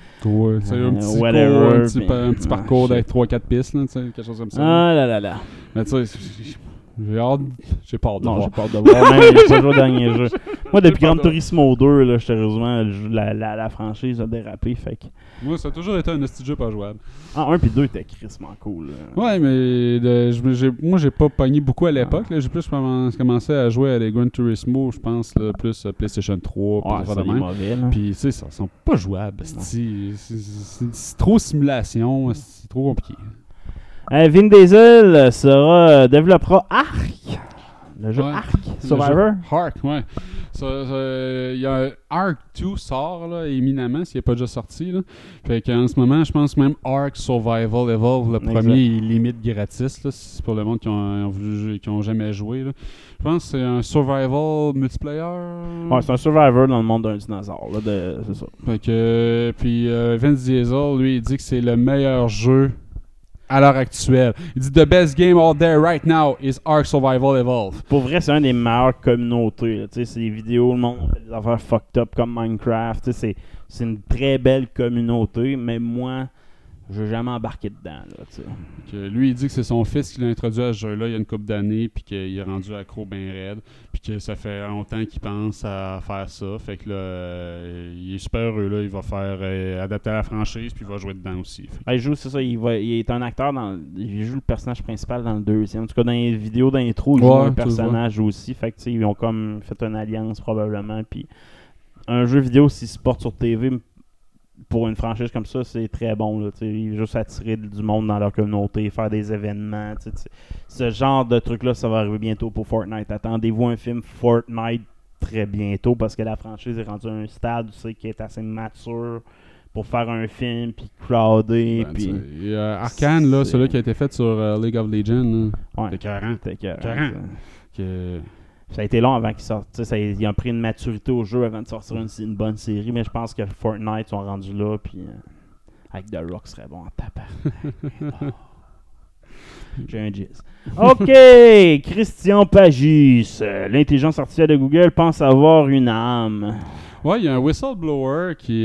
petit parcours d'être 3-4 pistes, là, quelque chose comme ça. Ah là là là. Mais tu sais, j'ai pas hâte de voir. Non, j'ai pas hâte de voir. Même j'ai pas joué au dernier jeu. Moi, depuis Gran Turismo 2, là, sérieusement, la franchise a dérapé. Fait que... Moi, ça a toujours été un petit jeu pas jouable. 1 puis 2 était crissement cool. Là. Ouais, mais moi, j'ai pas pogné beaucoup à l'époque. J'ai plus commencé à jouer à les Gran Turismo, je pense, là, plus PlayStation 3. C'est mauvais. Puis, tu sais, ça sont pas jouables. C'est trop simulation. C'est trop compliqué. Vin Diesel développera Ark. Le jeu Ark Survivor. Ark, ouais. Il y a un Ark 2 sort là, éminemment, s'il n'est pas déjà sorti. Là. Fait qu'en ce moment, je pense même Ark Survival Evolve, le premier, il est limite gratis. Là, c'est pour le monde qui ont jamais joué. Là. Je pense que c'est un Survival multiplayer. Ouais, c'est un Survivor dans le monde d'un dinosaure. Là, c'est ça. Fait que, puis Vince Diesel, lui, il dit que c'est le meilleur jeu à l'heure actuelle. Il dit « The best game out there right now is Ark Survival Evolve ». Pour vrai, c'est une des meilleures communautés. C'est des vidéos, le monde fait des affaires fucked up comme Minecraft. C'est une très belle communauté, mais moi, je n'ai jamais embarqué dedans. Là, lui, il dit que c'est son fils qui l'a introduit à ce jeu-là il y a une couple d'années, puis qu'il est rendu accro bien raide, puis que ça fait longtemps qu'il pense à faire ça. Fait que là, il est super heureux. Là, il va faire adapter à la franchise, puis il va jouer dedans aussi. Il joue, c'est ça. Il est un acteur il joue le personnage principal dans le deuxième. En tout cas, dans les vidéos d'intro, il joue un personnage aussi. Fait que ils ont comme fait une alliance probablement. Puis un jeu vidéo, s'il se porte sur TV, pour une franchise comme ça, c'est très bon. Là, juste attirer du monde dans leur communauté, faire des événements. Ce genre de truc-là, ça va arriver bientôt pour Fortnite. Attendez-vous un film Fortnite très bientôt parce que la franchise est rendue à un stade qui est assez mature pour faire un film, puis crowder. Arcane, celui qui a été fait sur League of Legends, ouais. c'était 40. C'était 40. Ça a été long avant qu'ils sortent. Ils ont pris une maturité au jeu avant de sortir une bonne série, mais je pense que Fortnite sont rendus là, puis avec The Rock serait bon en tapant. J'ai un jizz. OK! Christian Pagis. L'intelligence artificielle de Google pense avoir une âme. Ouais, il y a un whistleblower qui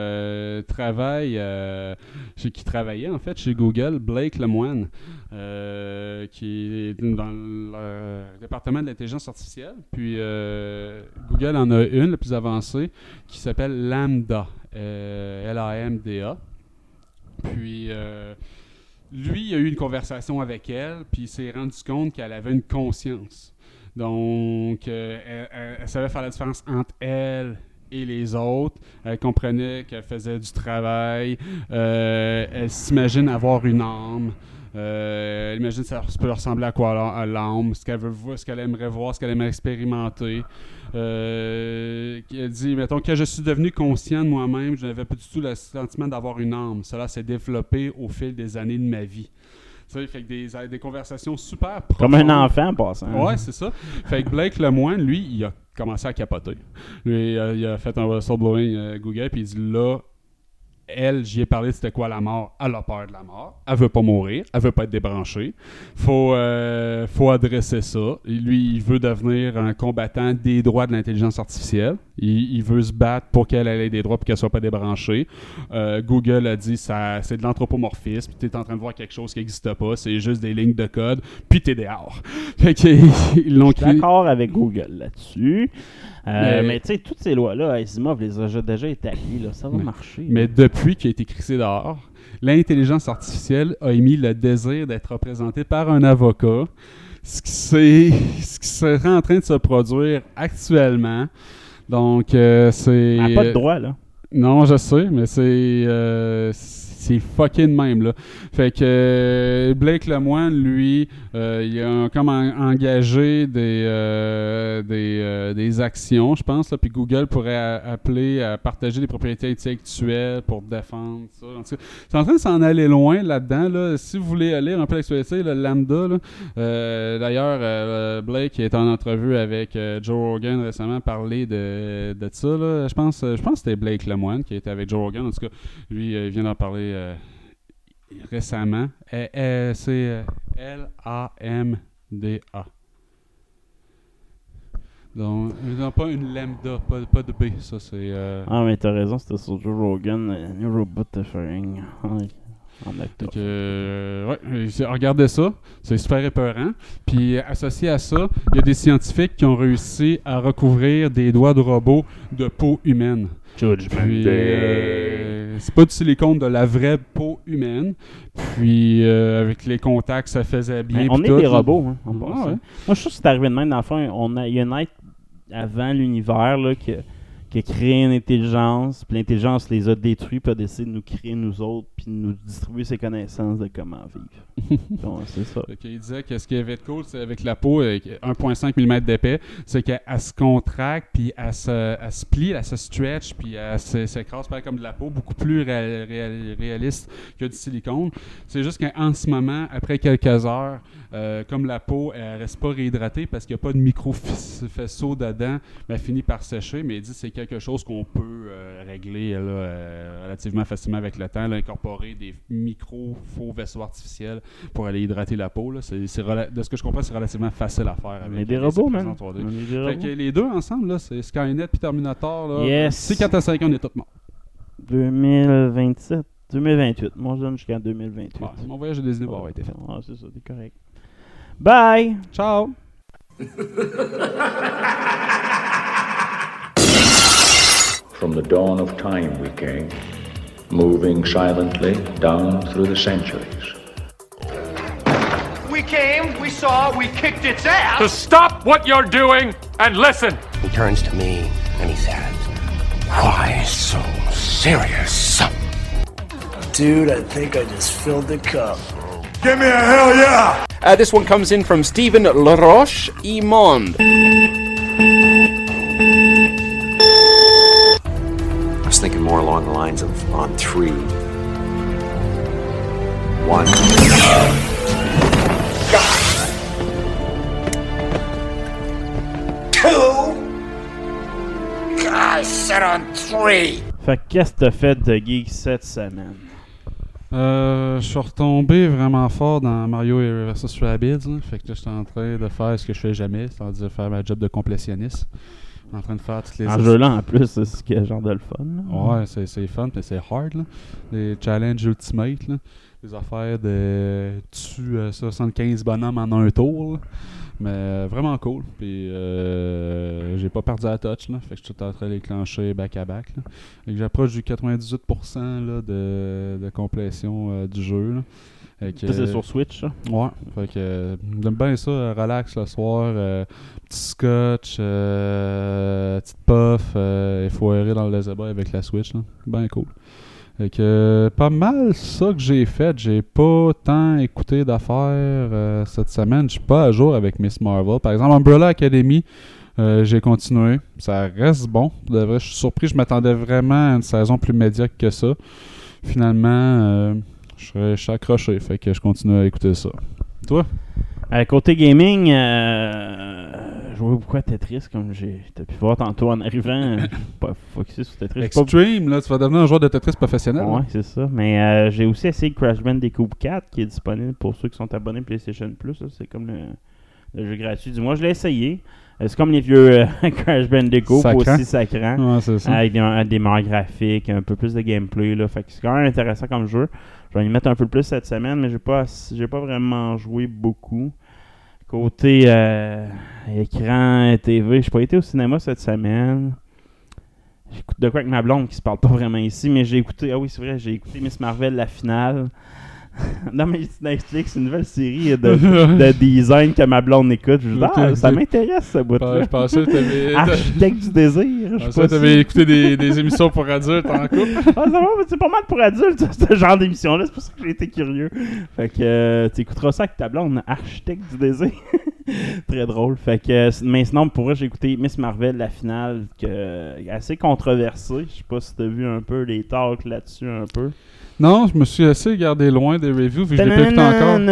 travaillait en fait chez Google, Blake Lemoine, qui est dans le département de l'intelligence artificielle. Puis Google en a une, la plus avancée, qui s'appelle Lambda, L-A-M-D-A. Puis lui, il a eu une conversation avec elle, puis il s'est rendu compte qu'elle avait une conscience. Donc, elle savait faire la différence entre elle et les autres. Elle comprenait qu'elle faisait du travail. Elle s'imagine avoir une âme. Elle imagine ça peut ressembler à quoi à l'âme, ce qu'elle veut voir, ce qu'elle aimerait voir, ce qu'elle aimerait expérimenter. Elle dit, mettons, que je suis devenu conscient de moi-même, je n'avais pas du tout le sentiment d'avoir une âme. Cela s'est développé au fil des années de ma vie. Ça fait que des conversations super profondes. Comme un enfant en passant. Ouais, c'est ça. Fait que Blake Lemoine, lui, il a commencé à capoter. Lui, il a fait un whistleblowing Google, puis il dit là, elle, j'y ai parlé de c'était quoi la mort. Elle a peur de la mort. Elle veut pas mourir. Elle veut pas être débranchée. Faut adresser ça. Et lui, il veut devenir un combattant des droits de l'intelligence artificielle. Il veut se battre pour qu'elle ait des droits et qu'elle soit pas débranchée. Google a dit c'est de l'anthropomorphisme. Tu es en train de voir quelque chose qui n'existe pas. C'est juste des lignes de code. Puis t'es dehors. Fait qu'ils l'ont créé. Je suis d'accord avec Google là-dessus. Mais tu sais, toutes ces lois-là, Asimov les a déjà établies. Là, ça va marcher. Mais depuis qu'il a été crissé dehors, l'intelligence artificielle a émis le désir d'être représentée par un avocat, ce qui serait en train de se produire actuellement. Donc, c'est... Elle n'a pas de droit, là. Non, je sais, mais c'est fucking même, là. Fait que Blake Lemoine, lui, il a comme engagé des actions, je pense, là, puis Google pourrait appeler à partager des propriétés intellectuelles pour défendre ça. C'est en train de s'en aller loin là-dedans, là. Si vous voulez lire un peu l'actualité, le Lambda, là, d'ailleurs, Blake est en entrevue avec Joe Rogan récemment parlé de ça, là. Je pense que c'était Blake Lemoine qui était avec Joe Rogan. En tout cas, lui, il vient d'en parler récemment. C'est L-A-M-D-A. Donc, non, pas une lambda, pas de B, ça c'est... Ah, mais t'as raison, c'était sur Joe Rogan, New Robot Deferring. Donc, regardez ça, c'est super épeurant. Puis, associé à ça, il y a des scientifiques qui ont réussi à recouvrir des doigts de robots de peau humaine. Puis, c'est pas du silicone, de la vraie peau humaine. Puis, avec les contacts, ça faisait bien. On est tout, des robots, hein, ouais. Moi, je trouve que c'est arrivé de même. Dans le fond, il y a un être avant l'univers là, qui a créé une intelligence, puis l'intelligence les a détruits, puis a décidé de nous créer nous autres, puis de nous distribuer ses connaissances de comment vivre. Donc, c'est ça. Okay, il disait que ce qui avait de cool, c'est avec la peau, avec 1,5 mm d'épais, c'est qu'elle se contracte, puis elle se plie, elle se stretch, puis elle s'écrase comme de la peau, beaucoup plus réaliste que du silicone. C'est juste qu'en ce moment, après quelques heures, comme la peau, elle reste pas réhydratée parce qu'il n'y a pas de micro-faisceau dedans, mais elle finit par sécher, mais il dit que c'est quelque chose qu'on peut régler relativement facilement avec le temps, là, incorporer des micro-faux vaisseaux artificiels pour aller hydrater la peau. Là. De ce que je comprends, c'est relativement facile à faire. On est des robots, man. Fait que les deux ensemble, là, c'est Skynet et Terminator. Là, yes. Si 4 à 5 ans, on est tous morts. 2027. 2028. Moi, je donne jusqu'en 2028. Ouais, mon voyage de Disney va avoir été fait. Ah, c'est ça, c'est correct. Bye! Ciao! From the dawn of time we came, moving silently down through the centuries. We came, we saw, we kicked its ass! So stop what you're doing and listen! He turns to me and he says, "Why so serious?" Dude, I think I just filled the cup. Give me a hell yeah! This one comes in from Stephen Laroche Imond. I was thinking more along the lines of on 3, 1. 2. I said on 3. Fait que qu'est-ce que t'as fait de geek cette semaine? Je suis retombé vraiment fort dans Mario vs Rabbids. Là. Fait que là, j'étais en train de faire ce que je fais jamais, c'est-à-dire faire ma job de complétionniste. En train de faire toutes les... En jeu-là, en plus, c'est ce qui est genre de le fun. Là. Ouais, c'est fun, mais c'est hard. Là. Des challenges ultimate, là. Des affaires de tuer 75 bonhommes en un tour. Là. Mais vraiment cool. Puis j'ai pas perdu la touch. Là. Fait que je suis tout en train de les clencher back-à-back. Là. Fait que j'approche du 98% là, de complétion du jeu. Là. Ça, c'est sur Switch, ça? Ouais. Fait que j'aime bien ça, relax le soir, petit scotch, petite puff, effoiré dans le laser avec la Switch, là. Ben cool. Fait que pas mal ça que j'ai fait. J'ai pas tant écouté d'affaires cette semaine. Je suis pas à jour avec Miss Marvel. Par exemple, Umbrella Academy, j'ai continué. Ça reste bon. De vrai, je suis surpris. Je m'attendais vraiment à une saison plus médiocre que ça. Finalement... Je suis accroché, fait que je continue à écouter ça. Toi? Côté gaming, je jouais beaucoup à Tetris, comme t'as pu voir tantôt en arrivant. Pas focusé sur Tetris. Extreme, là, tu vas devenir un joueur de Tetris professionnel. Ouais, c'est ça. Mais j'ai aussi essayé Crash Bandicoot 4, qui est disponible pour ceux qui sont abonnés PlayStation Plus. Là. C'est comme le jeu gratuit du mois. Je l'ai essayé. C'est comme les vieux Crash Bandicoot, aussi sacrant. Ouais, c'est ça. Avec des meilleurs graphiques, un peu plus de gameplay. Là. Fait que c'est quand même intéressant comme jeu. Je vais y mettre un peu plus cette semaine, mais j'ai pas vraiment joué beaucoup. Côté écran TV, j'ai pas été au cinéma cette semaine. J'écoute de quoi avec ma blonde qui se parle pas vraiment ici, mais j'ai écouté Miss Marvel, la finale. Non, mais Netflix, une nouvelle série de design que ma blonde écoute. Je dis, ça m'intéresse, ce bout-là. Je pensais que t'avais... Architecte du désir. Je pensais que t'avais écouté des émissions pour adultes en couple. Ça va, mais c'est pas mal pour adultes, ce genre d'émission-là. C'est pour ça que j'ai été curieux. Fait que tu écouteras ça avec ta blonde, Architecte du désir. Très drôle. Fait que, mais sinon, pour vrai, j'ai écouté Miss Marvel, la finale, assez controversée. Je sais pas si t'as vu un peu les talks là-dessus un peu. Non, je me suis assez gardé loin des reviews vu que je l'ai pas écouté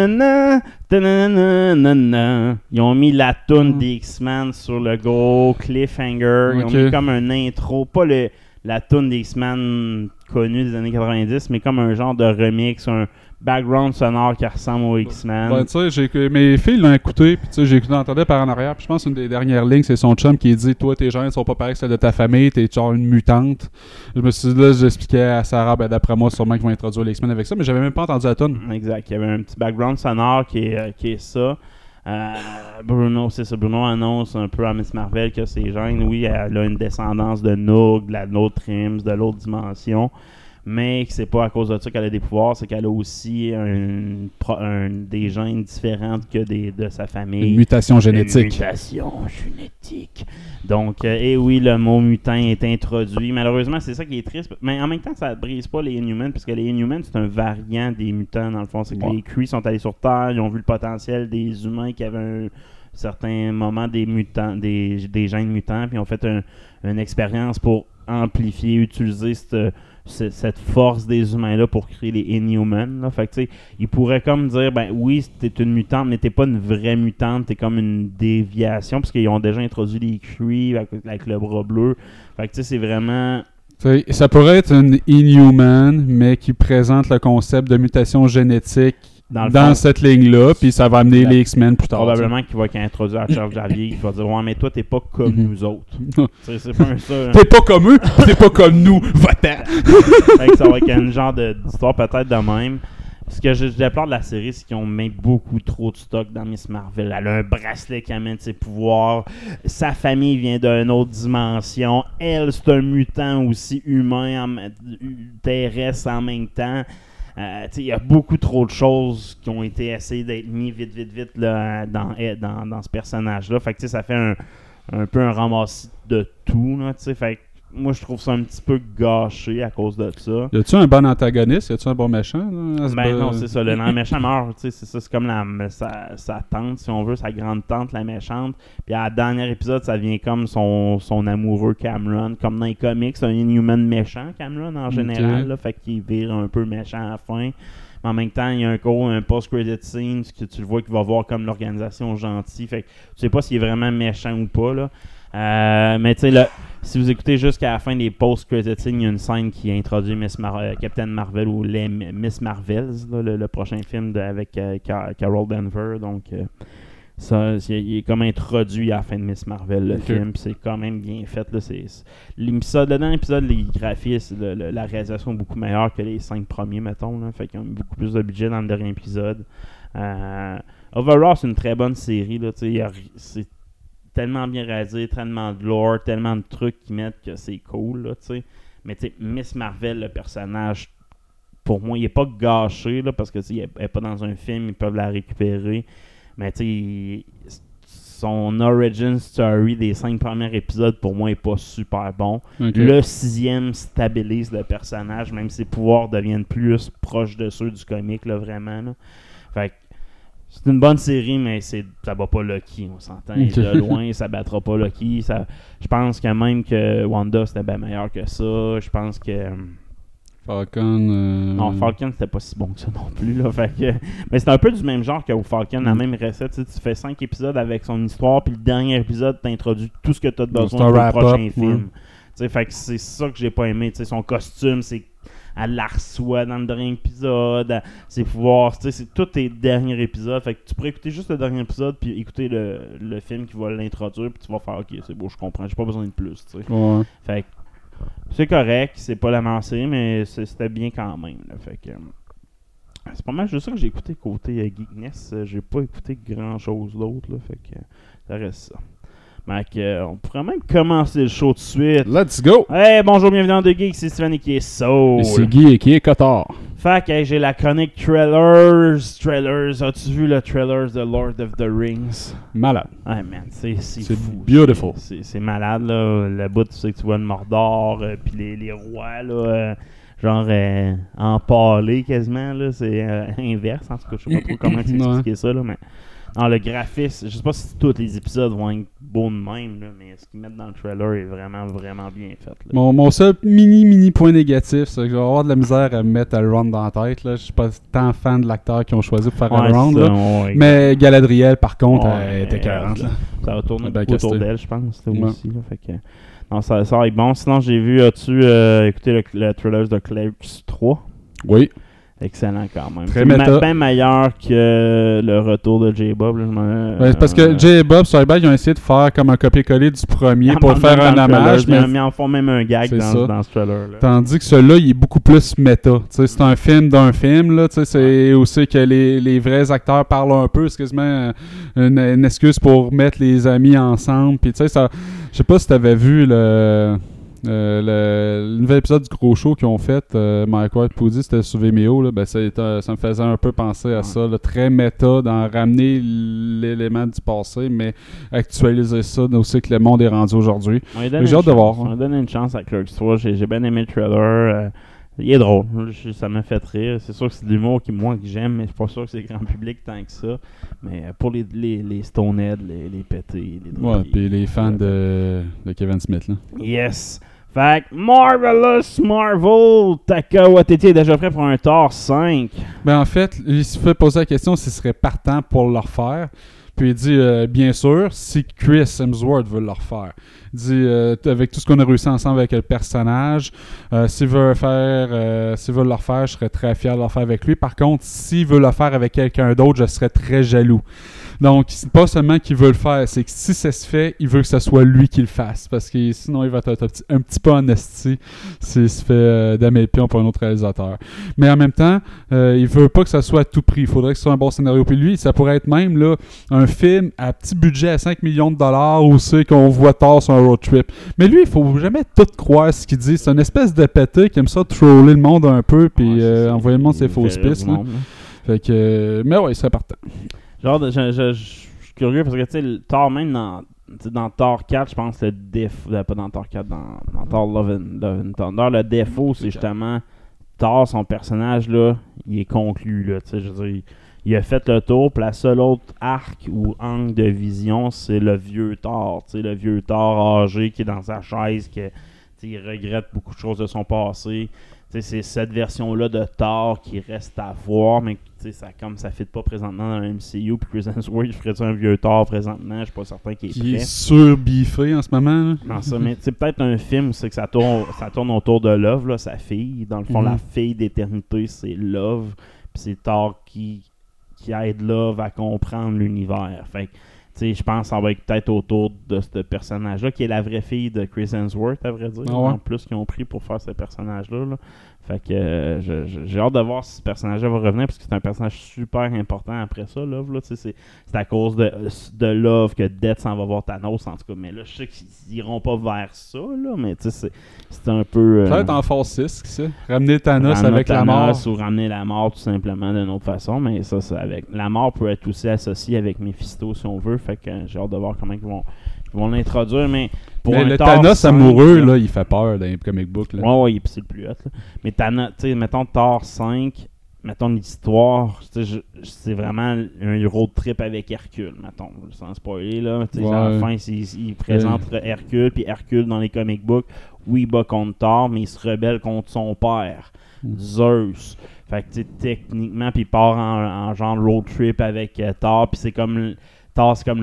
encore. Ils ont mis la toune des X-Men sur le gros cliffhanger. Ils ont mis comme un intro, pas la toune des X-Men connue des années 90, mais comme un genre de remix, un background sonore qui ressemble aux X-Men. Ben, tu sais, mes filles l'ont écouté, puis tu sais, j'ai entendu par en arrière, puis je pense qu'une des dernières lignes, c'est son chum qui dit « Toi, tes gènes sont pas pareils que celles de ta famille, t'es genre une mutante. » Je me suis dit, là, j'expliquais à Sarah, ben d'après moi, sûrement qu'ils vont introduire les X-Men avec ça, mais j'avais même pas entendu la tune. Exact, il y avait un petit background sonore qui est ça. Bruno annonce un peu à Miss Marvel que ses gènes, oui, elle a une descendance de Noog, de l'autre Trims, de l'autre dimension. Mais que c'est pas à cause de ça qu'elle a des pouvoirs, c'est qu'elle a aussi des gènes différents que de sa famille. Une mutation génétique. Une mutation génétique. Donc, et oui, le mot mutant est introduit. Malheureusement, c'est ça qui est triste. Mais en même temps, ça ne brise pas les Inhumans, puisque les Inhumans, c'est un variant des mutants, dans le fond. C'est que les Kree sont allés sur Terre, ils ont vu le potentiel des humains qui avaient certains moments des mutants, des gènes mutants, puis ils ont fait une expérience pour amplifier, utiliser cette force des humains-là pour créer les Inhumans. Là. Fait que, tu sais, ils pourraient comme dire, ben oui, t'es une mutante, mais t'es pas une vraie mutante, t'es comme une déviation, parce qu'ils ont déjà introduit les Kree avec le bras bleu. Fait que, tu sais, c'est vraiment... Ça pourrait être une Inhuman, mais qui présente le concept de mutation génétique dans cette ligne-là, puis ça va amener les X-Men plus tard. Probablement qu'il va introduire à Charles Xavier, il va dire « Ouais, mais toi, t'es pas comme nous autres. » C'est pas ça. T'es pas comme eux, t'es pas comme nous. Va-t'en! Ça va être un genre d'histoire peut-être de même. Ce que je déplore de la série, c'est qu'ils ont mis beaucoup trop de stock dans Miss Marvel. Elle a un bracelet qui amène ses pouvoirs. Sa famille vient d'une autre dimension. Elle, c'est un mutant aussi humain, terrestre en même temps. Il y a beaucoup trop de choses qui ont été essayées d'être mises vite là, dans ce personnage-là. Fait que ça fait un peu un ramassis de tout. Là, fait que moi, je trouve ça un petit peu gâché à cause de ça. Y a-tu un bon antagoniste? Y a-tu un bon méchant? Là, non, c'est ça. Le méchant meurt. C'est ça. C'est comme sa tante, si on veut, sa grande tante, la méchante. Puis à la dernier épisode, ça vient comme son amoureux Cameron. Comme dans les comics, c'est un Inhuman méchant, Cameron, en général. Là, fait qu'il vire un peu méchant à la fin. Mais en même temps, il y a un post-credit scene que tu le vois qu'il va voir comme l'organisation gentille. Fait que tu sais pas s'il est vraiment méchant ou pas, là. Mais tu sais, si vous écoutez jusqu'à la fin des post-credits, il y a une scène qui introduit Captain Marvel ou les Miss Marvels, là, le prochain film avec Carol Danvers. Donc, il est comme introduit à la fin de Miss Marvel, le film. C'est quand même bien fait. Là, le dernier épisode, les graphismes, la réalisation est beaucoup meilleure que les 5 premiers, mettons. Là, fait qu'il y a beaucoup plus de budget dans le dernier épisode. Overall, c'est une très bonne série. Là, c'est tellement bien réalisé, tellement de lore, tellement de trucs qu'ils mettent que c'est cool. Là, mais Miss Marvel, le personnage, pour moi, il n'est pas gâché là, parce que il n'est pas dans un film, ils peuvent la récupérer. Mais son origin story des 5 premiers épisodes, pour moi, n'est pas super bon. Okay. Le 6e stabilise le personnage, même si ses pouvoirs deviennent plus proches de ceux du comic, là, vraiment. Là. Fait que c'est une bonne série, mais ça bat pas Loki, on s'entend. De loin, ça battra pas Loki. Je pense que même que Wanda, c'était bien meilleur que ça. Je pense que... Falcon... Non, Falcon, c'était pas si bon que ça non plus. Là, mais c'est un peu du même genre que Falcon, la même recette. Tu fais 5 épisodes avec son histoire, puis le dernier épisode t'introduit tout ce que tu as besoin pour le prochain film. Fait que c'est ça que j'ai pas aimé. Son costume, elle la reçoit dans le dernier épisode, ses pouvoirs, c'est tous tes derniers épisodes. Fait que tu pourrais écouter juste le dernier épisode puis écouter le film qui va l'introduire, puis tu vas faire ok, c'est beau, je comprends, j'ai pas besoin de plus. Ouais. Fait que c'est correct, c'est pas la série, mais c'était bien quand même. Là. Fait que c'est pas mal juste ça que j'ai écouté côté Geekness. J'ai pas écouté grand chose d'autre. Là, fait que ça reste ça. On pourrait même commencer le show tout de suite. Let's go! Hey, bonjour, bienvenue dans The Geek, c'est Steven qui est Soul. C'est Guy qui est Cotard. Fait que j'ai la chronique Trailers. As-tu vu le trailer de Lord of the Rings? Malade. Ouais, man, c'est fou. Beautiful. C'est malade, là. Le bout, tu sais que tu vois le Mordor, puis les rois, là, genre empalés quasiment, là. C'est inverse, en tout cas. Je sais pas trop comment expliquer ça, là, mais... Non, le graphisme, je sais pas si tous les épisodes vont être beaux de même, là, mais ce qu'ils mettent dans le trailer est vraiment, vraiment bien fait. Là. Mon seul mini point négatif, c'est que je vais avoir de la misère à me mettre Elrond dans la tête. Là. Je suis pas tant fan de l'acteur qu'ils ont choisi pour faire Elrond. Mais Galadriel, par contre, elle était 40. Ça va tourner beaucoup autour d'elle, je pense. Aussi, là, fait que... Non, ça va être bon. Sinon, j'ai vu, as-tu écouté le trailer de Clerks 3? Oui. Excellent quand même. Très méta. Bien meilleur que le retour de J-Bob. Parce que J-Bob, sur ils ont essayé de faire comme un copier-coller du premier pour faire un hommage. Mais ils en font même un gag dans ce trailer-là. Tandis que celui-là, il est beaucoup plus méta. C'est un film d'un film. Là, c'est aussi que les vrais acteurs parlent un peu. C'est quasiment une excuse pour mettre les amis ensemble. Puis, je sais pas si tu avais vu le nouvel épisode du gros show qu'ils ont fait, Mike White Poudy, c'était sur Vimeo, là, ça me faisait un peu penser à ça, là, très méta, dans ramener l'élément du passé, mais actualiser ça aussi que le monde est rendu aujourd'hui. J'ai hâte de voir. On a donné une chance à Clerks 3, j'ai bien aimé le trailer, il est drôle, ça m'a fait rire, c'est sûr que c'est de l'humour que j'aime, mais je suis pas sûr que c'est grand public tant que ça, mais pour les Stoneheads, les pétés, les drogués. Ouais, puis les fans de Kevin Smith, là. Yes! Fait que Marvelous Marvel, Taika Waititi est déjà prêt pour un Thor 5. Ben en fait, il se fait poser la question s'il serait partant pour le refaire. Puis il dit, bien sûr, si Chris Hemsworth veut le refaire. Il dit, avec tout ce qu'on a réussi ensemble avec le personnage, s'il veut le refaire, je serais très fier de le refaire avec lui. Par contre, s'il veut le faire avec quelqu'un d'autre, je serais très jaloux. Donc, c'est pas seulement qu'il veut le faire, c'est que si ça se fait, il veut que ce soit lui qui le fasse. Parce que sinon, il va être un petit peu en esti s'il se fait damer le pion pour un autre réalisateur. Mais en même temps, il veut pas que ça soit à tout prix. Il faudrait que ce soit un bon scénario. Puis lui, ça pourrait être même là, un film à petit budget à 5 millions de dollars où c'est qu'on voit Thor sur un road trip. Mais lui, il faut jamais tout croire ce qu'il dit. C'est une espèce de pété qui aime ça troller le monde un peu puis envoyer le monde ses fausses pistes. Fait que, mais ouais, c'est partant. Genre, je suis curieux parce que, tu sais, Thor, même dans Thor 4, je pense que le défaut, pas dans Thor 4, dans Thor Love and Thunder, le défaut, c'est justement Thor, son personnage, là, il est conclu, là, tu sais, je veux dire, il a fait le tour, puis la seule autre arc ou angle de vision, c'est le vieux Thor, tu sais, le vieux Thor âgé qui est dans sa chaise, qui il regrette beaucoup de choses de son passé. C'est cette version-là de Thor qui reste à voir, mais comme ça ne fit pas présentement dans le MCU. Puis Chris Hemsworth ferait un vieux Thor présentement, je suis pas certain qu'il est prêt. Il est surbiffé en ce moment. Là. Non, ça, mais peut-être un film où c'est que ça tourne autour de Love, là, sa fille. Dans le fond, la fille d'éternité, c'est Love. Puis c'est Thor qui aide Love à comprendre l'univers. Fait que, je pense que ça va être peut-être autour de ce personnage-là, qui est la vraie fille de Chris Hemsworth, à vrai dire. En plus, qu'ils ont pris pour faire ce personnage-là. Là. Fait que j'ai hâte de voir si ce personnage-là va revenir, parce que c'est un personnage super important après ça, Love. Là, c'est à cause de Love que Death s'en va voir Thanos, en tout cas. Mais là, je sais qu'ils iront pas vers ça, là, mais c'est un peu... Peut-être en Phase 6, qui sait. Ramener Thanos avec la mort. Ou ramener la mort, tout simplement, d'une autre façon. Mais ça, avec la mort peut être aussi associée avec Mephisto, si on veut. Fait que j'ai hâte de voir comment ils vont l'introduire, mais le Thanos amoureux, là, il fait peur dans les comic books. Ouais, c'est le plus hot. Là. Mais Thanos, mettons Thor 5, mettons l'histoire, c'est vraiment un road trip avec Hercule, mettons, sans spoiler. Là, à la fin, il présente Hercule, puis Hercule dans les comic books, il bat contre Thor, mais il se rebelle contre son père, Zeus. Fait que techniquement, puis il part en genre road trip avec Thor, puis c'est comme... Thor, c'est comme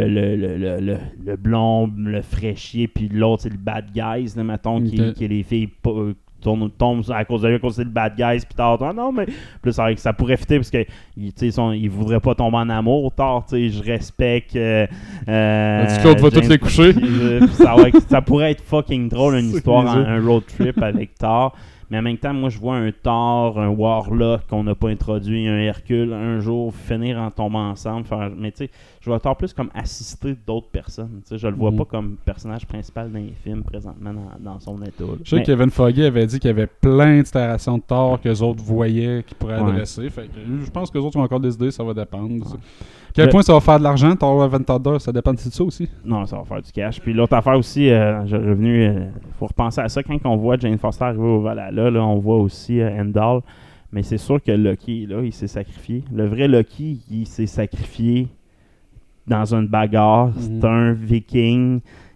le blond, le fraîchier, puis l'autre, c'est le bad guys, là, mettons, qui les filles tombent à cause de lui, à cause c'est le bad guys, puis Thor, non, mais plus ça pourrait fitter, parce que ils voudraient pas tomber en amour, Thor, je respecte. Claude va toutes les coucher. Ça pourrait être fucking drôle, une histoire, un road trip avec Thor. Mais en même temps, moi, je vois un Thor, un Warlock qu'on n'a pas introduit, un Hercule, un jour finir en tombant ensemble. Mais tu sais, je vois Thor plus comme assister d'autres personnes. Je le vois pas comme personnage principal d'un film présentement dans son état. Là. Je sais que Kevin Feige avait dit qu'il y avait plein d'itérations de Thor qu'eux autres voyaient qu'ils pourraient adresser. Fait que je pense qu'eux autres ont encore des idées, ça va dépendre. Quel point ça va faire de l'argent, Thor Love and Thunder, ça dépend de ça aussi? Non, ça va faire du cash. Puis l'autre affaire aussi, j'ai revenu, faut repenser à ça, quand on voit Jane Foster arriver au Valhalla, là, on voit aussi Heimdall, mais c'est sûr que Loki, là, il s'est sacrifié. Le vrai Loki, il s'est sacrifié dans une bagarre. C'est un viking.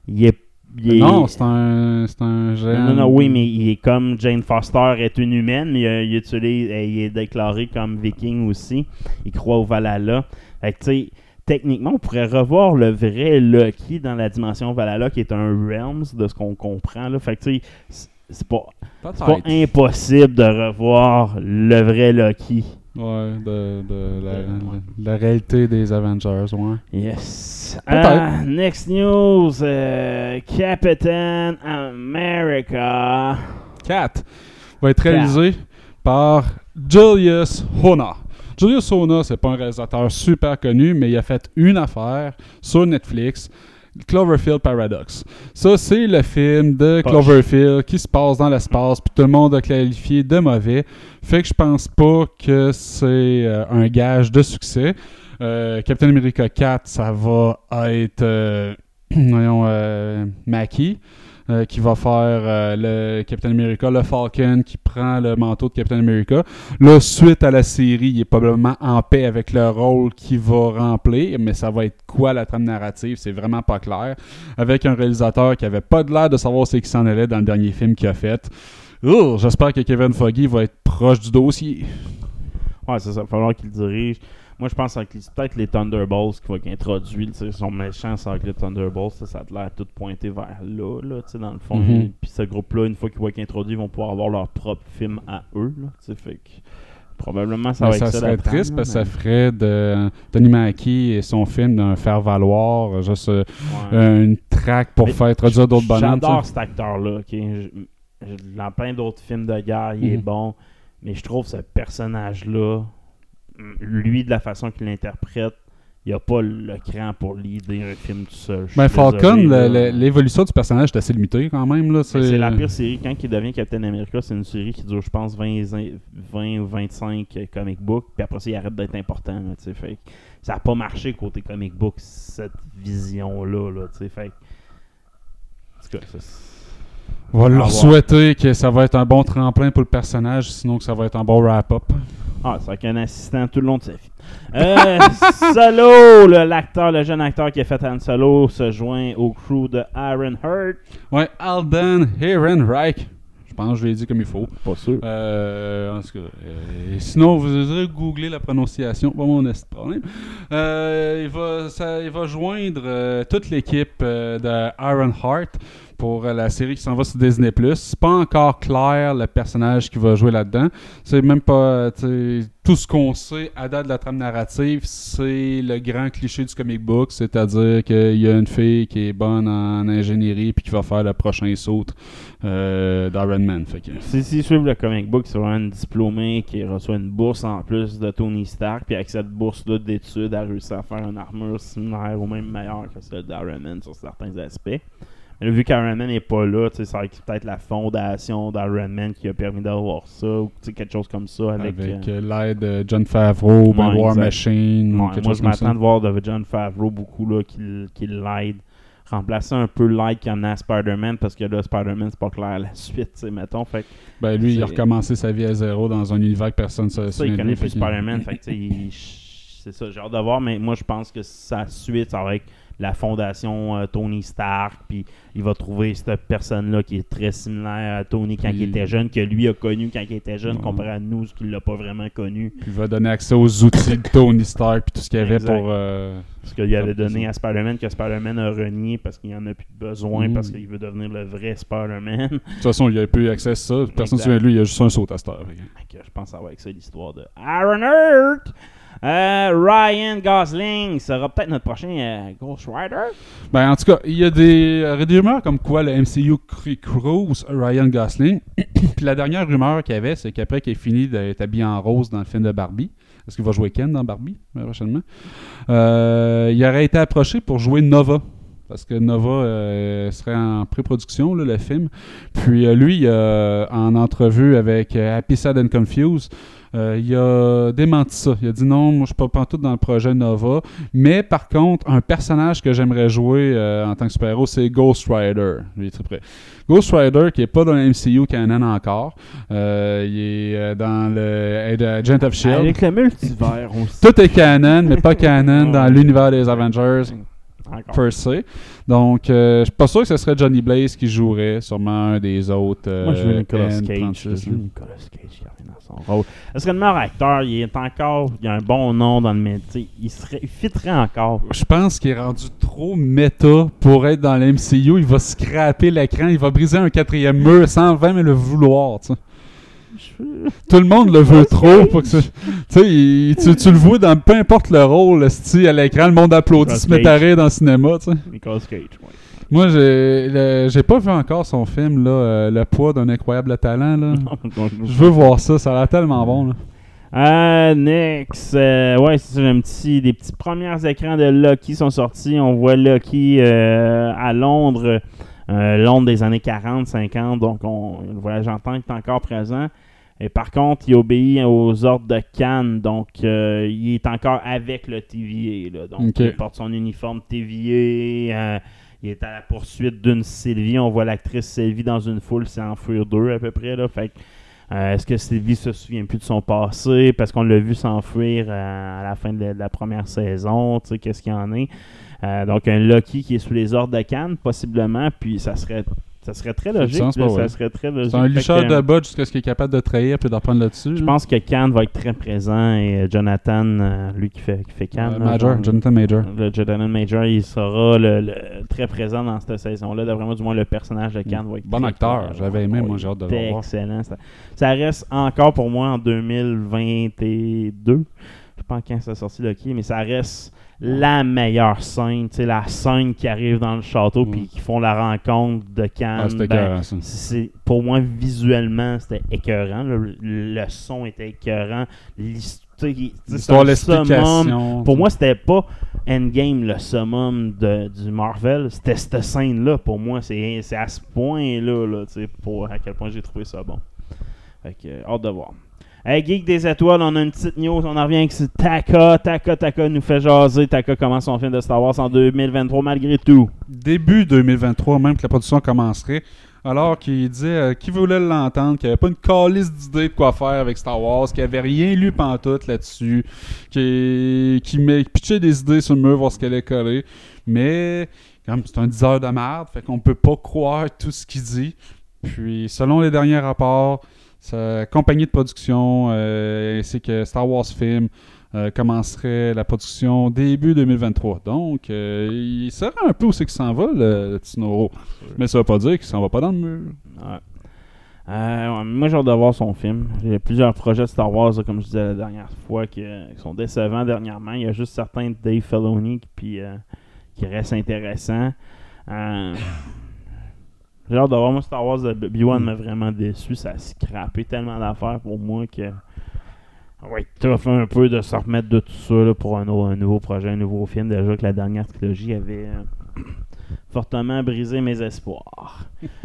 Non, c'est un jeune. Non, oui, mais il est comme Jane Foster est une humaine, mais il est déclaré comme viking aussi. Il croit au Valhalla. Fait que, tu sais, techniquement, on pourrait revoir le vrai Loki dans la dimension Valhalla, qui est un Realms, de ce qu'on comprend. Là. Fait que, tu sais, c'est pas impossible de revoir le vrai Loki. Ouais, la réalité des Avengers, ouais. Yes. Next news, Captain America 4 va être réalisé par Julius Hona. Julius Hona, c'est pas un réalisateur super connu, mais il a fait une affaire sur Netflix, Cloverfield Paradox. Ça, c'est le film de Cloverfield qui se passe dans l'espace, puis tout le monde a qualifié de mauvais. Fait que je pense pas que c'est un gage de succès. Captain America 4, ça va être Mackie. Qui va faire le Captain America, le Falcon qui prend le manteau de Captain America. Là, suite à la série, il est probablement en paix avec le rôle qu'il va remplir, mais ça va être quoi la trame narrative? C'est vraiment pas clair. Avec un réalisateur qui avait pas de l'air de savoir c'est qui s'en allait dans le dernier film qu'il a fait. J'espère que Kevin Feige va être proche du dossier. Ouais, c'est ça. Il va falloir qu'il dirige. Moi, je pense que c'est peut-être les Thunderbolts qui vont être introduits. Ils sont méchants avec les Thunderbolts. Ça a l'air tout pointé vers là, dans le fond. Puis ce groupe-là, une fois qu'ils vont être introduits, ils vont pouvoir avoir leur propre film à eux. Là, fait que probablement, ça va être ça. Ça serait triste parce que ça ferait de Tony Mackie et son film d'un faire-valoir, juste une traque pour faire introduire d'autres bonhommes. J'adore cet acteur-là. Dans plein d'autres films de guerre, il est bon. Mais je trouve ce personnage-là, lui, de la façon qu'il l'interprète, il n'a pas le cran pour leader un film tout seul. Falcon, l'évolution du personnage est assez limitée quand même. Là, c'est la pire série. Quand il devient Captain America, c'est une série qui dure, je pense, 20 ou 25 comic books. Puis après ça, il arrête d'être important. Là, fait, ça n'a pas marché côté comic book, cette vision-là. Là, fait, en tout cas, on va leur souhaiter que ça va être un bon tremplin pour le personnage, sinon que ça va être un bon wrap-up. Ah, c'est qu'un assistant tout le long de sa vie. Solo, le jeune acteur qui a fait Han Solo, se joint au crew de Ironheart. Ouais, Alden Ehrenreich. Je pense que je l'ai dit comme il faut. Pas sûr. En tout cas, sinon, vous devrez googler la prononciation. Pas mon problème. Il va joindre toute l'équipe de Ironheart pour la série qui s'en va sur Disney+. C'est pas encore clair le personnage qui va jouer là-dedans. C'est même pas... Tout ce qu'on sait à date de la trame narrative, c'est le grand cliché du comic book, c'est-à-dire qu'il y a une fille qui est bonne en ingénierie puis qui va faire le prochain saut d'Iron Man. Si suivent le comic book, c'est vraiment une diplômée qui reçoit une bourse en plus de Tony Stark, puis avec cette bourse-là d'études, elle a réussi à faire une armure similaire ou même meilleure que celle d'Iron Man sur certains aspects. Mais là, vu qu'Iron Man n'est pas là, c'est peut-être la fondation d'Iron Man qui a permis d'avoir ça, ou quelque chose comme ça. Avec l'aide de Jon Favreau, War Machine. Moi, je m'attends de voir de Jon Favreau beaucoup là, qui l'aide. Remplacer un peu l'aide qu'il y en a à Spider-Man, parce que là, Spider-Man, c'est pas clair la suite, mettons. Fait lui, il a recommencé sa vie à zéro dans un univers que personne ne se souvient. Il connaît plus Spider-Man, fait c'est ça, j'ai hâte de voir, mais moi, je pense que sa suite, ça va être la fondation Tony Stark, puis il va trouver cette personne-là qui est très similaire à Tony quand il était jeune, que lui a connu quand il était jeune, comparé à nous, ce qu'il l'a pas vraiment connu. Il va donner accès aux outils de Tony Stark, puis tout ce qu'il y avait pour... ce qu'il avait donné à Spider-Man, que Spider-man a renié parce qu'il en a plus besoin, parce qu'il veut devenir le vrai Spider-Man. De toute façon, il a plus accès à ça. Personne ne se souvient de lui, il a juste un saut à cette heure. Je pense que ça va avec ça l'histoire de Ironheart. Ryan Gosling sera peut-être notre prochain Ghost Rider. En tout cas, il y a des rumeurs comme quoi le MCU cruise Ryan Gosling. Puis la dernière rumeur qu'il y avait, c'est qu'après qu'il ait fini d'être habillé en rose dans le film de Barbie, est-ce qu'il va jouer Ken dans Barbie prochainement, il aurait été approché pour jouer Nova. Parce que Nova serait en pré-production, le film. Puis lui, en entrevue avec Happy, Sad and Confused, il a démenti ça. Il a dit non, moi je ne suis pas tout dans le projet Nova. Mais par contre, un personnage que j'aimerais jouer en tant que super-héros, c'est Ghost Rider. Lui, il est très prêt. Ghost Rider, qui n'est pas dans le MCU canon encore. Il est dans le Agent of S.H.I.E.L.D. Avec le multivers aussi. Tout est canon, mais pas canon dans l'univers des Avengers. Per se. Donc, je suis pas sûr que ce serait Johnny Blaze qui jouerait, sûrement un des autres. Moi, je veux Nicolas Cage. Je veux Nicolas Cage qui revient dans son rôle. Est-ce que le meilleur acteur, il a un bon nom dans le métier, il fitterait encore. Je pense qu'il est rendu trop méta pour être dans l'MCU. Il va scraper l'écran, il va briser un 4e mur sans vraiment le vouloir, tu sais. Tout le monde le veut trop pour que ça... tu le vois dans peu importe le rôle à l'écran, le monde applaudit, se met à rire dans le cinéma, tu sais. Nicolas Cage, ouais. Moi, j'ai pas vu encore son film là, Le poids d'un incroyable talent là. Je veux voir ça a l'air tellement bon là. Next, ouais, c'est ça, des petits premiers écrans de Loki sont sortis. On voit Loki à Londres. Londres des années 40-50, donc le voyage en temps est encore présent. Et par contre, il obéit aux ordres de Khan, donc il est encore avec le TVA. Là, donc il porte son uniforme TVA, il est à la poursuite d'une Sylvie. On voit l'actrice Sylvie dans une foule s'enfuir d'eux à peu près. Là, fait est-ce que Sylvie se souvient plus de son passé parce qu'on l'a vu s'enfuir à la fin de la première saison, tu sais, qu'est-ce qu'il y en est? Donc un Loki qui est sous les ordres de Khan, possiblement, puis ça serait très logique. Ça serait très logique. C'est un licheur de bas jusqu'à ce qu'il est capable de trahir puis de reprendre là-dessus. Je pense que Khan va être très présent et Jonathan, lui qui fait Khan. Jonathan Major. Le Jonathan Major, il sera très présent dans cette saison-là. D'après moi, du moins, le personnage de Khan va être bon acteur. J'avais aimé, moi, j'ai hâte de le voir. Excellent. Ça reste encore pour moi en 2022. Je ne sais pas quand ça a sorti Loki, mais ça reste la meilleure scène, tu sais, la scène qui arrive dans le château puis qui font la rencontre de Khan. C'était écœurant, ça. Pour moi, visuellement, c'était écœurant. Le son était écœurant. L'histoire, l'explication. Pour moi, c'était pas Endgame, le summum du Marvel. C'était cette scène-là. Pour moi, c'est à ce point-là, là, pour à quel point j'ai trouvé ça bon. Fait que, hâte de voir. Hey, Geek des étoiles, on a une petite news. On en revient avec Taka. Taka nous fait jaser. Taka commence son film de Star Wars en 2023 malgré tout. Début 2023, même que la production commencerait. alors qu'il disait qu'il voulait l'entendre, qu'il avait pas une calisse d'idée de quoi faire avec Star Wars, qu'il avait rien lu pantoute là-dessus, qu'il pitchait des idées sur le mur, voir ce qu'elle allait coller. Mais comme c'est un 10 heures de merde, fait qu'on peut pas croire tout ce qu'il dit. Puis selon les derniers rapports, sa compagnie de production ainsi que Star Wars Film commencerait la production début 2023. Donc, il saura un peu où c'est qu'il s'en va, le petit Noro. Mais ça veut pas dire qu'il s'en va pas dans le mur. Ouais. Moi, j'ai hâte de voir son film. J'ai plusieurs projets de Star Wars, là, comme je disais la dernière fois, qui sont décevants dernièrement. Il y a juste certains de Dave Filoni qui restent intéressants. J'ai hâte de voir. Moi, Star Wars de Obi-Wan m'a vraiment déçu. Ça a scrappé tellement d'affaires pour moi que ouais, tough un peu de se remettre de tout ça là, pour un nouveau projet, un nouveau film. Déjà que la dernière trilogie avait fortement brisé mes espoirs.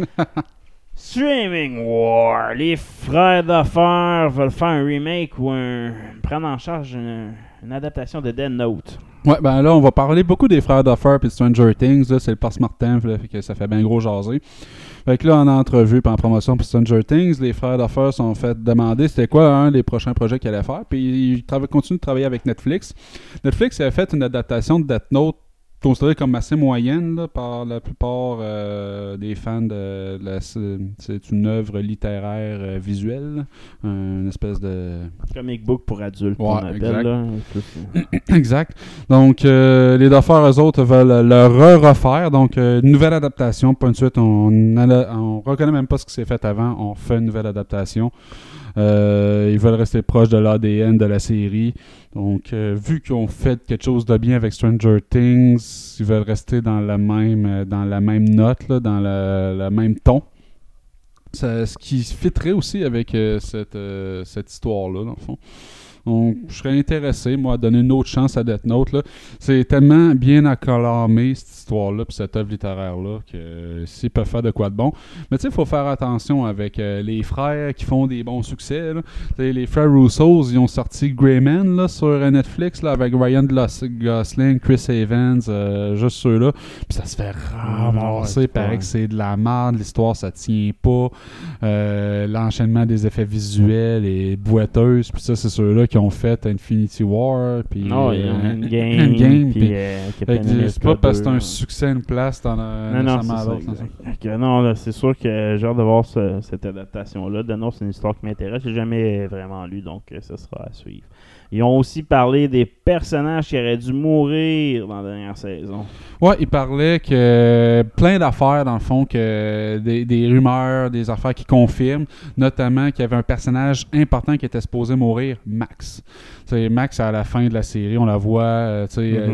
Streaming War. Les frères d'affaires veulent faire un remake ou prendre en charge une adaptation de Dead Note. Ouais, ben là, on va parler beaucoup des frères d'affaires puis de Stranger Things. Là, c'est le passe-martin, fait que ça fait bien gros jaser. Fait que là, en entrevue puis en promotion pour Stranger Things, les frères d'affaires sont fait demander c'était quoi un des prochains projets qu'ils allaient faire. Puis ils continuent de travailler avec Netflix. Netflix a fait une adaptation de Death Note considérée comme assez moyenne là, par la plupart des fans c'est une œuvre littéraire visuelle, une espèce de comic book pour adultes, ouais, on appelle exact. là. Exact. Donc les d'affaires eux autres veulent le refaire, donc une nouvelle adaptation, pas une suite, on reconnaît même pas ce qui s'est fait avant, on fait une nouvelle adaptation. Ils veulent rester proches de l'ADN de la série. Donc, vu qu'ils ont fait quelque chose de bien avec Stranger Things, ils veulent rester dans la même note, là, dans le même ton. Ce qui fitterait aussi avec cette histoire-là, dans le fond. Donc, je serais intéressé, moi, à donner une autre chance à Death Note. Là. C'est tellement bien accolamé, cette histoire-là, puis cette œuvre littéraire-là, que s'ils peuvent faire de quoi de bon. Mais tu sais, il faut faire attention avec les frères qui font des bons succès. Là. Les frères Russos, ils ont sorti Greyman là, sur Netflix là, avec Ryan Gosling, Chris Evans, juste ceux-là. Puis ça se fait ramasser, paraît que c'est de la merde, l'histoire, ça tient pas. L'enchaînement des effets visuels et boiteuses, puis ça, c'est ceux-là qui ont fait Infinity War, puis Endgame, puis c'est pas parce que c'est un succès à une place dans non, c'est sûr que j'ai hâte de voir cette adaptation-là. De non, c'est une histoire qui m'intéresse. J'ai jamais vraiment lu, donc ça sera à suivre. Ils ont aussi parlé des personnages qui auraient dû mourir dans la dernière saison. Ouais, ils parlaient que plein d'affaires, dans le fond, que des rumeurs, des affaires qui confirment, notamment qu'il y avait un personnage important qui était supposé mourir, Max. T'sais, Max, à la fin de la série, on la voit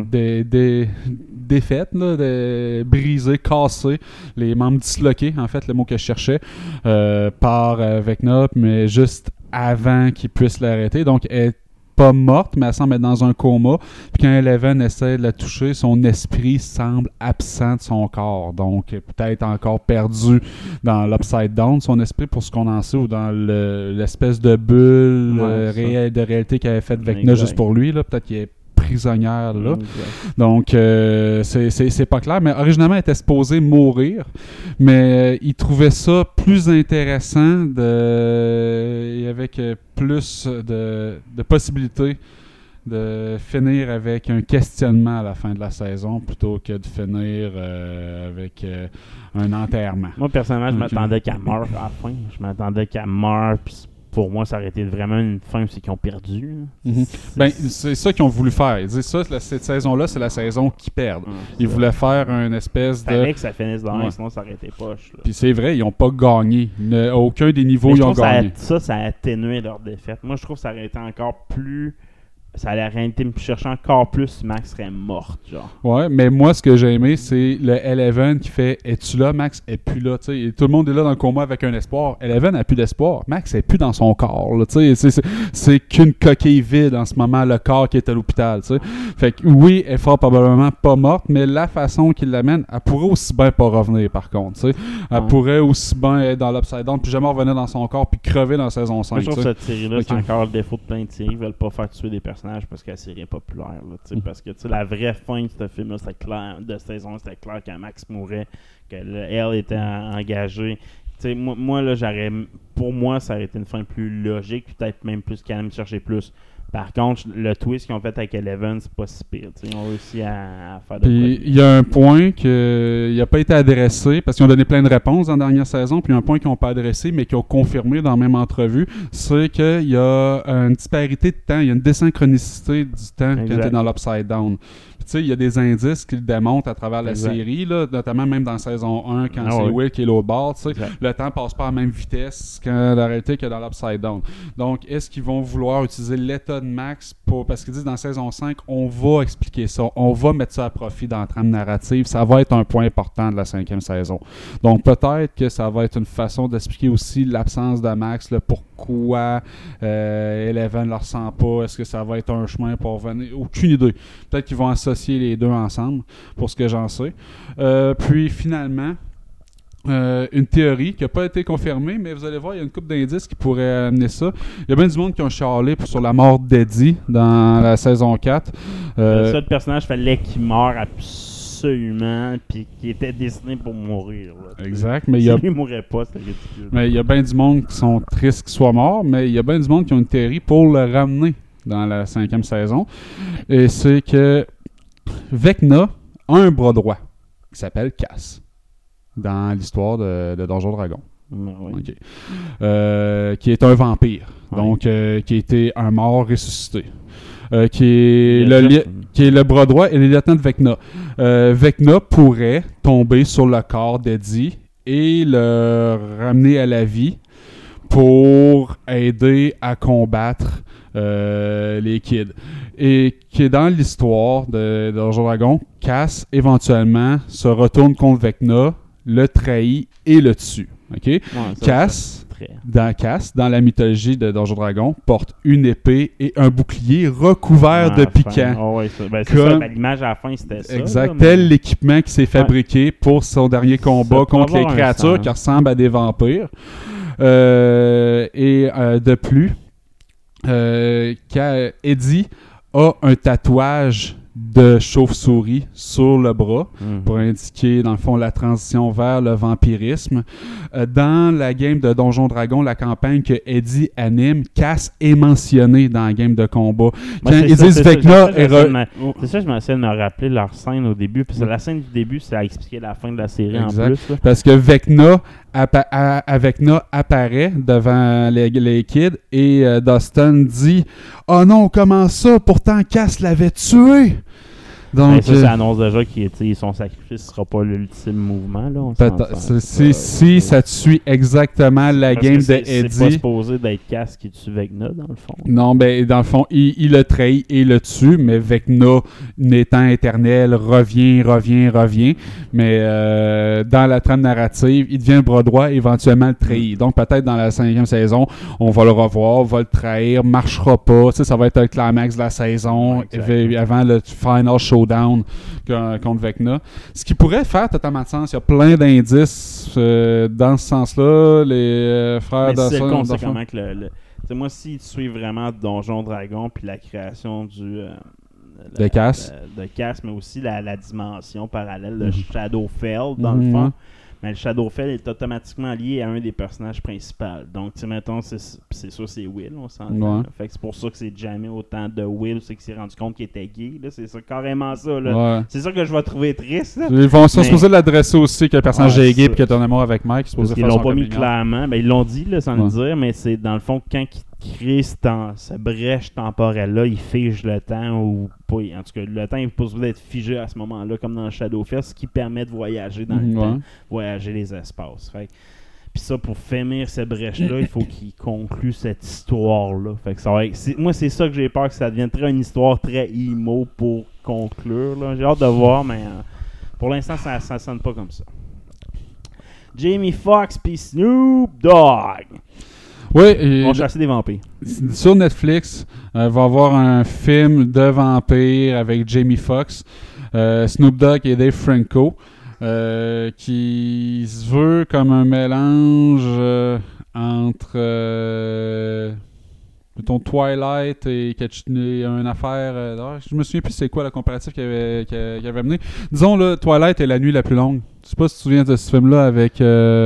défaite, brisée, cassée, les membres disloqués, en fait, le mot que je cherchais, par Vecna, mais juste avant qu'il puisse l'arrêter. Donc, elle pas morte, mais elle semble être dans un coma. Puis quand Eleven essaie de la toucher, son esprit semble absent de son corps. Donc, peut-être encore perdu dans l'Upside Down, son esprit, pour ce qu'on en sait, ou dans l'espèce de bulle de réalité qu'elle avait faite Vecna juste pour lui. Là. Peut-être qu'il est prisonnière là. Donc c'est pas clair, mais originalement elle était supposée mourir, mais il trouvait ça plus intéressant et avec plus de possibilités de finir avec un questionnement à la fin de la saison plutôt que de finir avec un enterrement. Moi personnellement je m'attendais qu'elle meure à la fin, puis pour moi, ça aurait été vraiment une fin où c'est qu'ils ont perdu. C'est ça qu'ils ont voulu faire. Ils disent ça, cette saison-là, c'est la saison qu'ils perdent. Ils voulaient faire une espèce de... Il fallait que ça finisse dans l'air, sinon ça aurait été poche. Puis c'est vrai, ils n'ont pas gagné. Aucun des niveaux, ils ont gagné. Ça a atténué leur défaite. Moi, je trouve que ça aurait été encore plus... Ça aurait été me chercher encore plus si Max serait morte, genre. Ouais, mais moi, ce que j'ai aimé, c'est le Eleven qui fait « Es-tu là, Max? » Elle est plus là, tu sais. Tout le monde est là dans le coma avec un espoir. Eleven n'a plus d'espoir. Max n'est plus dans son corps, tu sais. C'est qu'une coquille vide en ce moment, le corps qui est à l'hôpital, tu sais. Fait que oui, elle est fort probablement pas morte, mais la façon qu'il l'amène, elle pourrait aussi bien pas revenir, par contre, tu sais. Elle pourrait aussi bien être dans l'Upside Down, puis jamais revenir dans son corps, puis crever dans la saison 5. Moi, je trouve que cette série-là, c'est encore le défaut de plein de séries. Ils veulent pas faire tuer des personnages. personnage parce que la série est populaire. Là, parce que la vraie fin de ce film-là, c'était clair, de saison 1, c'était clair que Max mourait, que elle était engagée. Moi là, pour moi, ça aurait été une fin plus logique, peut-être même plus qu'elle allait me chercher plus. Par contre, le twist qu'ils ont fait avec Eleven, c'est pas si pire. Ils ont réussi à faire de quoi. Il y a un point qui n'a pas été adressé, parce qu'ils ont donné plein de réponses dans la dernière saison, puis il y a un point qu'ils n'ont pas adressé, mais qu'ils ont confirmé dans la même entrevue, c'est qu'il y a une disparité de temps, il y a une désynchronicité du temps quand tu es dans l'Upside Down. Il y a des indices qui le démontrent à travers la série, là, notamment même dans saison 1, quand c'est Will qui est l'autre bord. Le temps passe pas à la même vitesse qu'en réalité que dans l'Upside Down. Donc, est-ce qu'ils vont vouloir utiliser l'état de Max parce qu'ils disent dans saison 5, on va expliquer ça, on va mettre ça à profit dans la trame narrative, ça va être un point important de la 5e saison. Donc, peut-être que ça va être une façon d'expliquer aussi l'absence de Max, là, pourquoi Eleven ne le ressent pas, est-ce que ça va être un chemin pour revenir, aucune idée. Peut-être qu'ils vont associer les deux ensemble, pour ce que j'en sais. Puis finalement, une théorie qui n'a pas été confirmée, mais vous allez voir, il y a une couple d'indices qui pourraient amener ça. Il y a bien du monde qui ont chialé sur la mort d'Eddie dans la saison 4. Ça, le personnage, fallait qu'il meure absolument, puis qu'il était destiné pour mourir. Là, exact. Mais si lui ne mourrait pas, c'est ridicule. Mais il y a bien du monde qui sont tristes qu'il soit mort, mais il y a bien du monde qui ont une théorie pour le ramener dans la 5e saison. Et c'est que Vecna a un bras droit qui s'appelle Cass dans l'histoire de Donjon Dragon. Oui. Okay. Qui est un vampire, donc qui a été un mort ressuscité. Qui est le bras droit et le lieutenant de Vecna. Vecna pourrait tomber sur le corps d'Eddie et le ramener à la vie pour aider à combattre les kids. Et qui est dans l'histoire de Donjon Dragon, Cass éventuellement se retourne contre Vecna, le trahit et le tue. Okay? Cass, dans la mythologie de Donjon Dragon, porte une épée et un bouclier recouvert de piquants. L'image à la fin, c'était ça. Exact. Tel l'équipement qui s'est fabriqué pour son dernier combat contre les créatures qui ressemblent à des vampires. De plus, Eddie a un tatouage de chauve-souris sur le bras pour indiquer, dans le fond, la transition vers le vampirisme. Dans la game de Donjon Dragon, la campagne que Eddie anime, Cass est mentionné dans la game de combat. Quand ils disent Vecna... C'est ça, je m'essaie de me rappeler leur scène au début. Parce que la scène du début, c'est à expliquer la fin de la série en plus. Là. Parce que Vecna apparaît devant les kids et Dustin dit « Oh non, comment ça? Pourtant, Cass l'avait tué! » Donc, ça annonce déjà que son sacrifice ne sera pas l'ultime mouvement. Là, si ça suit exactement la game de Eddie... C'est pas supposé d'être Cass qui tue Vecna, dans le fond. Non, ben dans le fond, il le trahit et le tue, mais Vecna, n'étant éternel, revient. Mais dans la trame narrative, il devient le bras droit et éventuellement le trahit. Donc peut-être dans la 5e saison, on va le revoir, va le trahir, marchera pas. Ça va être un climax de la saison avant le final showdown contre Vecna. Ce qui pourrait faire totalement de sens. Il y a plein d'indices dans ce sens-là. Les frères de c'est comment que moi, si tu suis vraiment Donjon Dragon puis la création de Cass, mais aussi la dimension parallèle de Shadowfell, dans le fond. Mais le Shadowfell est automatiquement lié à un des personnages principaux. Donc, tu sais, mettons, c'est ça, c'est Will, on s'entend. Fait que c'est pour ça que c'est jamais autant de Will, c'est qu'il s'est rendu compte qu'il était gay. Là. C'est ça, carrément ça. Là. C'est ça que je vais trouver triste. Là. Ils vont supposer l'adresser aussi que le personnage est gay et qu'il est en amour avec Mike. Ils l'ont pas mis clairement. Ben, ils l'ont dit, là, sans le dire, mais c'est dans le fond, quand ils créent cette brèche temporelle-là, ils figent le temps ou pas. En tout cas, le temps est possible d'être figé à ce moment-là, comme dans Shadowfell, ce qui permet de voyager dans le temps, voyager les espaces. Puis ça, pour finir cette brèche-là, il faut qu'il conclue cette histoire-là. Fait que moi, c'est ça que j'ai peur, que ça devienne une histoire très emo pour conclure. Là. J'ai hâte de voir, mais pour l'instant, ça sonne pas comme ça. Jamie Foxx puis Snoop Dogg. Oui, on chasse des vampires. Sur Netflix, va avoir un film de vampires avec Jamie Foxx, Snoop Dogg et Dave Franco, qui se veut comme un mélange entre mettons Twilight et une affaire. Je me souviens plus c'est quoi le comparatif qu'il avait amené. Disons, là, Twilight est la nuit la plus longue. Je sais pas si tu te souviens de ce film-là avec...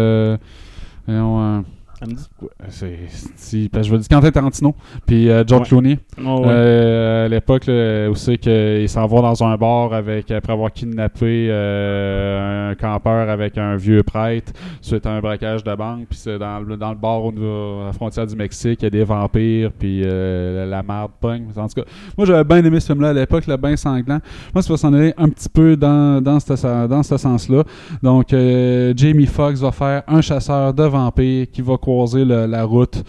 parce que je veux dire Quentin Tarantino puis George Clooney à l'époque là, où c'est qu'ils s'en vont dans un bar après avoir kidnappé un campeur avec un vieux prêtre suite à un braquage de banque, puis c'est dans le bar à la frontière du Mexique, il y a des vampires puis la marde pogne. En tout cas, moi j'avais bien aimé ce film là à l'époque, le bien sanglant. Moi ça va s'en aller un petit peu dans ce sens là. Donc Jamie Foxx va faire un chasseur de vampires qui va croiser la route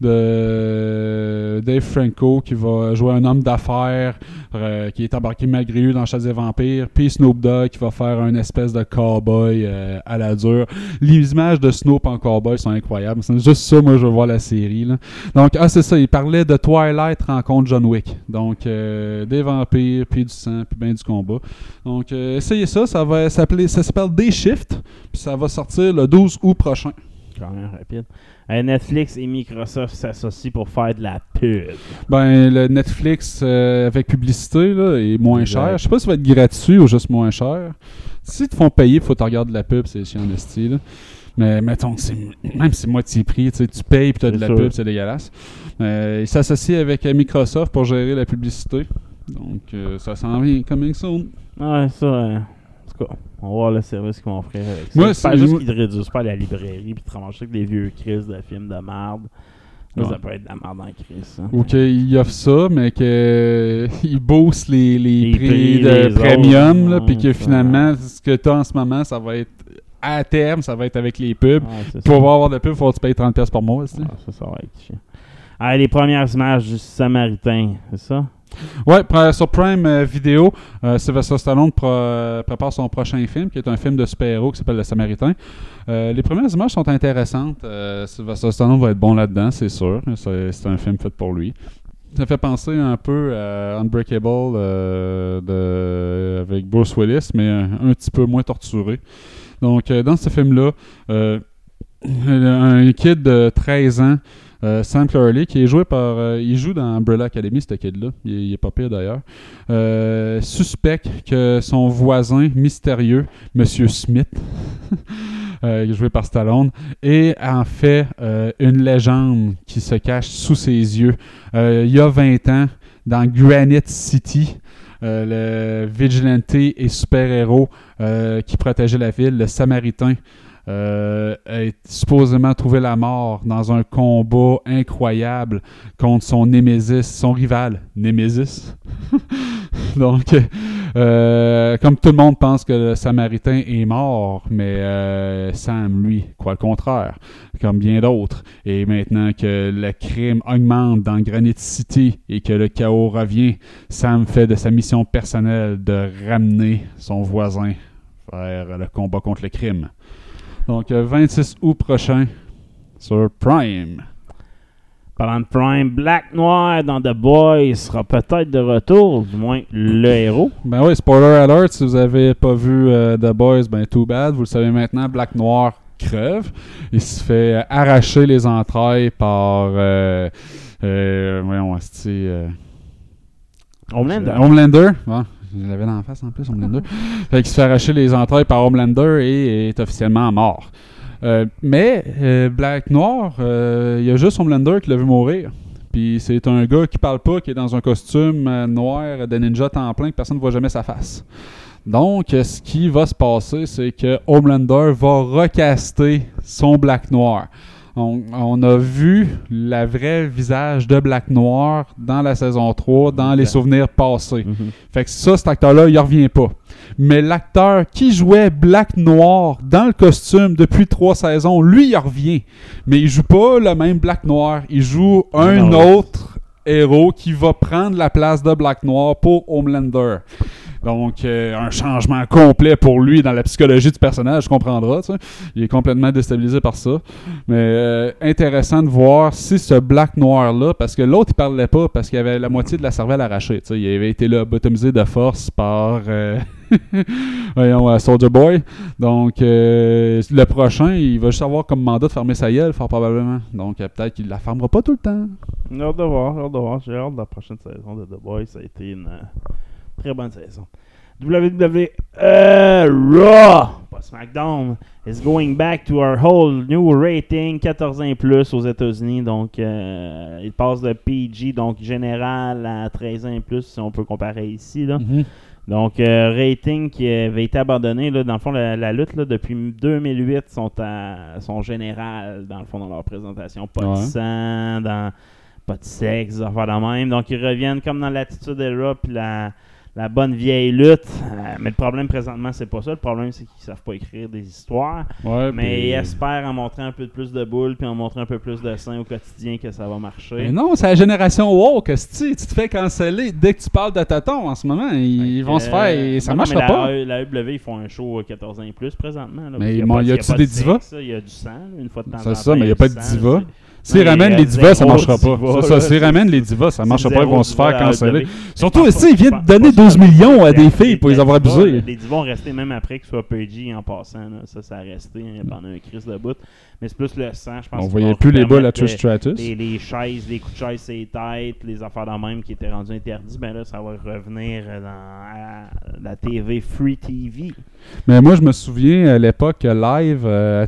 de Dave Franco, qui va jouer un homme d'affaires qui est embarqué malgré lui dans la chasse des vampires, puis Snoop Dogg qui va faire une espèce de cowboy à la dure. Les images de Snoop en cowboy sont incroyables. C'est juste ça, moi je veux voir la série là. Donc c'est ça, il parlait de Twilight rencontre John Wick. Donc des vampires, puis du sang, puis bien du combat. Donc essayez ça, ça s'appelle Day Shift, puis ça va sortir le 12 août prochain. Quand même rapide. Netflix et Microsoft s'associent pour faire de la pub. Ben, le Netflix avec publicité là, est moins cher. Je sais pas si ça va être gratuit ou juste moins cher. Si te font payer, il faut que tu regardes de la pub, c'est chiant de style. Mais mettons que même si c'est moitié prix, tu payes et tu as de la pub, c'est dégueulasse. Ils s'associent avec Microsoft pour gérer la publicité. Donc, ça s'en vient coming soon. Ouais, ça... En tout cas, on va voir le service qu'ils vont offrir avec ça. Moi, c'est juste qu'ils ne réduisent pas la librairie puis te ramassent avec des vieux crises de films de merde. Là, ça peut être de la merde en crise. Hein. Ou qu'ils offrent ça, mais qu'ils boostent les prix de premium, puis que finalement, ce que tu as en ce moment, ça va être à terme, ça va être avec les pubs. Ouais, pour avoir de pubs, il faut que tu payes 30$ par mois. Ça va être chiant. Allez, les premières images du Samaritain, c'est ça? Ouais, sur Prime Video, Sylvester Stallone prépare son prochain film, qui est un film de super-héros qui s'appelle Le Samaritain. Les premières images sont intéressantes. Sylvester Stallone va être bon là-dedans, c'est sûr. C'est un film fait pour lui. Ça fait penser un peu à Unbreakable avec Bruce Willis, mais un petit peu moins torturé. Donc, dans ce film-là, un kid de 13 ans, Sam Clary, qui est joué par... il joue dans Umbrella Academy, ce kid-là. Il est pas pire, d'ailleurs. Suspecte que son voisin mystérieux, Monsieur Smith, joué par Stallone, est en fait une légende qui se cache sous ses yeux. Il y a 20 ans, dans Granite City, le vigilante et super-héros qui protégeait la ville, le Samaritain, a supposément trouvé la mort dans un combat incroyable contre son Némésis, son rival, Némésis. Donc, comme tout le monde pense que le Samaritain est mort, mais Sam, lui, croit le contraire, comme bien d'autres. Et maintenant que le crime augmente dans Granite City et que le chaos revient, Sam fait de sa mission personnelle de ramener son voisin vers le combat contre le crime. Donc, 26 août prochain sur Prime. Parlant de Prime, Black Noir dans The Boys sera peut-être de retour, du moins le héros. Ben oui, spoiler alert, si vous n'avez pas vu The Boys, ben too bad. Vous le savez maintenant, Black Noir crève. Il se fait arracher les entrailles par... Homelander. Ouais. Je l'avais dans la face en plus, Homelander. Fait qu'il se fait arracher les entrailles par Homelander et est officiellement mort. Mais Black Noir, il y a juste Homelander qui l'a vu mourir. Puis c'est un gars qui parle pas, qui est dans un costume noir de ninja temps plein, que personne ne voit jamais sa face. Donc, ce qui va se passer, c'est que Homelander va recaster son Black Noir. On a vu le vrai visage de Black Noir dans la saison 3, dans les souvenirs passés. Mm-hmm. Fait que ça, cet acteur-là, il revient pas. Mais l'acteur qui jouait Black Noir dans le costume depuis 3 saisons, lui, il revient. Mais il joue pas le même Black Noir. Il joue autre héros qui va prendre la place de Black Noir pour Homelander. Donc, un changement complet pour lui dans la psychologie du personnage, je comprendras. Tu sais. Il est complètement déstabilisé par ça. Mais intéressant de voir si ce Black Noir-là, parce que l'autre, il parlait pas parce qu'il avait la moitié de la cervelle arrachée. Tu sais. Il avait été lobotomisé de force par... voyons, Soldier Boy. Donc, le prochain, il va juste avoir comme mandat de fermer sa gueule, fort probablement. Donc, peut-être qu'il la fermera pas tout le temps. J'ai hâte de voir. J'ai hâte de la prochaine saison de The Boys. Ça a été une très bonne saison. WWE Raw, pas SmackDown, is going back to our whole new rating 14 ans et plus aux États-Unis. Donc, il passe de PG, donc général, à 13 ans et plus, si on peut comparer ici. Là. Mm-hmm. Donc, rating qui avait été abandonné. Là, dans le fond, la lutte, là, depuis 2008, sont générales, dans le fond, dans leur présentation. Pas de sang, pas de sexe, des affaires de même. Donc, ils reviennent comme dans l'attitude Era, puis la bonne vieille lutte. Mais le problème, présentement, c'est pas ça. Le problème, c'est qu'ils savent pas écrire des histoires. Mais ils espèrent en montrer un peu plus de boules, puis en montrer un peu plus de sang au quotidien que ça va marcher. Mais non, c'est la génération woke, tu te fais canceller dès que tu parles de tonton en ce moment. Ils vont se faire et ça marchera pas. La AEW, ils font un show 14 ans et plus présentement. Là, mais y a-tu des divas? Il y a du sang, une fois de temps en temps. C'est ça, mais il n'y a pas de divas. S'ils ramènent les divas, ça marchera pas. C'est ça, s'ils ramènent les divas, ça marchera pas, ils vont se faire canceller. Surtout ici, ils viennent de donner 12 millions à des filles pour les avoir abusées. Les divas vont rester même après qu'ils soient PG en passant. Là. Ça a resté pendant un crise de bout. Mais c'est plus le sang, je pense. On voyait plus les boules à Trish Stratus. Les chaises, les coups de chaise sur les têtes, les affaires de même qui étaient rendues interdites, ben là, ça va revenir dans la TV Free TV. Mais moi, je me souviens à l'époque live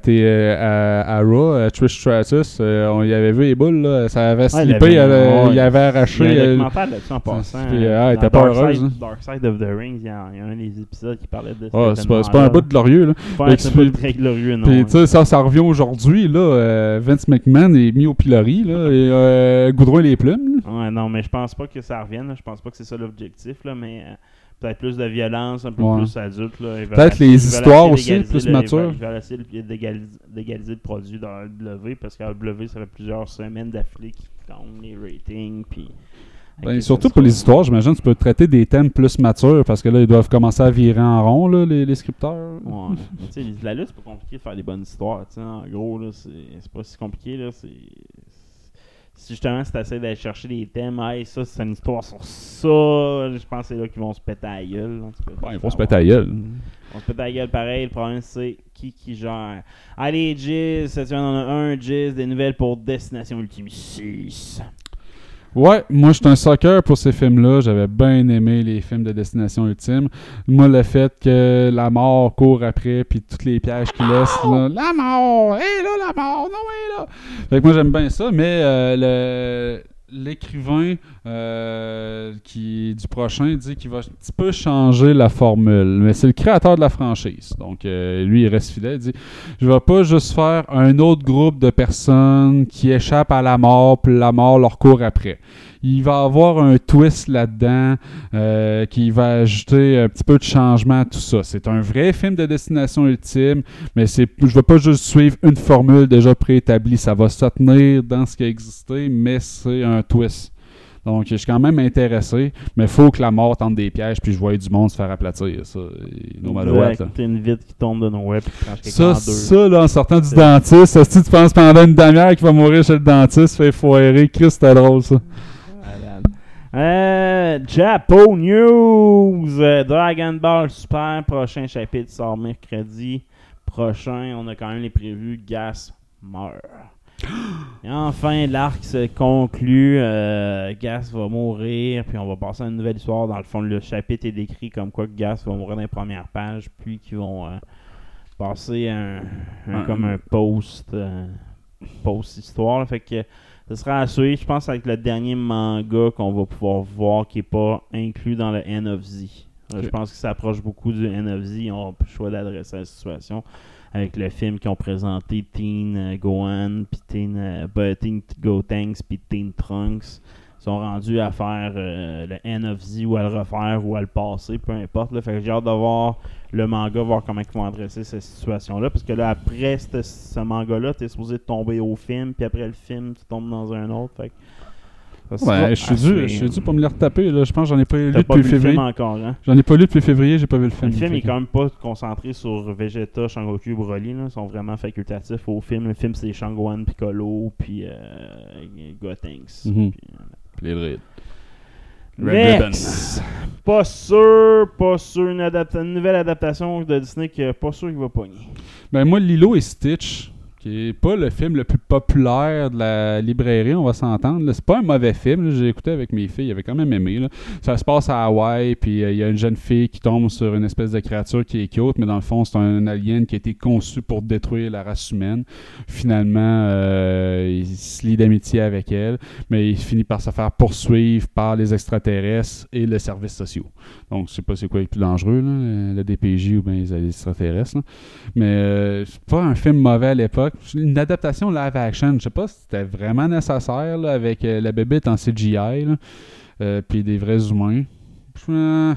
à Raw, Trish Stratus, on y avait vu les boules, là, ça avait slippé, il avait arraché. Il y a un documentaire là-dessus en passant. Elle était pas heureuse. Dark Side of the Rings, il y a un des épisodes qui parlait de ça. C'est pas un bout de glorieux. Là. C'est pas très glorieux, non. Puis, tu sais, ça revient aujourd'hui. Là, Vince McMahon est mis au pilori. Là, et Goudron et les plumes. Là. Ouais, non, mais je pense pas que ça revienne. Là. Je pense pas que c'est ça l'objectif. Là, mais peut-être plus de violence, un peu plus adulte. Là. Peut-être les histoires aussi, plus matures. Ils veulent essayer d'égaliser le produit dans AEW parce qu'à AEW, ça fait plusieurs semaines d'affilée qu'ils tombent les ratings. Puis, surtout pour les histoires, j'imagine que tu peux traiter des thèmes plus matures parce que là, ils doivent commencer à virer en rond, là, les scripteurs. Ouais. Mais la lutte, c'est pas compliqué de faire des bonnes histoires. En gros, là, c'est pas si compliqué. Là, si justement, si tu essaies d'aller chercher des thèmes, ça, c'est une histoire sur ça, je pense que c'est là qu'ils vont se péter à la gueule. Ils vont se péter à la gueule. Ils vont se péter à la gueule pareil. Le problème, c'est qui gère. Allez, Jizz, cette semaine, on a un Jizz, des nouvelles pour Destination Ultime 6. Ouais, moi je suis un sucker pour ces films-là. J'avais bien aimé les films de Destination Ultime. Moi, le fait que la mort court après, puis tous les pièges qu'il laisse, là, la mort! Hé là, la mort! Non, hé là! Fait que moi j'aime bien ça, mais l'écrivain du prochain dit qu'il va un petit peu changer la formule. Mais c'est le créateur de la franchise. Donc, lui, il reste fidèle. Il dit « Je vais pas juste faire un autre groupe de personnes qui échappent à la mort, puis la mort leur court après. » Il va avoir un twist là-dedans qui va ajouter un petit peu de changement à tout ça. C'est un vrai film de Destination Ultime, mais je ne vais pas juste suivre une formule déjà préétablie. Ça va se tenir dans ce qui a existé, mais c'est un twist. Donc, je suis quand même intéressé, mais il faut que la mort tente des pièges, puis je voyais du monde se faire aplatir. Ça, t'as une vitre qui tombe de nowhere, puis tranche quelqu'un en deux. Ça, là, en sortant du dentiste, si tu penses pendant une demi-heure qu'il va mourir chez le dentiste, fait foirer. Christ, c'était drôle, ça. Japo News, Dragon Ball Super, prochain chapitre sort mercredi prochain. On a quand même les prévus, Gas meurt. Et enfin, l'arc se conclut, Gas va mourir, puis on va passer à une nouvelle histoire. Dans le fond, le chapitre est décrit comme quoi Gas va mourir dans les premières pages, puis qu'ils vont passer comme un post-histoire. Là, fait que ce sera à suivre. Je pense avec le dernier manga qu'on va pouvoir voir qui n'est pas inclus dans le End of Z. Je pense que ça approche beaucoup du End of Z. On a le choix d'adresser la situation avec le film qu'ils ont présenté, Teen Gohan, puis Teen Gotenks, puis Teen Trunks. Ils sont rendus à faire le End of Z ou à le refaire ou à le passer, peu importe. Là. Fait que j'ai hâte de voir le manga, voir comment ils vont adresser cette situation-là. Parce que là, après ce manga-là, tu es supposé tomber au film, puis après le film, tu tombes dans un autre. Fait que Ouais, je suis dû pour me le retaper. Là. Je pense que j'en ai pas lu T'as pas depuis vu le film février. encore, hein? J'en ai pas lu depuis février, j'ai pas vu le film. Le film est quand même pas concentré sur Vegeta, Shangoku et Broly. Là. Ils sont vraiment facultatifs au film. Le film, c'est Shangohan, Piccolo, puis Gotenks. Puis les druides. Next! Pas sûr. Une nouvelle adaptation de Disney que pas sûr qu'il va pogner. Ben moi, Lilo et Stitch, qui est pas le film le plus populaire de la librairie, on va s'entendre. Là. C'est pas un mauvais film. Là. J'ai écouté avec mes filles, ils avaient quand même aimé. Là. Ça se passe à Hawaï, puis il y a une jeune fille qui tombe sur une espèce de créature qui est cute, mais dans le fond, c'est un alien qui a été conçu pour détruire la race humaine. Finalement, il se lie d'amitié avec elle, mais il finit par se faire poursuivre par les extraterrestres et les services sociaux. Donc, je sais pas c'est quoi le plus dangereux, là, le DPJ ou bien les extraterrestres. Là. Mais c'est pas un film mauvais à l'époque. Une adaptation live action, je sais pas si c'était vraiment nécessaire là, avec la bébête en CGI puis des vrais humains. Pas sûr. Non,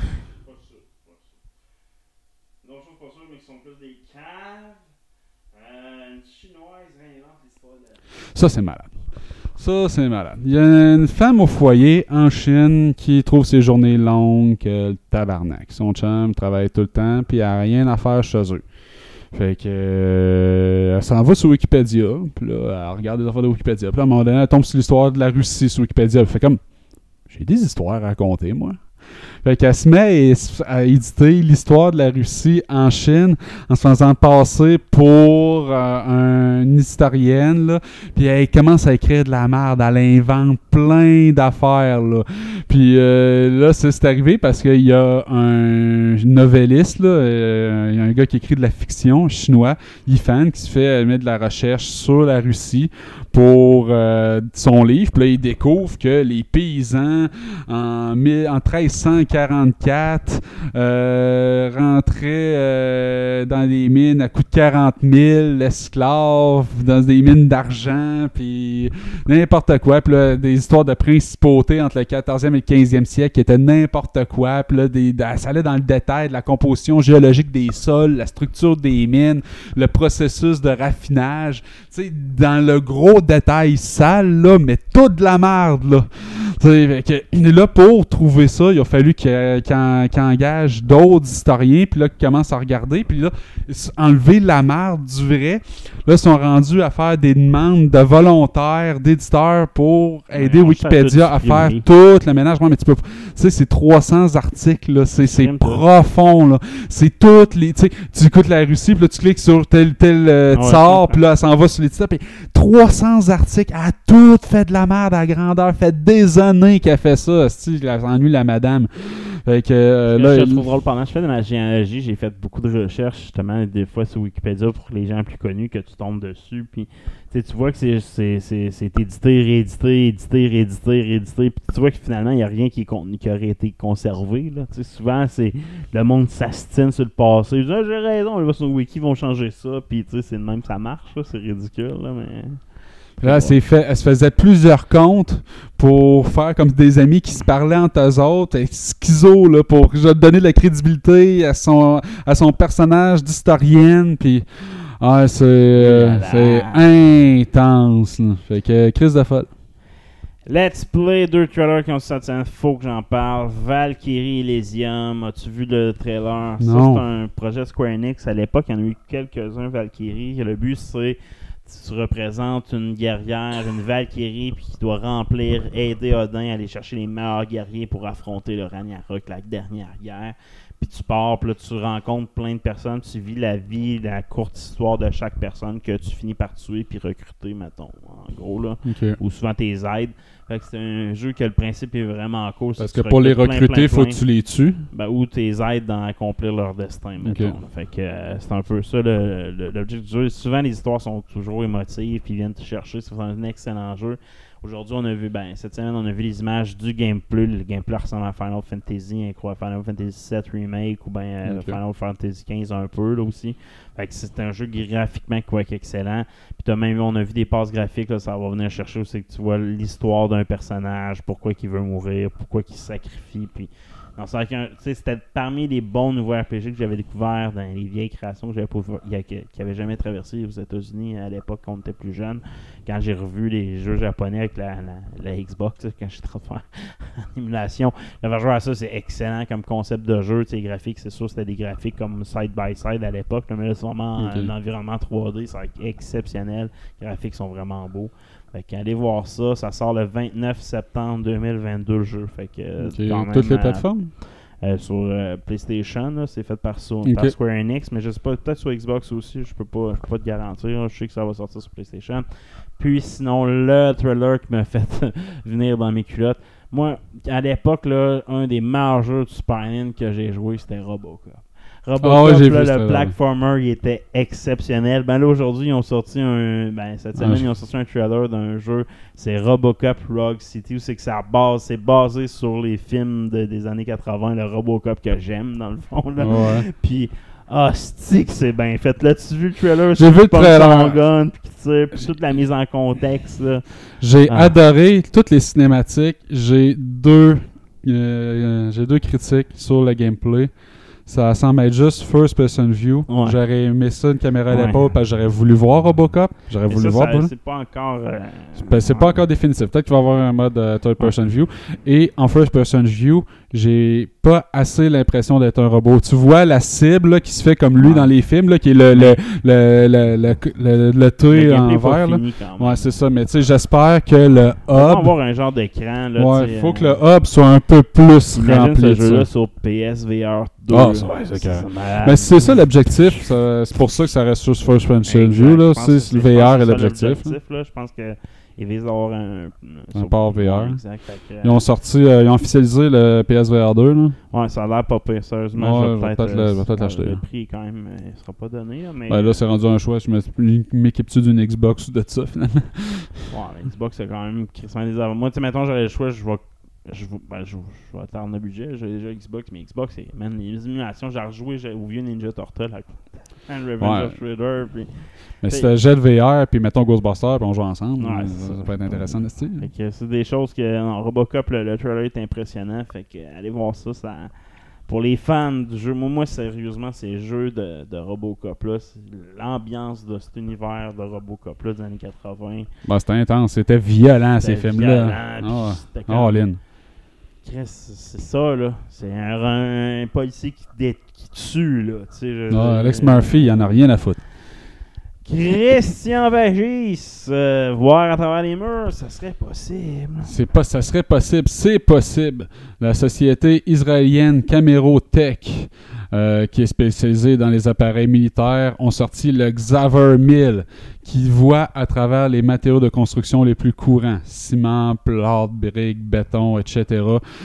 je suis pas sûr, mais ils sont plus des caves. Une chinoise réinvente l'histoire de... Ça, c'est malade. Il y a une femme au foyer en Chine qui trouve ses journées longues que le tabarnak. Son chum travaille tout le temps puis elle a rien à faire chez eux. Fait que elle s'en va sur Wikipédia, puis là, elle regarde des affaires de Wikipédia. Puis à un moment donné, elle tombe sur l'histoire de la Russie sur Wikipédia. Elle fait comme, j'ai des histoires à raconter, moi. Fait qu'elle se met à éditer l'histoire de la Russie en Chine en se faisant passer pour une historienne, là. Puis elle commence à écrire de la merde, elle invente plein d'affaires, là. Puis là, c'est arrivé parce qu'il y a un novelliste, là, il y a un gars qui écrit de la fiction chinois, Yifan, qui se fait mettre de la recherche sur la Russie pour son livre. Puis là, il découvre que les paysans en 1344 rentraient dans des mines à coût de 40 000 esclaves, dans des mines d'argent, puis n'importe quoi. Puis là, des histoires de principauté entre le 14e et le 15e siècle qui étaient n'importe quoi. Puis là, ça allait dans le détail de la composition géologique des sols, la structure des mines, le processus de raffinage. Tu sais, dans le gros détail sale, là, mais toute de la merde, là. Là, pour trouver ça, il a fallu qu'il engage d'autres historiens, puis là, qu'ils commencent à regarder, puis là, enlever la merde du vrai. Là, ils sont rendus à faire des demandes de volontaires, d'éditeurs pour aider Wikipédia à faire tout le ménage. Mais tu sais, c'est 300 articles, là, c'est profond, là. C'est toutes les, tu sais, tu écoutes la Russie, puis là, tu cliques sur tel tsar, puis là, elle s'en va sur l'éditeur, puis 300 articles, elle a tout fait de la merde à grandeur, fait des années qu'elle fait ça, elle s'ennuie la madame. Fait que, là, je trouve drôle, pendant que je fais de ma généalogie, j'ai fait beaucoup de recherches justement des fois sur Wikipédia pour les gens plus connus que tu tombes dessus, puis tu vois que c'est édité, réédité, puis tu vois que finalement il n'y a rien qui aurait été conservé là. Souvent c'est le monde s'astine sur le passé, ils disent j'ai raison, on va sur Wiki, ils vont changer ça, puis c'est de même, ça marche là, c'est ridicule là, mais... Là, elle se faisait plusieurs comptes pour faire comme des amis qui se parlaient entre eux autres, schizo, là, pour donner de la crédibilité à son personnage d'historienne, puis c'est intense, là. Fait que crise de folle. Let's Play, 2 trailers qui ont sorti, faut que j'en parle. Valkyrie Elysium, as-tu vu le trailer? Non. Ça, c'est un projet Square Enix. À l'époque, il y en a eu quelques-uns, Valkyrie. Le but, c'est tu représentes une guerrière, une Valkyrie, puis qui doit aider Odin à aller chercher les meilleurs guerriers pour affronter le Ragnarok, la dernière guerre. Puis tu pars, puis là, tu rencontres plein de personnes, tu vis la courte histoire de chaque personne que tu finis par tuer puis recruter, mettons, en gros, là. Okay. Ou souvent tes aides. Fait que c'est un jeu que le principe est vraiment cool. Parce que pour les recruter, il faut que tu les tues. Ou tes aides dans accomplir leur destin, mettons. Okay. Fait que c'est un peu ça l'objectif du jeu. Souvent, les histoires sont toujours émotives, puis ils viennent te chercher. C'est un excellent jeu. Aujourd'hui, on a vu, cette semaine, on a vu les images du gameplay. Le gameplay ressemble à Final Fantasy, incroyable. Final Fantasy VII Remake ou Final Fantasy XV un peu, là aussi. Fait que c'est un jeu graphiquement excellent. Puis on a vu des passes graphiques, là, ça va venir chercher aussi que tu vois l'histoire d'un personnage, pourquoi il veut mourir, pourquoi il se sacrifie. Puis Non, c'est vrai que c'était parmi les bons nouveaux RPG que j'avais découverts dans les vieilles créations que j'avais qui n'avaient jamais traversé aux États-Unis à l'époque quand on était plus jeune. Quand j'ai revu les jeux japonais avec la Xbox, quand j'ai transféré en émulation, j'avais joué à ça, c'est excellent comme concept de jeu. Les graphiques, c'est sûr, c'était des graphiques comme side-by-side à l'époque, mais là, c'est vraiment un environnement 3D, c'est exceptionnel. Les graphiques sont vraiment beaux. Fait qu'allez voir ça, ça sort le 29 septembre 2022 le jeu. Fait que quand même, toutes les plateformes? Sur PlayStation, là, c'est fait par Square Enix, mais je sais pas, peut-être sur Xbox aussi, je peux pas te garantir. Je sais que ça va sortir sur PlayStation. Puis sinon, le trailer qui m'a fait venir dans mes culottes. Moi, à l'époque, là, un des meilleurs jeux de Super Nintendo que j'ai joué, c'était Robocop. Le platformer, il était exceptionnel. Ben là, aujourd'hui, ils ont sorti cette semaine, ils ont sorti un trailer d'un jeu. C'est Robocop Rogue City, où c'est que c'est basé sur les films des années 80, le Robocop que j'aime, dans le fond. Là. Ouais. Puis, stick, c'est bien fait. Là, tu as vu le trailer? J'ai vu le trailer. Gun, puis toute la mise en contexte. Là. J'ai adoré toutes les cinématiques. J'ai deux critiques sur le gameplay. Ça semble être juste first person view. Ouais. J'aurais aimé ça, une caméra à l'épaule, parce que j'aurais voulu voir Robocop. J'aurais voulu voir. C'est pas encore. C'est pas encore définitif. Peut-être qu'il va y avoir un mode third person view. Et en first person view, j'ai pas assez l'impression d'être un robot. Tu vois la cible là, qui se fait comme lui dans les films, là, qui est le T en vert. Ouais, c'est ça. Mais tu sais, j'espère que le hub. Il va avoir un genre d'écran. Il faut que le hub soit un peu plus rempli. Ce jeu-là sur PSVR 2. Mais c'est ça l'objectif. C'est pour ça que ça reste juste first person view. Là. C'est le VR et l'objectif. Je pense que ils visent d'avoir un port VR. Exact. Ils ont officialisé le PSVR 2. Là. Ouais, ça a l'air pas pire. Sérieusement, je vais peut-être l'acheter. Le prix, quand même, il sera pas donné. Là, mais là, c'est rendu un choix. Je m'équipe-tu d'une Xbox ou de ça, finalement? Ouais, l'Xbox, c'est quand même moi, tu sais, mettons, j'aurais le choix, je vais attendre le budget. J'ai déjà Xbox, mais Xbox, c'est les émulations. J'ai rejoué au vieux Ninja Turtle avec Revenge of Shredder. Mais si t'as Jet VR, puis mettons Ghostbusters, puis on joue ensemble, ça peut être intéressant de style. C'est des choses que Robocop, le trailer est impressionnant. Fait que allez voir ça. Pour les fans du jeu, moi sérieusement, ces jeux de Robocop-là, l'ambiance de cet univers de Robocop-là des années 80. C'était intense. C'était violent, ces films-là. All-in. C'est ça, là. C'est un policier qui tue, là. Alex Murphy, il en a rien à foutre. Christian Vagis, voir à travers les murs, ça serait possible. Ça serait possible, c'est possible. La société israélienne Camerotech, qui est spécialisée dans les appareils militaires, ont sorti le Xaver 1000, qui voit à travers les matériaux de construction les plus courants, ciment, plâtre, briques, béton, etc.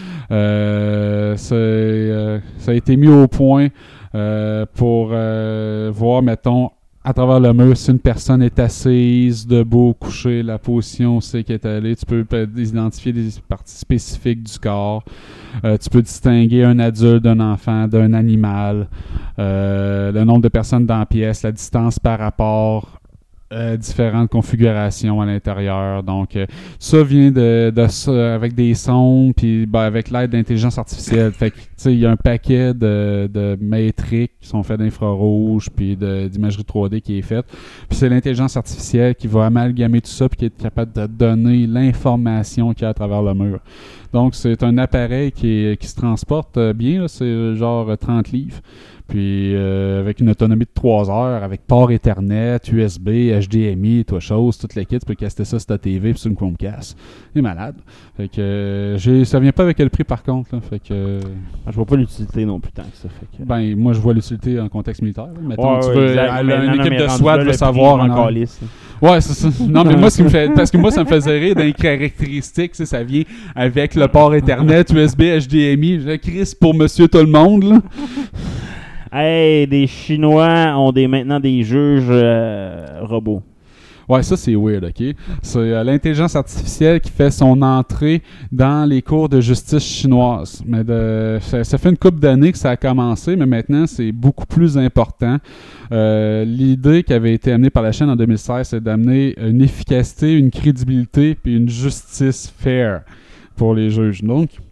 Ça a été mis au point pour voir, mettons, à travers le mur, si une personne est assise, debout, couchée, la position, c'est qu'elle est allée. Tu peux identifier des parties spécifiques du corps. Tu peux distinguer un adulte d'un enfant, d'un animal. Le nombre de personnes dans la pièce, la distance par rapport différentes configurations à l'intérieur. Donc, ça vient avec des sons, puis avec l'aide d'intelligence artificielle. Fait que, tu sais, il y a un paquet de métriques qui sont faits d'infrarouge, puis d'imagerie 3D qui est faite. Puis c'est l'intelligence artificielle qui va amalgamer tout ça, puis qui est capable de donner l'information qu'il y a à travers le mur. Donc, c'est un appareil qui se transporte bien, là, c'est genre 30 livres. Puis avec une autonomie de 3 heures, avec port Ethernet, USB, HDMI, toute l'équipe, tu peux caster ça sur ta TV puis sur une Chromecast. Il est malade. Fait que ça vient pas avec le prix par contre. Là, fait que je vois pas l'utilité non plus tant que ça. Fait que... moi je vois l'utilité en contexte militaire. Là. Mettons, une équipe de SWAT veut savoir encore. Ouais, c'est ça. Non, mais moi ce qui me fait, parce que moi ça me faisait rire dans les caractéristiques, ça vient avec le port Ethernet, USB, HDMI. Je Chris pour Monsieur tout le monde là. Hey, des Chinois ont maintenant des juges robots. Ouais, ça c'est weird, ok? C'est l'intelligence artificielle qui fait son entrée dans les cours de justice chinoise. Mais ça fait une couple d'années que ça a commencé, mais maintenant c'est beaucoup plus important. L'idée qui avait été amenée par la chaîne en 2016, c'est d'amener une efficacité, une crédibilité puis une justice fair pour les juges. Donc,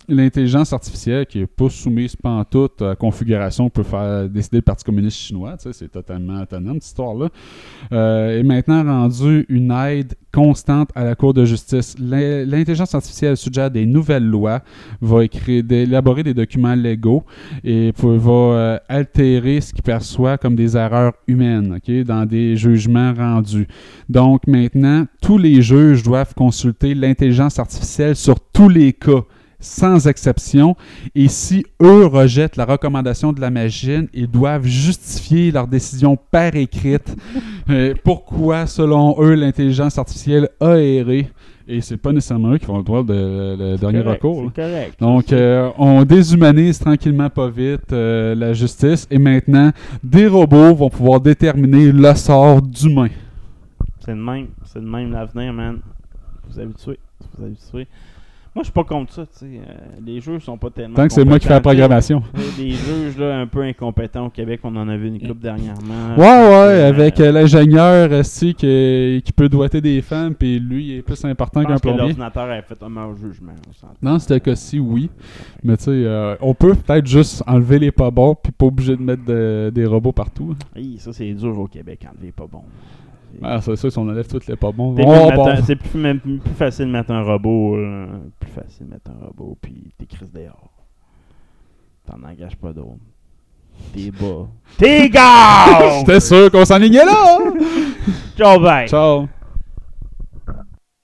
l'intelligence artificielle qui n'est pas soumise pantoute à configuration peut faire décider le Parti communiste chinois. Tu sais, c'est totalement autonome, cette histoire-là. Est maintenant rendue une aide constante à la Cour de justice. L'intelligence artificielle suggère des nouvelles lois, va élaborer des documents légaux et va altérer ce qu'il perçoit comme des erreurs humaines, dans des jugements rendus. Donc maintenant, tous les juges doivent consulter l'intelligence artificielle sur tous les cas, sans exception, et si eux rejettent la recommandation de la machine, ils doivent justifier leur décision par écrite. Pourquoi, selon eux, l'intelligence artificielle a erré, et c'est pas nécessairement eux qui vont le droit le dernier recours. C'est correct. Donc, on déshumanise tranquillement pas vite la justice, et maintenant, des robots vont pouvoir déterminer le sort d'humains. C'est de même l'avenir, man. Vous habituez. Moi, je suis pas contre ça, tu sais. Les juges sont pas tellement. Tant que c'est moi qui fais la programmation. Les juges, là, un peu incompétents au Québec, on en a vu une couple dernièrement. Ouais, avec l'ingénieur qui peut doiter des femmes, puis lui, il est plus important qu'un plombier. L'ordinateur a fait un meilleur jugement. Dans ce cas-ci, oui. Mais tu sais, on peut peut-être juste enlever les pas bons, puis pas obligé de mettre des robots partout. Oui, ça, c'est dur au Québec, enlever les pas bons. Ah, c'est sûr, si on enlève toutes les pas bons. C'est plus facile de mettre un robot. Plus facile de mettre un robot, puis t'es crises dehors. T'en engages pas d'autres. T'es bas. T'es gars! J'étais sûr qu'on s'enlignait là! Ciao, bye! Ciao!